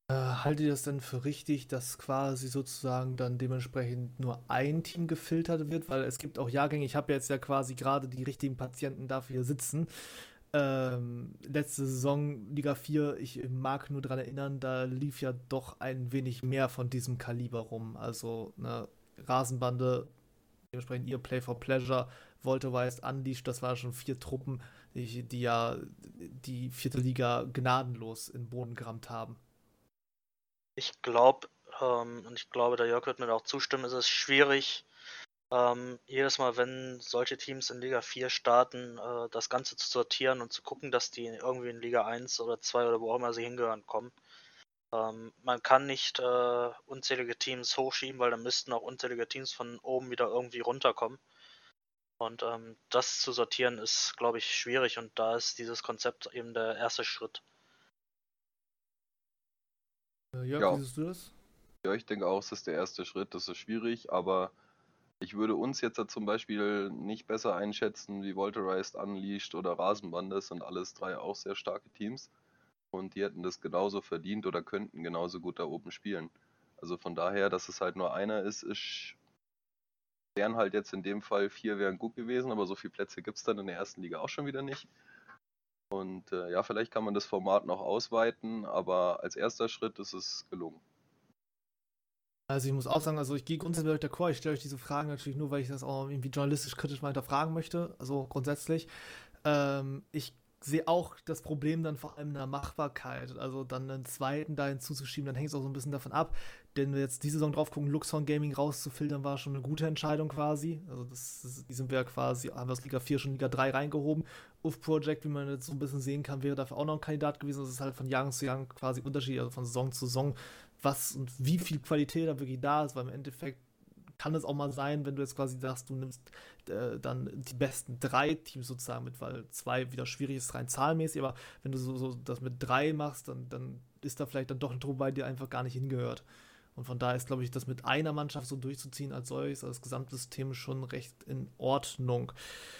haltet ihr das denn für richtig, dass quasi sozusagen dann dementsprechend nur ein Team gefiltert wird? Weil es gibt auch Jahrgänge, ich habe jetzt ja quasi gerade die richtigen Patienten dafür hier sitzen. Letzte Saison Liga 4, ich mag nur daran erinnern, da lief ja doch ein wenig mehr von diesem Kaliber rum. Also eine Rasenbande, dementsprechend ihr Play for Pleasure, Volterized, Unleashed, das waren schon 4 Truppen, die ja die 4. Liga gnadenlos in den Boden gerammt haben. Ich glaube, und ich glaube, der Jörg wird mir da auch zustimmen, ist es schwierig, jedes Mal, wenn solche Teams in Liga 4 starten, das Ganze zu sortieren und zu gucken, dass die irgendwie in Liga 1 oder 2 oder wo auch immer sie hingehören kommen. Man kann nicht unzählige Teams hochschieben, weil dann müssten auch unzählige Teams von oben wieder irgendwie runterkommen. Und das zu sortieren ist, glaube ich, schwierig und da ist dieses Konzept eben der erste Schritt. Jörg, Ja. wie siehst du das? Ja, ich denke auch, es ist der erste Schritt, das ist schwierig, aber ich würde uns jetzt da zum Beispiel nicht besser einschätzen wie Volterized, Unleashed oder Rasenbande. Das sind alles 3 auch sehr starke Teams und die hätten das genauso verdient oder könnten genauso gut da oben spielen. Also von daher, dass es halt nur einer ist, wären halt jetzt in dem Fall 4 wären gut gewesen, aber so viele Plätze gibt es dann in der ersten Liga auch schon wieder nicht. Und ja, vielleicht kann man das Format noch ausweiten, aber als erster Schritt ist es gelungen. Also ich muss auch sagen, also ich gehe grundsätzlich mit d'accord, ich stelle euch diese Fragen natürlich nur, weil ich das auch irgendwie journalistisch kritisch mal hinterfragen möchte, also grundsätzlich. Ich sehe auch das Problem dann vor allem in der Machbarkeit, also dann einen zweiten da hinzuzuschieben, dann hängt es auch so ein bisschen davon ab, denn wir jetzt diese Saison drauf gucken, Luxon Gaming rauszufiltern, war schon eine gute Entscheidung quasi, also die sind wir ja quasi, haben wir aus Liga 4 schon Liga 3 reingehoben. UF Project, wie man jetzt so ein bisschen sehen kann, wäre dafür auch noch ein Kandidat gewesen, das ist halt von Jahr zu Jahr quasi unterschiedlich, also von Saison zu Saison, was und wie viel Qualität da wirklich da ist, weil im Endeffekt kann es auch mal sein, wenn du jetzt quasi sagst, du nimmst dann die besten 3 Teams sozusagen mit, weil 2 wieder schwierig ist, rein zahlenmäßig, aber wenn du so das mit 3 machst, dann ist da vielleicht dann doch eine Truppe bei dir einfach gar nicht hingehört. Und von daher ist, glaube ich, das mit einer Mannschaft so durchzuziehen als solches, als Gesamtsystem schon recht in Ordnung.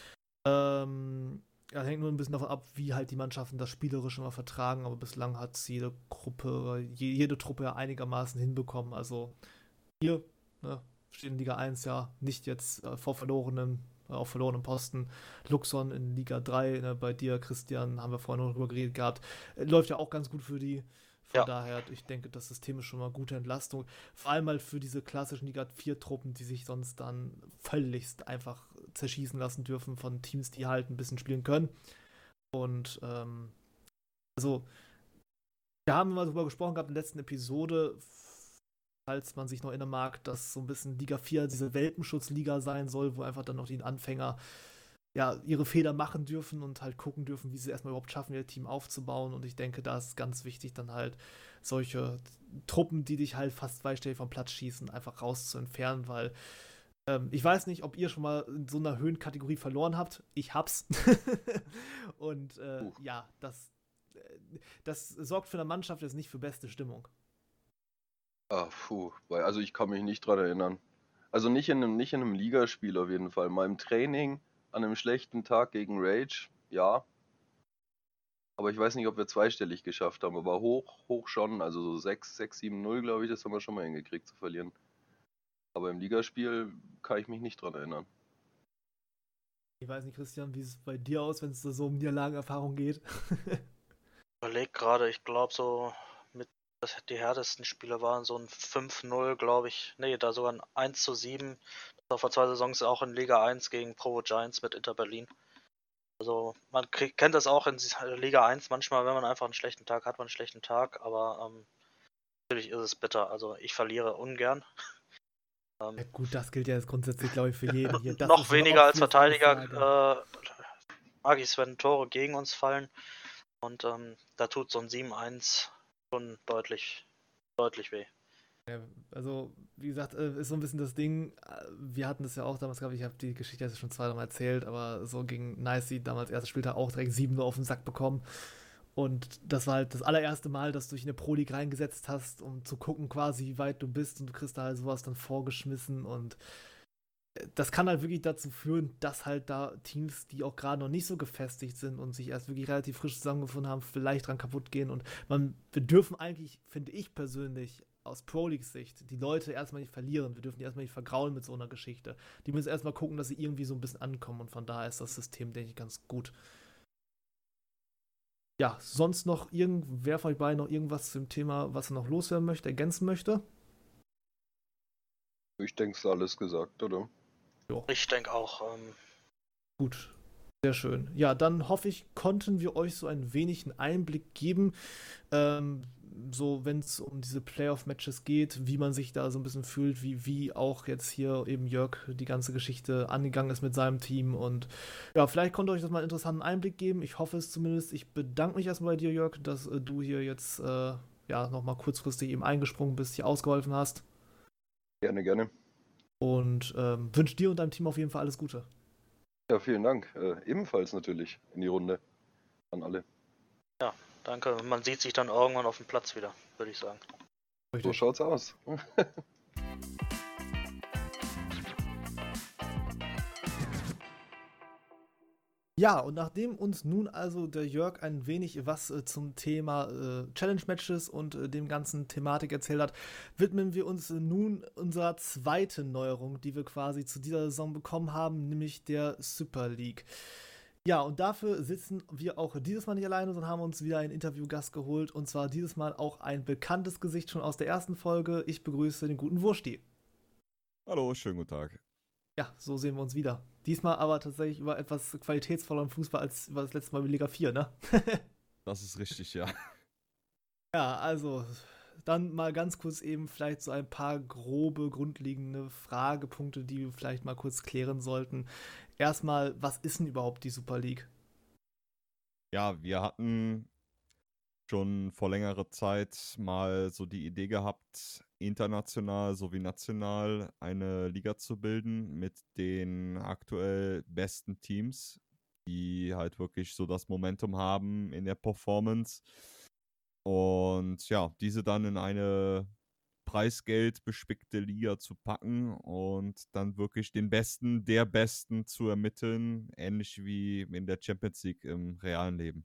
Ja, hängt nur ein bisschen davon ab, wie halt die Mannschaften das spielerisch immer vertragen, aber bislang hat es jede Truppe ja einigermaßen hinbekommen. Also hier, ne, steht in Liga 1 ja nicht jetzt auf verlorenem Posten. Luxon in Liga 3, ne, bei dir, Christian, haben wir vorhin noch drüber geredet gehabt, läuft ja auch ganz gut für die. Von daher, ich denke, das System ist schon mal gute Entlastung. Vor allem halt für diese klassischen Liga 4-Truppen, die sich sonst dann völligst einfach zerschießen lassen dürfen von Teams, die halt ein bisschen spielen können. Und also, wir haben mal darüber gesprochen gehabt in der letzten Episode, falls man sich noch erinnern mag, dass so ein bisschen Liga 4 diese Welpenschutzliga sein soll, wo einfach dann noch die Anfänger ja, ihre Fehler machen dürfen und halt gucken dürfen, wie sie erstmal überhaupt schaffen, ihr Team aufzubauen. Und ich denke, da ist ganz wichtig, dann halt solche Truppen, die dich halt fast zweistellig vom Platz schießen, einfach raus zu entfernen, weil ich weiß nicht, ob ihr schon mal in so einer Höhenkategorie verloren habt. Ich hab's. Und ja, das sorgt für eine Mannschaft jetzt nicht für beste Stimmung. Also ich kann mich nicht dran erinnern. Also nicht in einem Ligaspiel auf jeden Fall. Mal im Training, an einem schlechten Tag gegen Rage, ja. Aber ich weiß nicht, ob wir zweistellig geschafft haben. Aber hoch schon. Also so 6-7-0, glaube ich, das haben wir schon mal hingekriegt zu verlieren. Aber im Ligaspiel kann ich mich nicht dran erinnern. Ich weiß nicht, Christian, wie es bei dir aus, wenn es so um Niederlagenerfahrung geht. Überleg gerade, ich glaube so die härtesten Spiele waren so ein 5-0, glaube ich. Nee, da sogar ein 1-7. Das war vor 2 Saisons auch in Liga 1 gegen Provo Giants mit Inter Berlin. Also man kennt das auch in Liga 1 manchmal, wenn man einfach einen schlechten Tag hat, man einen schlechten Tag, aber natürlich ist es bitter. Also ich verliere ungern. Ja, gut, das gilt ja jetzt grundsätzlich, glaube ich, für jeden hier. Das Noch ist weniger als Verteidiger Verteidiger mag ich es, wenn Tore gegen uns fallen. Und da tut so ein 7-1 schon deutlich weh. Ja, also, wie gesagt, ist so ein bisschen das Ding, wir hatten das ja auch damals, glaube ich, habe die Geschichte jetzt schon 2-3 Mal erzählt, aber so gegen Nicey damals erster Spieltag auch direkt 7 auf den Sack bekommen. Und das war halt das allererste Mal, dass du dich in eine Pro League reingesetzt hast, um zu gucken quasi, wie weit du bist und du kriegst da halt sowas dann vorgeschmissen und das kann halt wirklich dazu führen, dass halt da Teams, die auch gerade noch nicht so gefestigt sind und sich erst wirklich relativ frisch zusammengefunden haben, vielleicht dran kaputt gehen. Und wir dürfen eigentlich, finde ich persönlich, aus Pro League Sicht, die Leute erstmal nicht verlieren. Wir dürfen die erstmal nicht vergraulen mit so einer Geschichte. Die müssen erstmal gucken, dass sie irgendwie so ein bisschen ankommen. Und von daher ist das System, denke ich, ganz gut. Ja, sonst noch wer von euch beiden noch irgendwas zum Thema, was er noch loswerden möchte, ergänzen möchte? Ich denke, es ist alles gesagt, oder? Ich denke auch. Gut, sehr schön. Ja, dann hoffe ich, konnten wir euch so ein wenig einen Einblick geben, so wenn es um diese Playoff-Matches geht, wie man sich da so ein bisschen fühlt, wie auch jetzt hier eben Jörg die ganze Geschichte angegangen ist mit seinem Team. Und ja, vielleicht konnte euch das mal einen interessanten Einblick geben. Ich hoffe es zumindest. Ich bedanke mich erstmal bei dir, Jörg, dass du hier jetzt ja nochmal kurzfristig eben eingesprungen bist, hier ausgeholfen hast. Gerne, gerne. Und wünsche dir und deinem Team auf jeden Fall alles Gute. Ja, vielen Dank. Ebenfalls natürlich in die Runde an alle. Ja, danke. Man sieht sich dann irgendwann auf dem Platz wieder, würde ich sagen. So schaut's aus. Ja, und nachdem uns nun also der Jörg ein wenig was zum Thema Challenge-Matches und dem ganzen Thematik erzählt hat, widmen wir uns nun unserer zweiten Neuerung, die wir quasi zu dieser Saison bekommen haben, nämlich der Super League. Ja, und dafür sitzen wir auch dieses Mal nicht alleine, sondern haben uns wieder einen Interviewgast geholt, und zwar dieses Mal auch ein bekanntes Gesicht schon aus der ersten Folge. Ich begrüße den guten Wursti. Hallo, schönen guten Tag. Ja, so sehen wir uns wieder. Diesmal aber tatsächlich über etwas qualitätsvolleren Fußball als über das letzte Mal mit Liga 4, ne? Das ist richtig, ja. Ja, also, dann mal ganz kurz eben vielleicht so ein paar grobe, grundlegende Fragepunkte, die wir vielleicht mal kurz klären sollten. Erstmal, was ist denn überhaupt die Super League? Ja, wir hatten schon vor längerer Zeit mal so die Idee gehabt, international sowie national eine Liga zu bilden mit den aktuell besten Teams, die halt wirklich so das Momentum haben in der Performance. Und ja, diese dann in eine preisgeldbespickte Liga zu packen und dann wirklich den Besten der Besten zu ermitteln, ähnlich wie in der Champions League im realen Leben.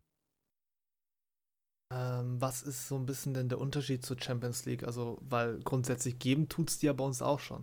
Was ist so ein bisschen denn der Unterschied zur Champions League? Also, weil grundsätzlich geben tut's die ja bei uns auch schon.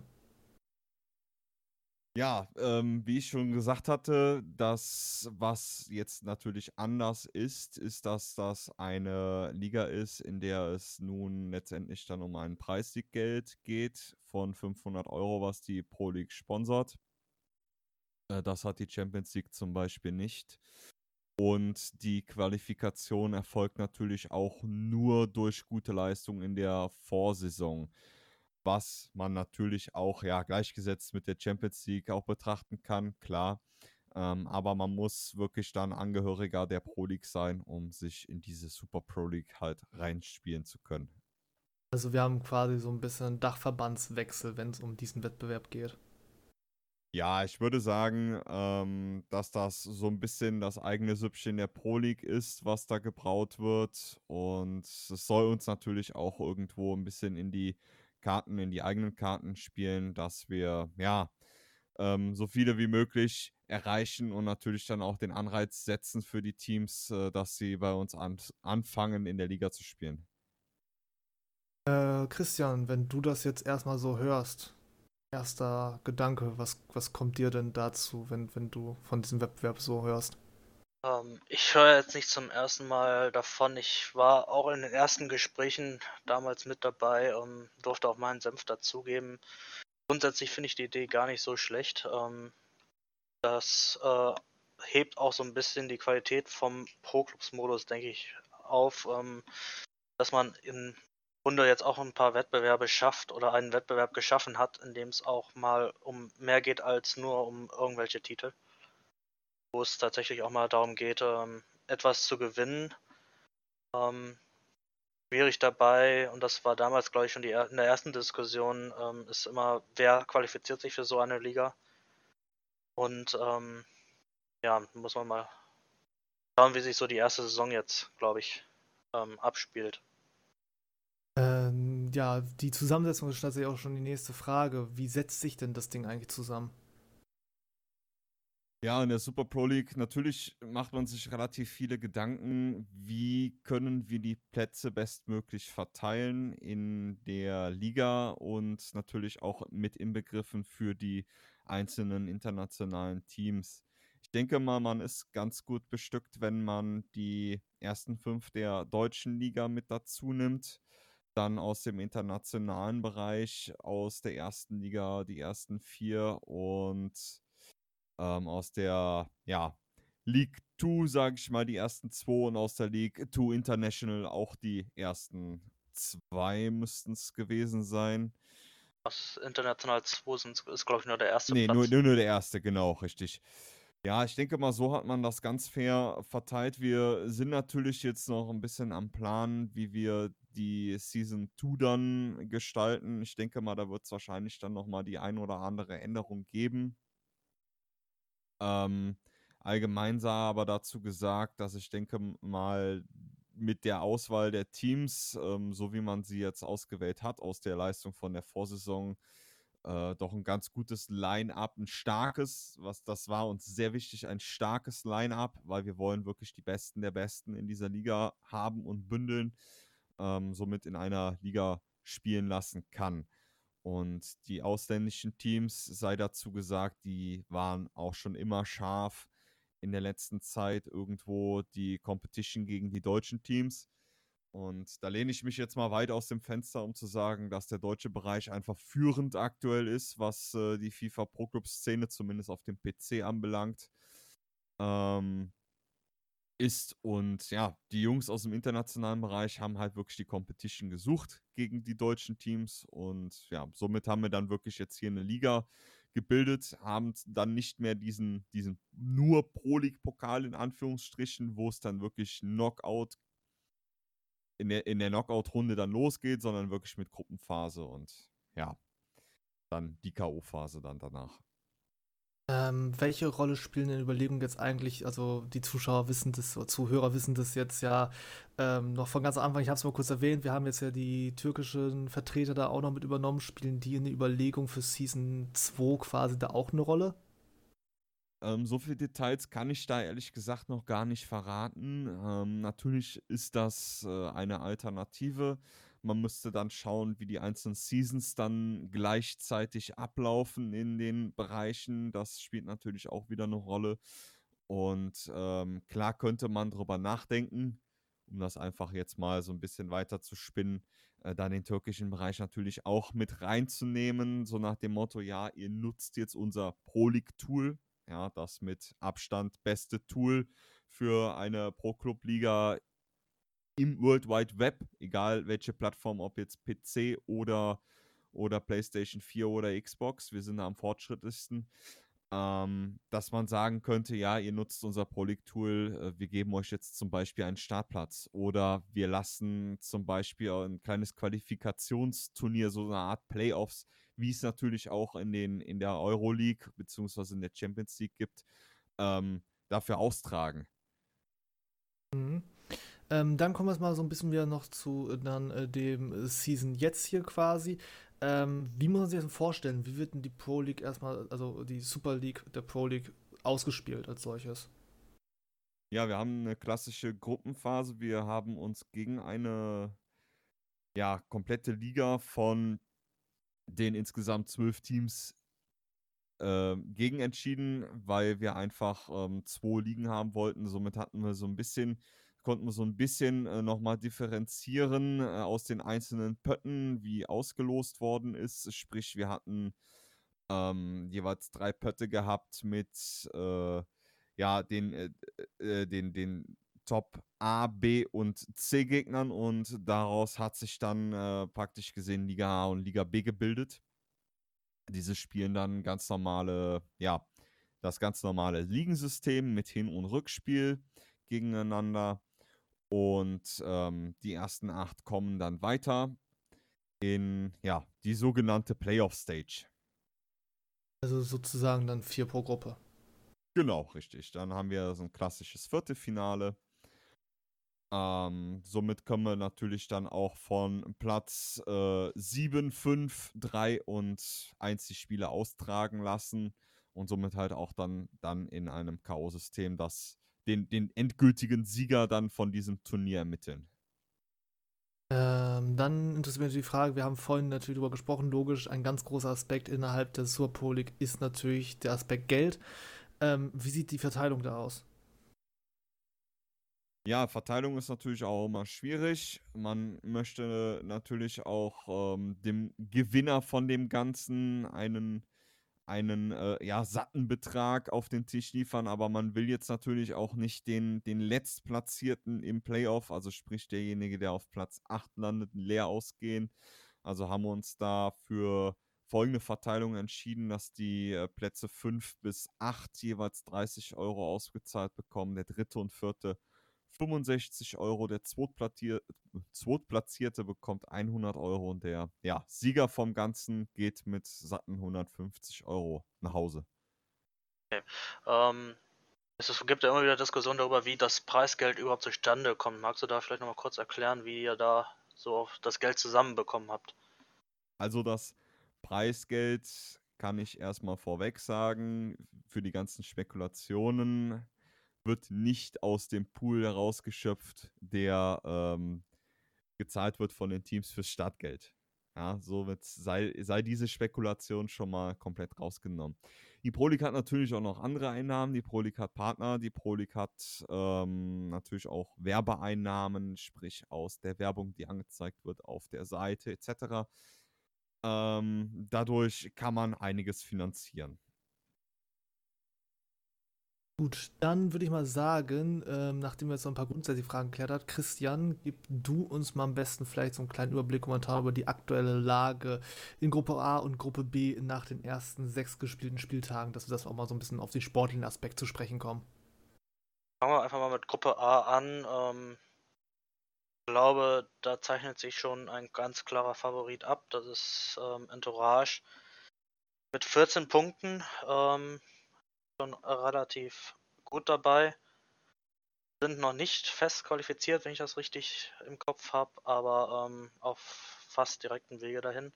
Ja, wie ich schon gesagt hatte, das, was jetzt natürlich anders ist, dass das eine Liga ist, in der es nun letztendlich dann um ein Preisgeld geht von 500 Euro, was die Pro League sponsert. Das hat die Champions League zum Beispiel nicht. Und die Qualifikation erfolgt natürlich auch nur durch gute Leistung in der Vorsaison, was man natürlich auch ja gleichgesetzt mit der Champions League auch betrachten kann, klar. Aber man muss wirklich dann Angehöriger der Pro League sein, um sich in diese Super Pro League halt reinspielen zu können. Also, wir haben quasi so ein bisschen Dachverbandswechsel, wenn es um diesen Wettbewerb geht. Ja, ich würde sagen, dass das so ein bisschen das eigene Süppchen der Pro League ist, was da gebraut wird. Und es soll uns natürlich auch irgendwo ein bisschen in die eigenen Karten spielen, dass wir, ja, so viele wie möglich erreichen und natürlich dann auch den Anreiz setzen für die Teams, dass sie bei uns anfangen, in der Liga zu spielen. Christian, wenn du das jetzt erstmal so hörst, erster Gedanke, was kommt dir denn dazu, wenn du von diesem Wettbewerb so hörst? Ich höre jetzt nicht zum ersten Mal davon. Ich war auch in den ersten Gesprächen damals mit dabei, durfte auch meinen Senf dazugeben. Grundsätzlich finde ich die Idee gar nicht so schlecht. Das hebt auch so ein bisschen die Qualität vom Pro-Clubs-Modus, denke ich, auf, dass man im Grunde jetzt auch ein paar Wettbewerbe schafft oder einen Wettbewerb geschaffen hat, in dem es auch mal um mehr geht als nur um irgendwelche Titel. Wo es tatsächlich auch mal darum geht, etwas zu gewinnen. Schwierig dabei, und das war damals, glaube ich, schon in der ersten Diskussion, ist immer, wer qualifiziert sich für so eine Liga. Und ja, muss man mal schauen, wie sich so die erste Saison jetzt, glaube ich, abspielt. Ja, die Zusammensetzung ist tatsächlich auch schon die nächste Frage. Wie setzt sich denn das Ding eigentlich zusammen? Ja, in der Super Pro League natürlich macht man sich relativ viele Gedanken, wie können wir die Plätze bestmöglich verteilen in der Liga und natürlich auch mit inbegriffen für die einzelnen internationalen Teams. Ich denke mal, man ist ganz gut bestückt, wenn man die ersten 5 der deutschen Liga mit dazu nimmt. Dann aus dem internationalen Bereich, aus der ersten Liga die ersten 4 und aus der, ja, League 2, sage ich mal, die ersten 2 und aus der League 2 International auch die ersten 2 müssten es gewesen sein. Was international 2 sind, ist, glaube ich, nur der erste Nee, nur, Platz. nur der erste, genau, richtig. Ja, ich denke mal, so hat man das ganz fair verteilt. Wir sind natürlich jetzt noch ein bisschen am Plan, wie wir die Season 2 dann gestalten. Ich denke mal, da wird es wahrscheinlich dann nochmal die ein oder andere Änderung geben. Allgemein sei aber dazu gesagt, dass ich denke mal mit der Auswahl der Teams, so wie man sie jetzt ausgewählt hat, aus der Leistung von der Vorsaison, doch ein ganz gutes Line-up, ein starkes, das war uns sehr wichtig, ein starkes Line-up, weil wir wollen wirklich die Besten der Besten in dieser Liga haben und bündeln, somit in einer Liga spielen lassen kann. Und die ausländischen Teams, sei dazu gesagt, die waren auch schon immer scharf in der letzten Zeit irgendwo die Competition gegen die deutschen Teams. Und da lehne ich mich jetzt mal weit aus dem Fenster, um zu sagen, dass der deutsche Bereich einfach führend aktuell ist, was die FIFA Pro Club Szene zumindest auf dem PC anbelangt. Ist und ja, die Jungs aus dem internationalen Bereich haben halt wirklich die Competition gesucht gegen die deutschen Teams und ja, somit haben wir dann wirklich jetzt hier eine Liga gebildet, haben dann nicht mehr diesen nur Pro-League-Pokal in Anführungsstrichen, wo es dann wirklich Knockout in der Knockout-Runde dann losgeht, sondern wirklich mit Gruppenphase und ja, dann die K.O.-Phase dann danach. Welche Rolle spielen in Überlegungen jetzt eigentlich, also die Zuschauer wissen das, oder Zuhörer wissen das jetzt ja noch von ganz am Anfang, ich habe es mal kurz erwähnt, wir haben jetzt ja die türkischen Vertreter da auch noch mit übernommen, spielen die in der Überlegung für Season 2 quasi da auch eine Rolle? So viele Details kann ich da ehrlich gesagt noch gar nicht verraten. Natürlich ist das eine Alternative. Man müsste dann schauen, wie die einzelnen Seasons dann gleichzeitig ablaufen in den Bereichen. Das spielt natürlich auch wieder eine Rolle. Und klar könnte man drüber nachdenken, um das einfach jetzt mal so ein bisschen weiter zu spinnen, dann den türkischen Bereich natürlich auch mit reinzunehmen, so nach dem Motto, ja, ihr nutzt jetzt unser Pro-League-Tool, ja, das mit Abstand beste Tool für eine Pro-Club-Liga im World Wide Web, egal welche Plattform, ob jetzt PC oder PlayStation 4 oder Xbox, wir sind da am fortschrittlichsten, dass man sagen könnte, ja, ihr nutzt unser Pro League Tool, wir geben euch jetzt zum Beispiel einen Startplatz oder wir lassen zum Beispiel ein kleines Qualifikationsturnier, so eine Art Playoffs, wie es natürlich auch in der Euroleague beziehungsweise in der Champions League gibt, dafür austragen. Mhm. Dann kommen wir jetzt mal so ein bisschen wieder noch zu dann dem Season jetzt hier quasi. Wie muss man sich das denn vorstellen? Wie wird denn die Pro League erstmal, also die Super League der Pro League ausgespielt als solches? Ja, wir haben eine klassische Gruppenphase. Wir haben uns gegen eine ja, komplette Liga von den insgesamt 12 Teams gegen entschieden, weil wir einfach 2 Ligen haben wollten. Somit konnten wir so ein bisschen nochmal differenzieren aus den einzelnen Pötten, wie ausgelost worden ist. Sprich, wir hatten jeweils 3 Pötte gehabt mit ja, den Top A, B und C Gegnern und daraus hat sich dann praktisch gesehen Liga A und Liga B gebildet. Diese spielen dann das ganz normale Ligensystem mit Hin- und Rückspiel gegeneinander. Und die ersten 8 kommen dann weiter in die sogenannte Playoff-Stage. Also sozusagen dann 4 pro Gruppe. Genau, richtig. Dann haben wir so ein klassisches Viertelfinale. Somit können wir natürlich dann auch von Platz 7, 5, 3 und 1 die Spiele austragen lassen. und somit halt auch dann in einem K.O.-System den endgültigen Sieger dann von diesem Turnier ermitteln. Dann interessiert mich natürlich die Frage, wir haben vorhin natürlich darüber gesprochen, logisch, ein ganz großer Aspekt innerhalb der Super Pro League ist natürlich der Aspekt Geld. Wie sieht die Verteilung da aus? Ja, Verteilung ist natürlich auch immer schwierig. Man möchte natürlich auch dem Gewinner von dem Ganzen einen ja, satten Betrag auf den Tisch liefern, aber man will jetzt natürlich auch nicht den Letztplatzierten im Playoff, also sprich derjenige, der auf Platz 8 landet, leer ausgehen. Also haben wir uns da für folgende Verteilung entschieden, dass die Plätze 5 bis 8 jeweils 30 Euro ausgezahlt bekommen, der dritte und vierte 65 Euro, der Zweitplatzierte bekommt 100 Euro und der Sieger vom Ganzen geht mit satten 150 Euro nach Hause. Ähm, gibt ja immer wieder Diskussionen darüber, wie das Preisgeld überhaupt zustande kommt. Magst du da vielleicht nochmal kurz erklären, wie ihr da so das Geld zusammenbekommen habt? Also das Preisgeld kann ich erstmal vorweg sagen, für die ganzen Spekulationen wird nicht aus dem Pool herausgeschöpft, der gezahlt wird von den Teams fürs Startgeld. Ja, somit sei diese Spekulation schon mal komplett rausgenommen. Die Pro League hat natürlich auch noch andere Einnahmen. Die Pro League hat Partner. Die Pro League hat natürlich auch Werbeeinnahmen, sprich aus der Werbung, die angezeigt wird auf der Seite etc. Dadurch kann man einiges finanzieren. Gut, dann würde ich mal sagen, nachdem wir jetzt noch ein paar grundsätzliche Fragen geklärt haben, Christian, gib du uns mal am besten vielleicht so einen kleinen Überblick, Kommentar über die aktuelle Lage in Gruppe A und Gruppe B nach den ersten 6 gespielten Spieltagen, dass wir das auch mal so ein bisschen auf den sportlichen Aspekt zu sprechen kommen. Fangen wir einfach mal mit Gruppe A an. Ich glaube, da zeichnet sich schon ein ganz klarer Favorit ab. Das ist Entourage mit 14 Punkten. Schon relativ gut dabei. Sind noch nicht fest qualifiziert, wenn ich das richtig im Kopf habe, aber auf fast direkten Wege dahin.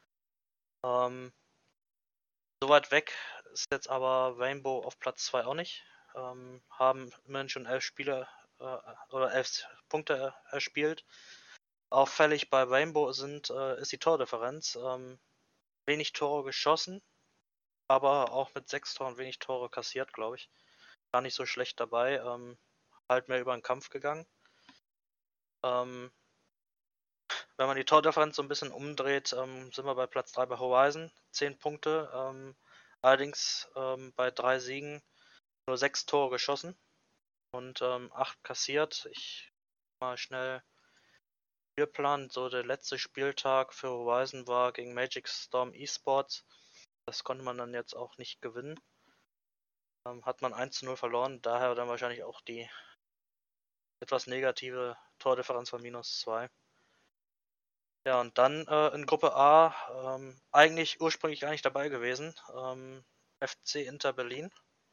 So weit weg ist jetzt aber Rainbow auf Platz 2 auch nicht. Haben immerhin schon 11 Spiele oder 11 Punkte erspielt. Auffällig bei Rainbow ist die Tordifferenz. Wenig Tore geschossen, aber auch mit 6 Toren wenig Tore kassiert, glaube ich. Gar nicht so schlecht dabei. Halt mehr über den Kampf gegangen. Wenn man die Tordifferenz so ein bisschen umdreht, sind wir bei Platz 3 bei Horizon. 10 Punkte. Allerdings bei 3 Siegen nur 6 Tore geschossen und 8 kassiert. Ich mal schnell Spielplan. So der letzte Spieltag für Horizon war gegen Magic Storm Esports. Das konnte man dann jetzt auch nicht gewinnen. Hat man 1:0 verloren, daher dann wahrscheinlich auch die etwas negative Tordifferenz von -2. Ja, und dann in Gruppe A ursprünglich gar nicht dabei gewesen. FC Inter Berlin.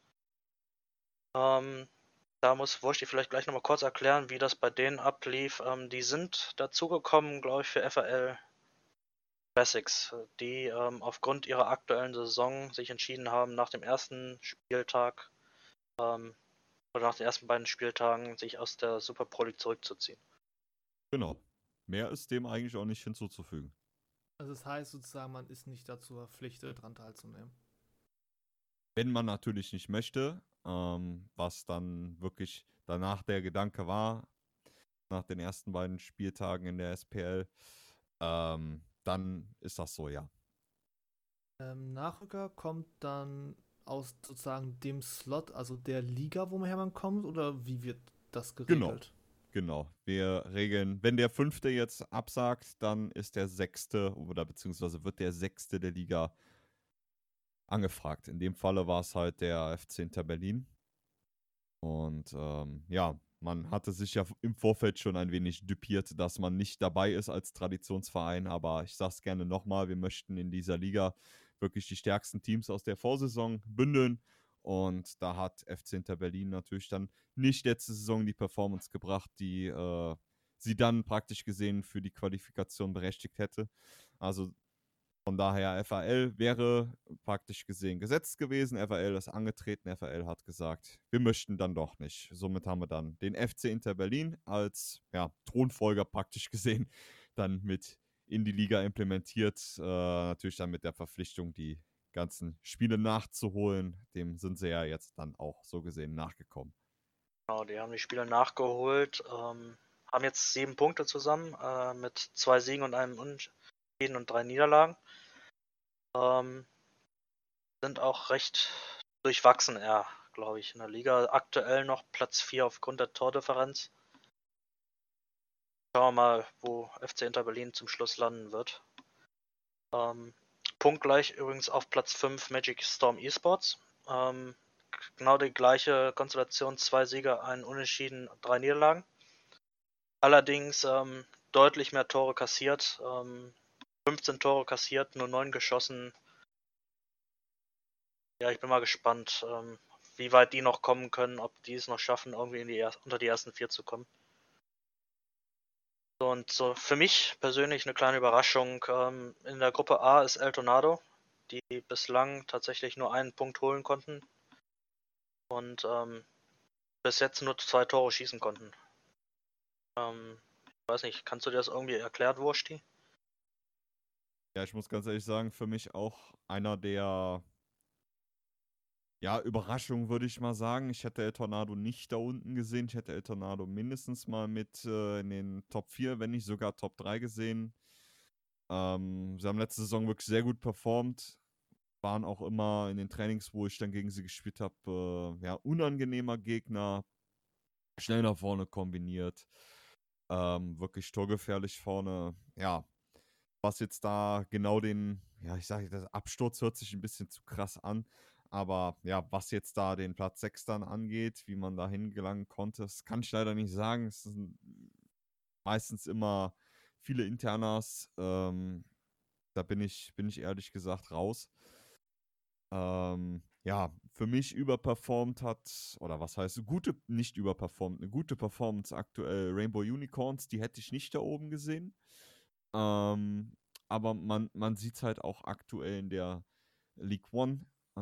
Da muss Wursti vielleicht gleich nochmal kurz erklären, wie das bei denen ablief. Die sind dazugekommen, glaube ich, für FAL Classics, die aufgrund ihrer aktuellen Saison sich entschieden haben, nach dem ersten Spieltag oder nach den ersten beiden Spieltagen sich aus der Super Pro League zurückzuziehen. Genau. Mehr ist dem eigentlich auch nicht hinzuzufügen. Also das heißt sozusagen, man ist nicht dazu verpflichtet, daran teilzunehmen. Wenn man natürlich nicht möchte, was dann wirklich danach der Gedanke war, nach den ersten beiden Spieltagen in der SPL, dann ist das so, ja. Nachrücker kommt dann aus sozusagen dem Slot, also der Liga, woher man kommt, oder wie wird das geregelt? Genau. Wir regeln, wenn der 5. jetzt absagt, dann ist der 6. oder beziehungsweise wird der 6. der Liga angefragt. In dem Falle war es halt der FC Inter Berlin. Und man hatte sich ja im Vorfeld schon ein wenig düpiert, dass man nicht dabei ist als Traditionsverein. Aber ich sage es gerne nochmal, wir möchten in dieser Liga wirklich die stärksten Teams aus der Vorsaison bündeln. Und da hat FC Inter Berlin natürlich dann nicht letzte Saison die Performance gebracht, die sie dann praktisch gesehen für die Qualifikation berechtigt hätte. Also Von daher, FAL wäre praktisch gesehen gesetzt gewesen. FAL ist angetreten. FAL hat gesagt, wir möchten dann doch nicht. Somit haben wir dann den FC Inter Berlin als Thronfolger praktisch gesehen dann mit in die Liga implementiert. Natürlich dann mit der Verpflichtung, die ganzen Spiele nachzuholen. Dem sind sie ja jetzt dann auch so gesehen nachgekommen. Genau, die haben die Spiele nachgeholt, haben jetzt 7 Punkte zusammen, mit 2 Siegen und einem Unentschieden und 3 Niederlagen. Sind auch recht durchwachsen, glaube ich, in der Liga. Aktuell noch Platz 4 aufgrund der Tordifferenz. Schauen wir mal, wo FC Inter Berlin zum Schluss landen wird. Punktgleich übrigens auf Platz 5 Magic Storm Esports. Genau die gleiche Konstellation, 2 Siege, ein Unentschieden, 3 Niederlagen. Allerdings deutlich mehr Tore kassiert. 15 Tore kassiert, nur 9 geschossen. Ja, ich bin mal gespannt, wie weit die noch kommen können, ob die es noch schaffen, irgendwie unter die ersten 4 zu kommen. So, und so für mich persönlich eine kleine Überraschung. In der Gruppe A ist El Tornado, die bislang tatsächlich nur einen Punkt holen konnten und bis jetzt nur 2 Tore schießen konnten. Ich weiß nicht, kannst du dir das irgendwie erklären, Wursti? Ja, ich muss ganz ehrlich sagen, für mich auch einer der Überraschungen, würde ich mal sagen. Ich hätte El Tornado nicht da unten gesehen. Ich hätte El Tornado mindestens mal mit in den Top 4, wenn nicht sogar Top 3 gesehen. Sie haben letzte Saison wirklich sehr gut performt. Waren auch immer in den Trainings, wo ich dann gegen sie gespielt habe, unangenehmer Gegner. Schnell nach vorne kombiniert. Wirklich torgefährlich vorne. Ja, was jetzt da genau ich sage, der Absturz hört sich ein bisschen zu krass an. Aber ja, was jetzt da den Platz 6 dann angeht, wie man da hingelangen konnte, das kann ich leider nicht sagen. Es sind meistens immer viele Internas. Da bin ich ehrlich gesagt raus. Für mich überperformt hat, oder was heißt, nicht überperformt, eine gute Performance aktuell Rainbow Unicorns, die hätte ich nicht da oben gesehen. Aber man sieht es halt auch aktuell in der League One,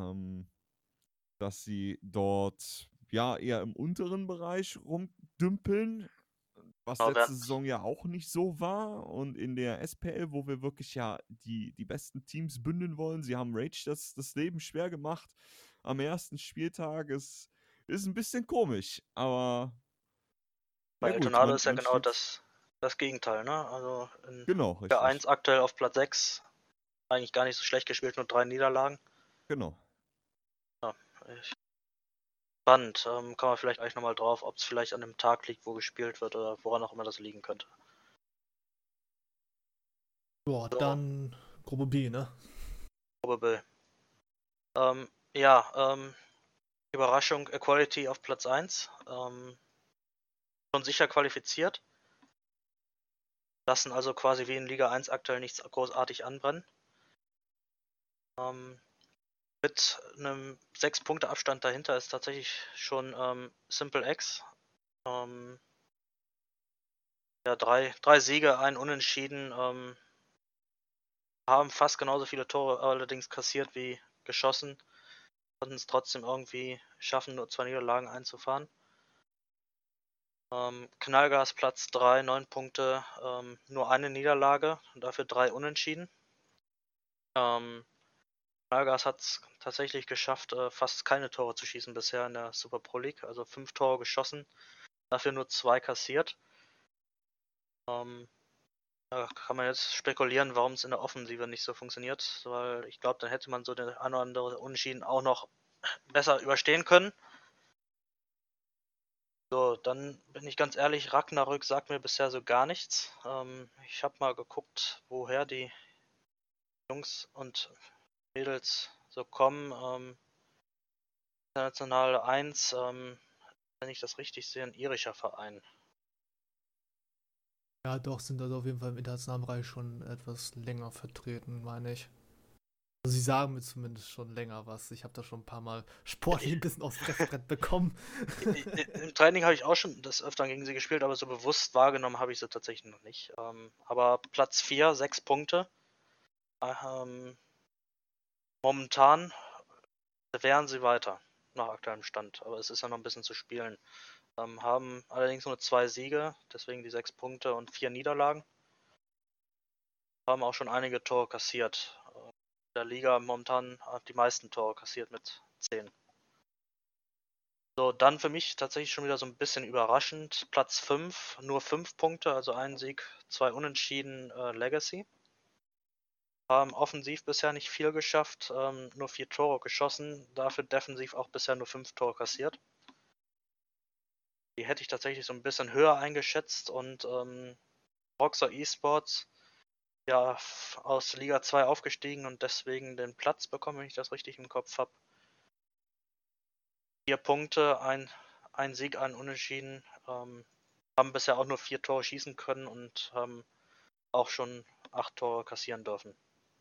dass sie dort eher im unteren Bereich rumdümpeln, was Aber letzte Saison ja auch nicht so war. Und in der SPL, wo wir wirklich die besten Teams bündeln wollen, sie haben Rage das Leben schwer gemacht am ersten Spieltag. Es ist ein bisschen komisch, aber bei ja El gut, Tornado ist ja man genau steht. das Gegenteil, ne? Also in Genau, Liga richtig. 1 aktuell auf Platz 6. Eigentlich gar nicht so schlecht gespielt, nur 3 Niederlagen. Genau. Ja, spannend. Kommen wir vielleicht gleich nochmal drauf, ob es vielleicht an dem Tag liegt, wo gespielt wird oder woran auch immer das liegen könnte. Boah, So, dann Gruppe B, ne? Gruppe B. Überraschung, Equality auf Platz 1. Schon sicher qualifiziert. Lassen also quasi wie in Liga 1 aktuell nichts großartig anbrennen. Mit einem 6-Punkte-Abstand dahinter ist tatsächlich schon Simple X. 3 Siege, ein Unentschieden. Haben fast genauso viele Tore allerdings kassiert wie geschossen. Konnten es trotzdem irgendwie schaffen, nur 2 Niederlagen einzufahren. Knallgas Platz 3, 9 Punkte, nur eine Niederlage und dafür 3 Unentschieden. Knallgas hat es tatsächlich geschafft, fast keine Tore zu schießen bisher in der Super Pro League. Also 5 Tore geschossen, dafür nur 2 kassiert. Da kann man jetzt spekulieren, warum es in der Offensive nicht so funktioniert, weil ich glaube, dann hätte man so den ein oder andere Unentschieden auch noch besser überstehen können. So, dann bin ich ganz ehrlich, Ragnarök sagt mir bisher so gar nichts. Ich habe mal geguckt, woher die Jungs und Mädels so kommen. International 1, wenn ich das richtig sehe, ein irischer Verein. Ja, doch, sind also auf jeden Fall im internationalen Bereich schon etwas länger vertreten, meine ich. Also sie sagen mir zumindest schon länger was. Ich habe da schon ein paar Mal sportlich ein bisschen aufs Fressbrett bekommen. Im Training habe ich auch schon des Öfteren gegen sie gespielt, aber so bewusst wahrgenommen habe ich sie tatsächlich noch nicht. Aber Platz 4, 6 Punkte. Momentan wären sie weiter, nach aktuellem Stand. Aber es ist ja noch ein bisschen zu spielen. Haben allerdings nur 2 Siege, deswegen die 6 Punkte und 4 Niederlagen. Haben auch schon einige Tore kassiert. In der Liga momentan hat die meisten Tore kassiert mit 10. So, dann für mich tatsächlich schon wieder so ein bisschen überraschend. Platz 5, nur 5 Punkte, also 1 Sieg, 2 Unentschieden, Legacy. Haben offensiv bisher nicht viel geschafft, nur 4 Tore geschossen, dafür defensiv auch bisher nur 5 Tore kassiert. Die hätte ich tatsächlich so ein bisschen höher eingeschätzt und Roxor Esports ja aus Liga 2 aufgestiegen und deswegen den Platz bekommen, wenn ich das richtig im Kopf habe. 4 Punkte, ein Sieg, ein Unentschieden, haben bisher auch nur 4 Tore schießen können und haben auch schon 8 Tore kassieren dürfen.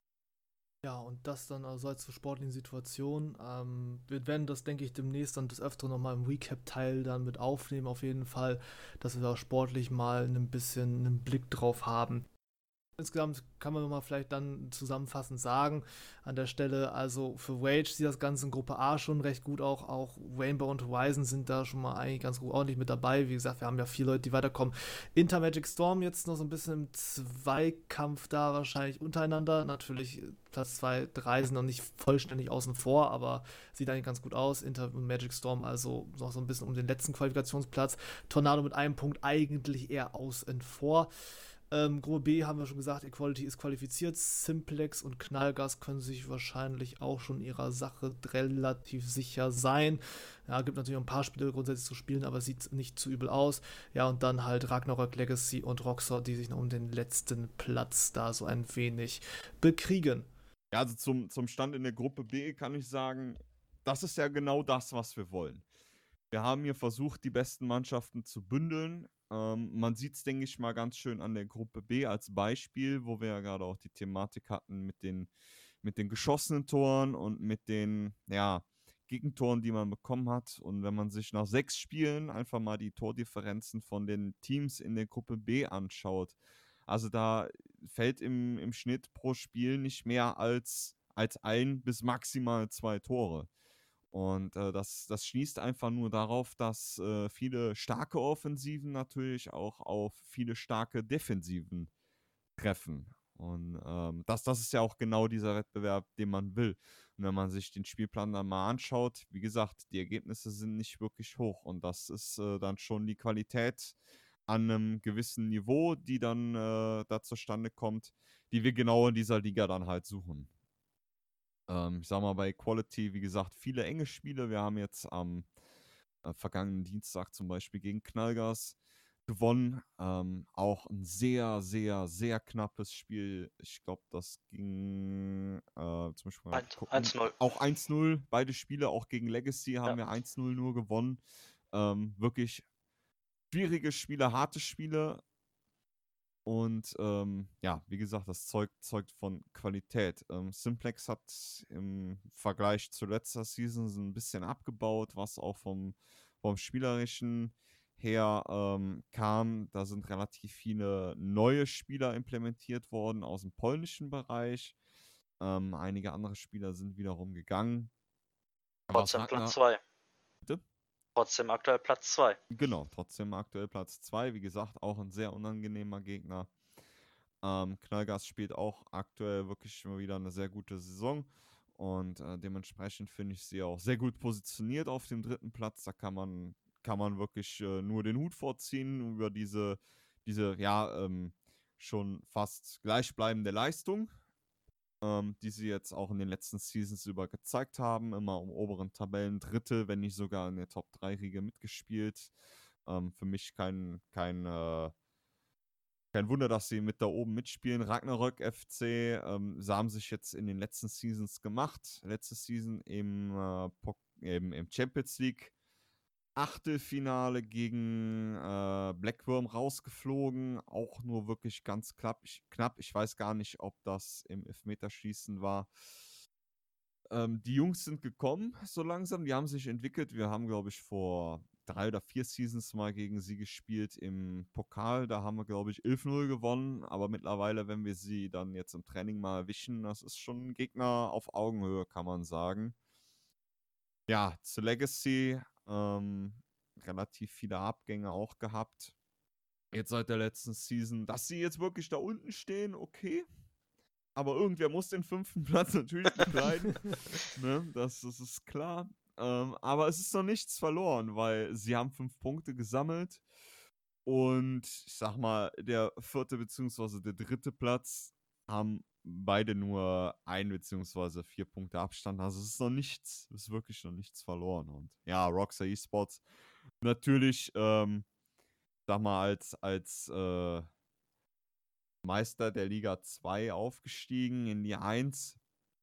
Ja, und das dann also als zur sportlichen Situation. Wir werden das, denke ich, demnächst dann des Öfteren nochmal im Recap-Teil dann mit aufnehmen, auf jeden Fall, dass wir da sportlich mal ein bisschen einen Blick drauf haben. Insgesamt kann man mal vielleicht dann zusammenfassend sagen, an der Stelle, also für Rage sieht das Ganze in Gruppe A schon recht gut auch Rainbow und Horizon sind da schon mal eigentlich ganz gut ordentlich mit dabei, wie gesagt, wir haben ja 4 Leute, die weiterkommen. Inter Magic Storm jetzt noch so ein bisschen im Zweikampf da wahrscheinlich untereinander, natürlich Platz 2, 3 sind noch nicht vollständig außen vor, aber sieht eigentlich ganz gut aus, Inter und Magic Storm also noch so ein bisschen um den letzten Qualifikationsplatz, Tornado mit einem Punkt eigentlich eher außen vor. Gruppe B haben wir schon gesagt, Equality ist qualifiziert. Simplex und Knallgas können sich wahrscheinlich auch schon ihrer Sache relativ sicher sein. Ja, gibt natürlich ein paar Spiele grundsätzlich zu spielen, aber sieht nicht zu übel aus. Ja, und dann halt Ragnarok, Legacy und Roxor, die sich noch um den letzten Platz da so ein wenig bekriegen. Ja, also zum Stand in der Gruppe B kann ich sagen, das ist ja genau das, was wir wollen. Wir haben hier versucht, die besten Mannschaften zu bündeln. Man sieht es, denke ich mal, ganz schön an der Gruppe B als Beispiel, wo wir ja gerade auch die Thematik hatten mit den geschossenen Toren und mit den Gegentoren, die man bekommen hat. Und wenn man sich nach 6 Spielen einfach mal die Tordifferenzen von den Teams in der Gruppe B anschaut, also da fällt im Schnitt pro Spiel nicht mehr als 1 bis maximal 2 Tore. Und das schließt einfach nur darauf, dass viele starke Offensiven natürlich auch auf viele starke Defensiven treffen. Und das ist ja auch genau dieser Wettbewerb, den man will. Und wenn man sich den Spielplan dann mal anschaut, wie gesagt, die Ergebnisse sind nicht wirklich hoch. Und das ist dann schon die Qualität an einem gewissen Niveau, die dann da zustande kommt, die wir genau in dieser Liga dann halt suchen. Ich sag mal, bei Equality, wie gesagt, viele enge Spiele. Wir haben jetzt am vergangenen Dienstag zum Beispiel gegen Knallgas gewonnen. Auch ein sehr, sehr, sehr knappes Spiel. Ich glaube, das ging zum Beispiel mal gucken. 1-0. Auch 1-0. Beide Spiele, auch gegen Legacy, haben wir 1-0 nur gewonnen. Wirklich schwierige Spiele, harte Spiele. Und wie gesagt, das zeugt von Qualität. Simplex hat im Vergleich zu letzter Season so ein bisschen abgebaut, was auch vom Spielerischen her kam. Da sind relativ viele neue Spieler implementiert worden aus dem polnischen Bereich. Einige andere Spieler sind wiederum gegangen. Trotzdem Platz 2. Bitte? Trotzdem aktuell Platz 2. Genau, trotzdem aktuell Platz 2. Wie gesagt, auch ein sehr unangenehmer Gegner. Knallgas spielt auch aktuell wirklich immer wieder eine sehr gute Saison. Und dementsprechend finde ich sie auch sehr gut positioniert auf dem 3. Platz. Da kann man wirklich nur den Hut vorziehen über diese schon fast gleichbleibende Leistung, die sie jetzt auch in den letzten Seasons über gezeigt haben. Immer im oberen Tabellendrittel, wenn nicht sogar in der Top-3-Riege mitgespielt. Für mich kein Wunder, dass sie mit da oben mitspielen. Ragnarök FC, sie haben sich jetzt in den letzten Seasons gemacht. Letzte Season im Champions League Achtelfinale gegen Blackworm rausgeflogen. Auch nur wirklich ganz knapp. Ich weiß gar nicht, ob das im Elfmeterschießen war. Die Jungs sind gekommen, so langsam. Die haben sich entwickelt. Wir haben, glaube ich, vor 3 oder 4 Seasons mal gegen sie gespielt im Pokal. Da haben wir, glaube ich, 11-0 gewonnen. Aber mittlerweile, wenn wir sie dann jetzt im Training mal erwischen, das ist schon ein Gegner auf Augenhöhe, kann man sagen. Ja, zu Legacy, relativ viele Abgänge auch gehabt. Jetzt seit der letzten Season, dass sie jetzt wirklich da unten stehen, okay. Aber irgendwer muss den 5. Platz natürlich bekleiden. Ne? Das ist klar. Aber es ist noch nichts verloren, weil sie haben 5 Punkte gesammelt. Und ich sag mal, der 4. bzw. der 3. Platz haben beide nur 1 bzw. 4 Punkte Abstand. Also es ist noch nichts, es ist wirklich noch nichts verloren. Und ja, Rockstar Esports natürlich, sag mal, als Meister der Liga 2 aufgestiegen in die 1.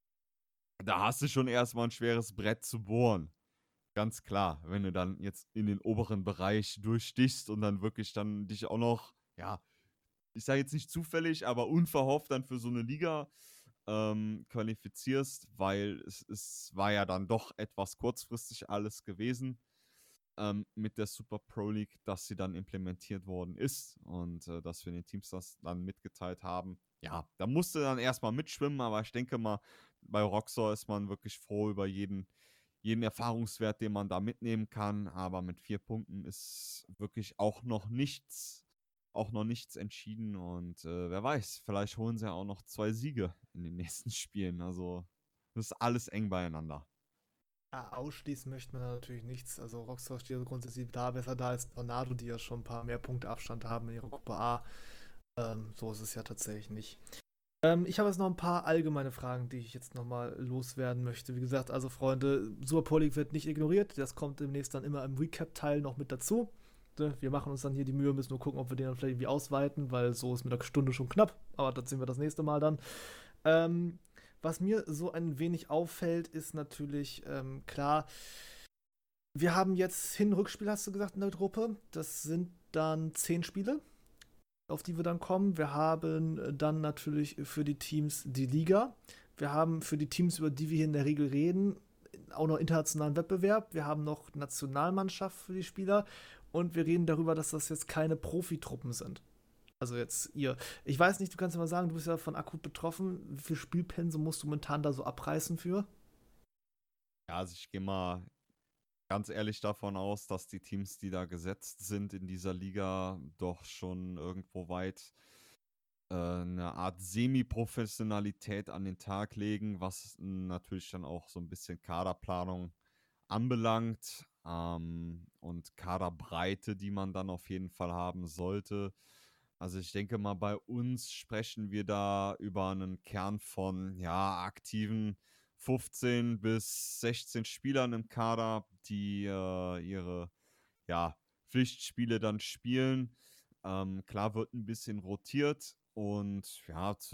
Da hast du schon erstmal ein schweres Brett zu bohren. Ganz klar, wenn du dann jetzt in den oberen Bereich durchstichst und dann wirklich dann dich auch noch, ja, ich sage jetzt nicht zufällig, aber unverhofft dann für so eine Liga qualifizierst, weil es war ja dann doch etwas kurzfristig alles gewesen mit der Super Pro League, dass sie dann implementiert worden ist und dass wir den Teams das dann mitgeteilt haben. Ja, da musste dann erstmal mitschwimmen, aber ich denke mal, bei Roxor ist man wirklich froh über jeden Erfahrungswert, den man da mitnehmen kann. Aber mit 4 Punkten ist wirklich auch noch nichts entschieden. Und wer weiß, vielleicht holen sie ja auch noch 2 Siege in den nächsten Spielen. Also das ist alles eng beieinander. Ja, ausschließen möchte man da natürlich nichts. Also Rockstar steht also grundsätzlich da besser da als Tornado, die ja schon ein paar mehr Punkte Abstand haben in ihrer Gruppe A. So ist es ja tatsächlich nicht. Ich habe jetzt noch ein paar allgemeine Fragen, die ich jetzt nochmal loswerden möchte. Wie gesagt, also Freunde, Super Pro League wird nicht ignoriert. Das kommt demnächst dann immer im Recap-Teil noch mit dazu. Wir machen uns dann hier die Mühe, müssen nur gucken, ob wir den dann vielleicht irgendwie ausweiten, weil so ist mit der Stunde schon knapp. Aber das sehen wir das nächste Mal dann. Was mir so ein wenig auffällt, ist natürlich klar, wir haben jetzt Hin-Rückspiel, hast du gesagt, in der Gruppe. Das sind dann 10 Spiele, auf die wir dann kommen. Wir haben dann natürlich für die Teams die Liga. Wir haben für die Teams, über die wir hier in der Regel reden, auch noch internationalen Wettbewerb. Wir haben noch Nationalmannschaft für die Spieler. Und wir reden darüber, dass das jetzt keine Profitruppen sind. Also jetzt ihr. Ich weiß nicht, du kannst ja mal sagen, du bist ja von akut betroffen. Wie viel Spielpensum musst du momentan da so abreißen für? Ja, also ich gehe mal ganz ehrlich davon aus, dass die Teams, die da gesetzt sind in dieser Liga, doch schon irgendwo weit eine Art Semi-Professionalität an den Tag legen, was natürlich dann auch so ein bisschen Kaderplanung anbelangt und Kaderbreite, die man dann auf jeden Fall haben sollte. Also ich denke mal, bei uns sprechen wir da über einen Kern von ja, aktiven 15 bis 16 Spielern im Kader, die ihre ja, Pflichtspiele dann spielen. Klar wird ein bisschen rotiert und ja, zu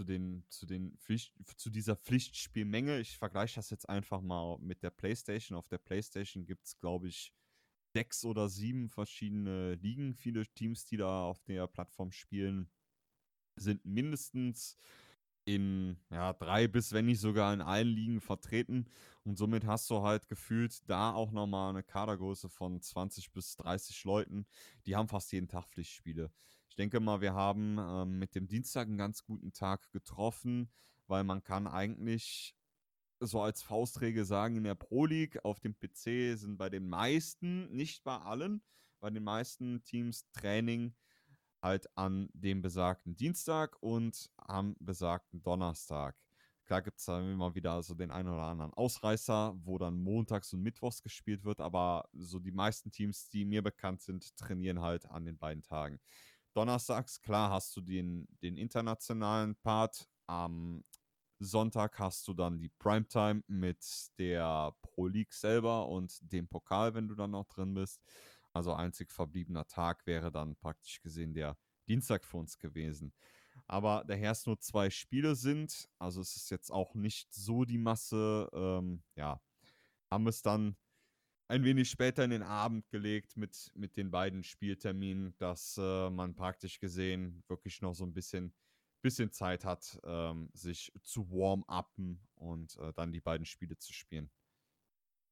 dieser Pflichtspielmenge, ich vergleiche das jetzt einfach mal mit der PlayStation. Auf der PlayStation gibt es, glaube ich, 6 oder 7 verschiedene Ligen. Viele Teams, die da auf der Plattform spielen, sind mindestens in 3 bis, wenn nicht sogar in allen Ligen vertreten. Und somit hast du halt gefühlt da auch nochmal eine Kadergröße von 20 bis 30 Leuten. Die haben fast jeden Tag Pflichtspiele. Ich denke mal, wir haben mit dem Dienstag einen ganz guten Tag getroffen, weil man kann eigentlich so als Faustregel sagen, in der Pro League auf dem PC sind bei den meisten, nicht bei allen, bei den meisten Teams Training halt an dem besagten Dienstag und am besagten Donnerstag. Klar gibt es dann immer wieder so den einen oder anderen Ausreißer, wo dann montags und mittwochs gespielt wird, aber so die meisten Teams, die mir bekannt sind, trainieren halt an den beiden Tagen. Donnerstags, klar, hast du den internationalen Part. Am Sonntag hast du dann die Primetime mit der Pro League selber und dem Pokal, wenn du dann noch drin bist. Also einzig verbliebener Tag wäre dann praktisch gesehen der Dienstag für uns gewesen. Aber daher es nur 2 Spiele sind, also es ist jetzt auch nicht so die Masse, haben wir es dann ein wenig später in den Abend gelegt mit den beiden Spielterminen, dass man praktisch gesehen wirklich noch so ein bisschen Zeit hat, sich zu warm-upen und dann die beiden Spiele zu spielen.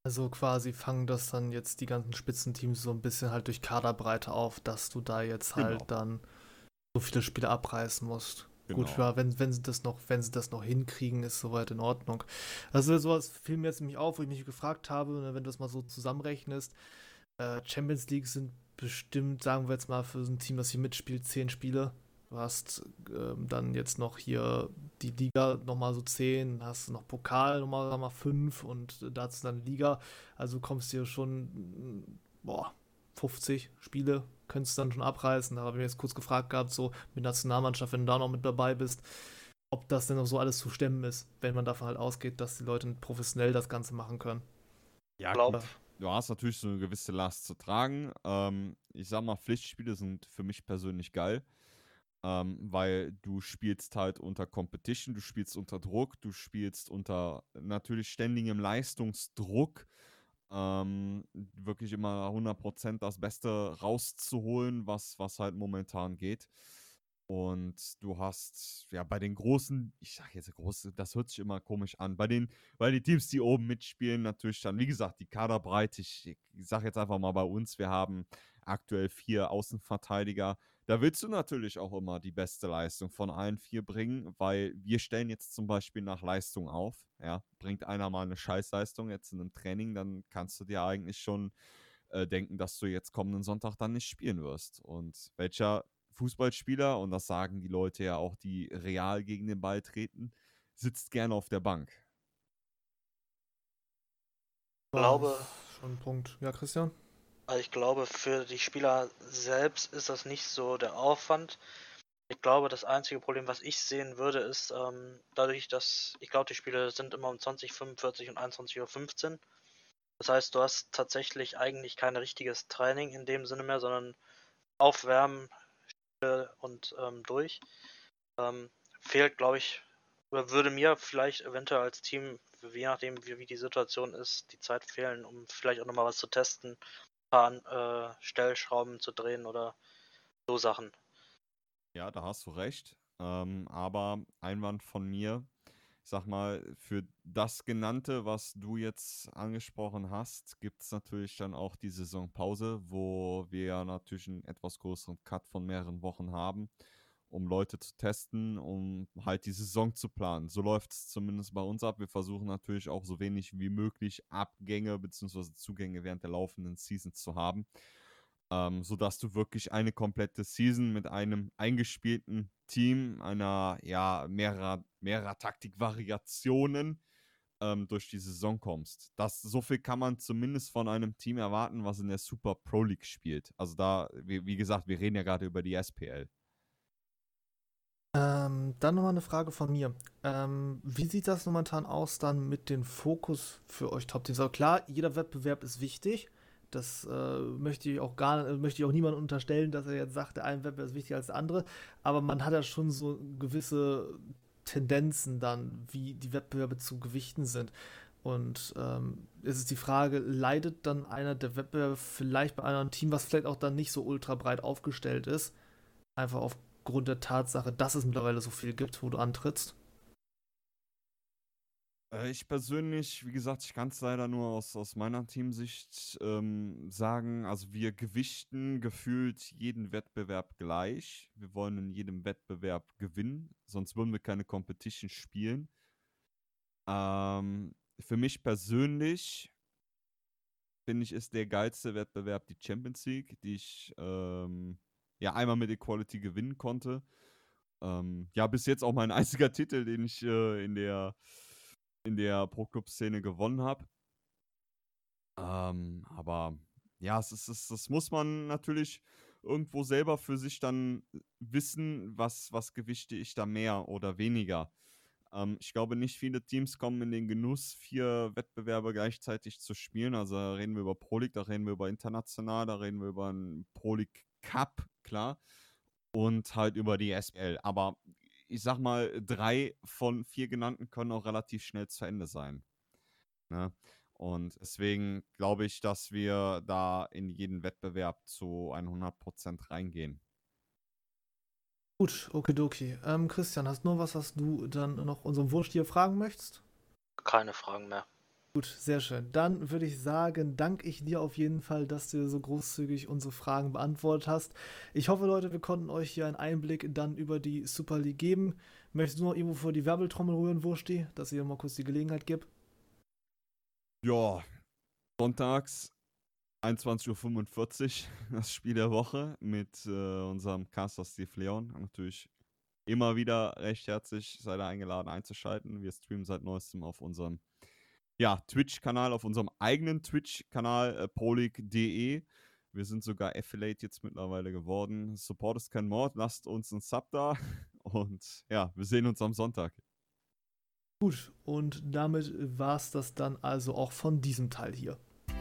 Also quasi fangen das dann jetzt die ganzen Spitzenteams so ein bisschen halt durch Kaderbreite auf, dass du da jetzt halt Genau. dann so viele Spiele abreißen musst. Gut, Genau. ja, wenn sie das noch hinkriegen, ist soweit in Ordnung. Also sowas fiel mir jetzt nämlich auf, wo ich mich gefragt habe, ne, wenn du das mal so zusammenrechnest, Champions League sind bestimmt, sagen wir jetzt mal, für so ein Team, das hier mitspielt, 10 Spiele. Du hast dann jetzt noch hier die Liga nochmal so 10, hast noch Pokal nochmal sagen wir mal 5 und dazu dann Liga. Also kommst du hier schon, 50 Spiele könntest du dann schon abreißen. Da habe ich mir jetzt kurz gefragt gehabt, so mit Nationalmannschaft, wenn du da noch mit dabei bist, ob das denn noch so alles zu stemmen ist, wenn man davon halt ausgeht, dass die Leute professionell das Ganze machen können. Ja, Glaub- gut. Du hast natürlich so eine gewisse Last zu tragen. Ich sag mal, Pflichtspiele sind für mich persönlich geil, weil du spielst halt unter Competition, du spielst unter Druck, du spielst unter natürlich ständigem Leistungsdruck, wirklich immer 100% das Beste rauszuholen, was halt momentan geht. Und du hast, ja, bei den großen, ich sag jetzt große, das hört sich immer komisch an, bei die Teams, die oben mitspielen, natürlich dann, wie gesagt, die Kaderbreite, ich sag jetzt einfach mal bei uns, wir haben aktuell 4 Außenverteidiger. Da willst du natürlich auch immer die beste Leistung von allen 4 bringen, weil wir stellen jetzt zum Beispiel nach Leistung auf. Ja, bringt einer mal eine Scheißleistung jetzt in einem Training, dann kannst du dir eigentlich schon denken, dass du jetzt kommenden Sonntag dann nicht spielen wirst. Und welcher Fußballspieler, und das sagen die Leute ja auch, die real gegen den Ball treten, sitzt gerne auf der Bank. glaube, Schon ein Punkt. Ja, Christian? Also ich glaube, für die Spieler selbst ist das nicht so der Aufwand. Ich glaube, das einzige Problem, was ich sehen würde, ist dadurch, dass ich glaube, die Spiele sind immer um 20:45 und 21:15 Uhr. Das heißt, du hast tatsächlich eigentlich kein richtiges Training in dem Sinne mehr, sondern Aufwärmen und durch. Fehlt, glaube ich, oder würde mir vielleicht eventuell als Team, je nachdem wie die Situation ist, die Zeit fehlen, um vielleicht auch nochmal was zu testen, ein paar Stellschrauben zu drehen oder so Sachen. Ja, da hast du recht. Aber Einwand von mir, ich sag mal, für das Genannte, was du jetzt angesprochen hast, gibt es natürlich dann auch die Saisonpause, wo wir ja natürlich einen etwas größeren Cut von mehreren Wochen haben, um Leute zu testen, um halt die Saison zu planen. So läuft es zumindest bei uns ab. Wir versuchen natürlich auch so wenig wie möglich Abgänge bzw. Zugänge während der laufenden Season zu haben, sodass du wirklich eine komplette Season mit einem eingespielten Team, einer, ja, mehrerer Taktikvariationen durch die Saison kommst. So viel kann man zumindest von einem Team erwarten, was in der Super Pro League spielt. Also da, wie gesagt, wir reden ja gerade über die SPL. Dann nochmal eine Frage von mir. Wie sieht das momentan aus dann mit dem Fokus für euch Top-Teams? Also klar, jeder Wettbewerb ist wichtig. Das möchte ich auch niemandem unterstellen, dass er jetzt sagt, der eine Wettbewerb ist wichtiger als der andere. Aber man hat ja schon so gewisse Tendenzen dann, wie die Wettbewerbe zu gewichten sind. Und es ist die Frage, leidet dann einer der Wettbewerbe vielleicht bei einem Team, was vielleicht auch dann nicht so ultra breit aufgestellt ist, einfach aufgrund der Tatsache, dass es mittlerweile so viel gibt, wo du antrittst? Ich persönlich, wie gesagt, ich kann es leider nur aus meiner Teamsicht sagen, also wir gewichten gefühlt jeden Wettbewerb gleich. Wir wollen in jedem Wettbewerb gewinnen, sonst würden wir keine Competition spielen. Für mich persönlich, finde ich, ist der geilste Wettbewerb die Champions League, die ich ja einmal mit Equality gewinnen konnte. Ja, bis jetzt auch mein einziger Titel, den ich in der Pro-Club-Szene gewonnen habe. Aber ja, das muss man natürlich irgendwo selber für sich dann wissen, was gewichte ich da mehr oder weniger. Ich glaube, nicht viele Teams kommen in den Genuss, 4 Wettbewerbe gleichzeitig zu spielen. Also da reden wir über Pro League, da reden wir über International, da reden wir über einen Pro League Cup, klar. Und halt über die SPL. Aber ich sag mal, 3 von 4 genannten können auch relativ schnell zu Ende sein. Ne? Und deswegen glaube ich, dass wir da in jeden Wettbewerb zu 100% reingehen. Gut, okidoki. Christian, hast du noch was du dann noch unserem Wunschtier fragen möchtest? Keine Fragen mehr. Gut, sehr schön. Dann würde ich sagen, danke ich dir auf jeden Fall, dass du so großzügig unsere Fragen beantwortet hast. Ich hoffe, Leute, wir konnten euch hier einen Einblick dann über die Super League geben. Möchtest du noch irgendwo vor die Werbeltrommel rühren, Wursti, dass ihr mal kurz die Gelegenheit gibt? Ja, sonntags 21:45 Uhr, das Spiel der Woche mit unserem Caster Steve Leon. Natürlich immer wieder recht herzlich seid ihr eingeladen einzuschalten. Wir streamen seit neuestem auf unserem Twitch-Kanal, auf unserem eigenen Twitch-Kanal proleague.de. Wir sind sogar Affiliate jetzt mittlerweile geworden. Support ist kein Mord, lasst uns einen Sub da und ja, wir sehen uns am Sonntag. Gut, und damit war es das dann also auch von diesem Teil hier.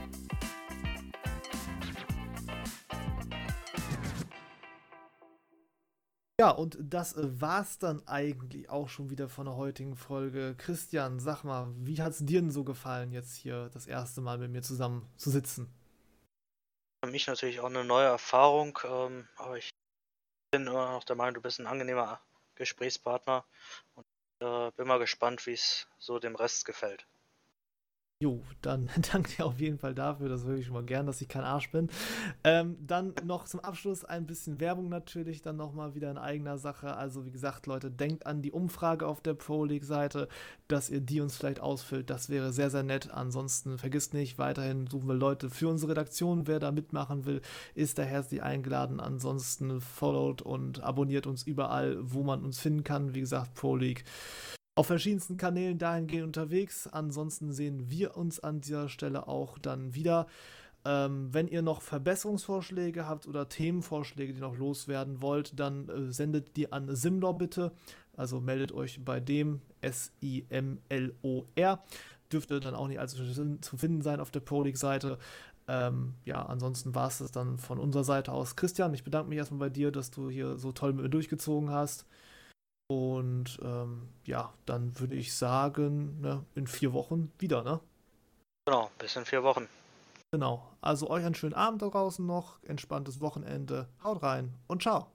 Ja, und das war's dann eigentlich auch schon wieder von der heutigen Folge. Christian, sag mal, wie hat's dir denn so gefallen, jetzt hier das erste Mal mit mir zusammen zu sitzen? Für mich natürlich auch eine neue Erfahrung, aber ich bin immer noch der Meinung, du bist ein angenehmer Gesprächspartner und bin mal gespannt, wie es so dem Rest gefällt. Jo, dann danke dir auf jeden Fall dafür, das höre ich schon mal gern, dass ich kein Arsch bin. Dann noch zum Abschluss ein bisschen Werbung natürlich, dann nochmal wieder in eigener Sache. Also wie gesagt, Leute, denkt an die Umfrage auf der Pro League-Seite, dass ihr die uns vielleicht ausfüllt. Das wäre sehr, sehr nett. Ansonsten vergisst nicht, weiterhin suchen wir Leute für unsere Redaktion. Wer da mitmachen will, ist da herzlich eingeladen. Ansonsten followt und abonniert uns überall, wo man uns finden kann. Wie gesagt, Pro League auf verschiedensten Kanälen dahingehend unterwegs. Ansonsten sehen wir uns an dieser Stelle auch dann wieder. Wenn ihr noch Verbesserungsvorschläge habt oder Themenvorschläge, die noch loswerden wollt, dann sendet die an Simlor bitte. Also meldet euch bei dem SIMLOR. Dürfte dann auch nicht allzu zu finden sein auf der Pro League-Seite. Ansonsten war es das dann von unserer Seite aus. Christian, ich bedanke mich erstmal bei dir, dass du hier so toll mit mir durchgezogen hast. Und dann würde ich sagen, ne, in 4 Wochen wieder, ne? Genau, bis in 4 Wochen. Genau. Also euch einen schönen Abend da draußen noch, entspanntes Wochenende. Haut rein und ciao.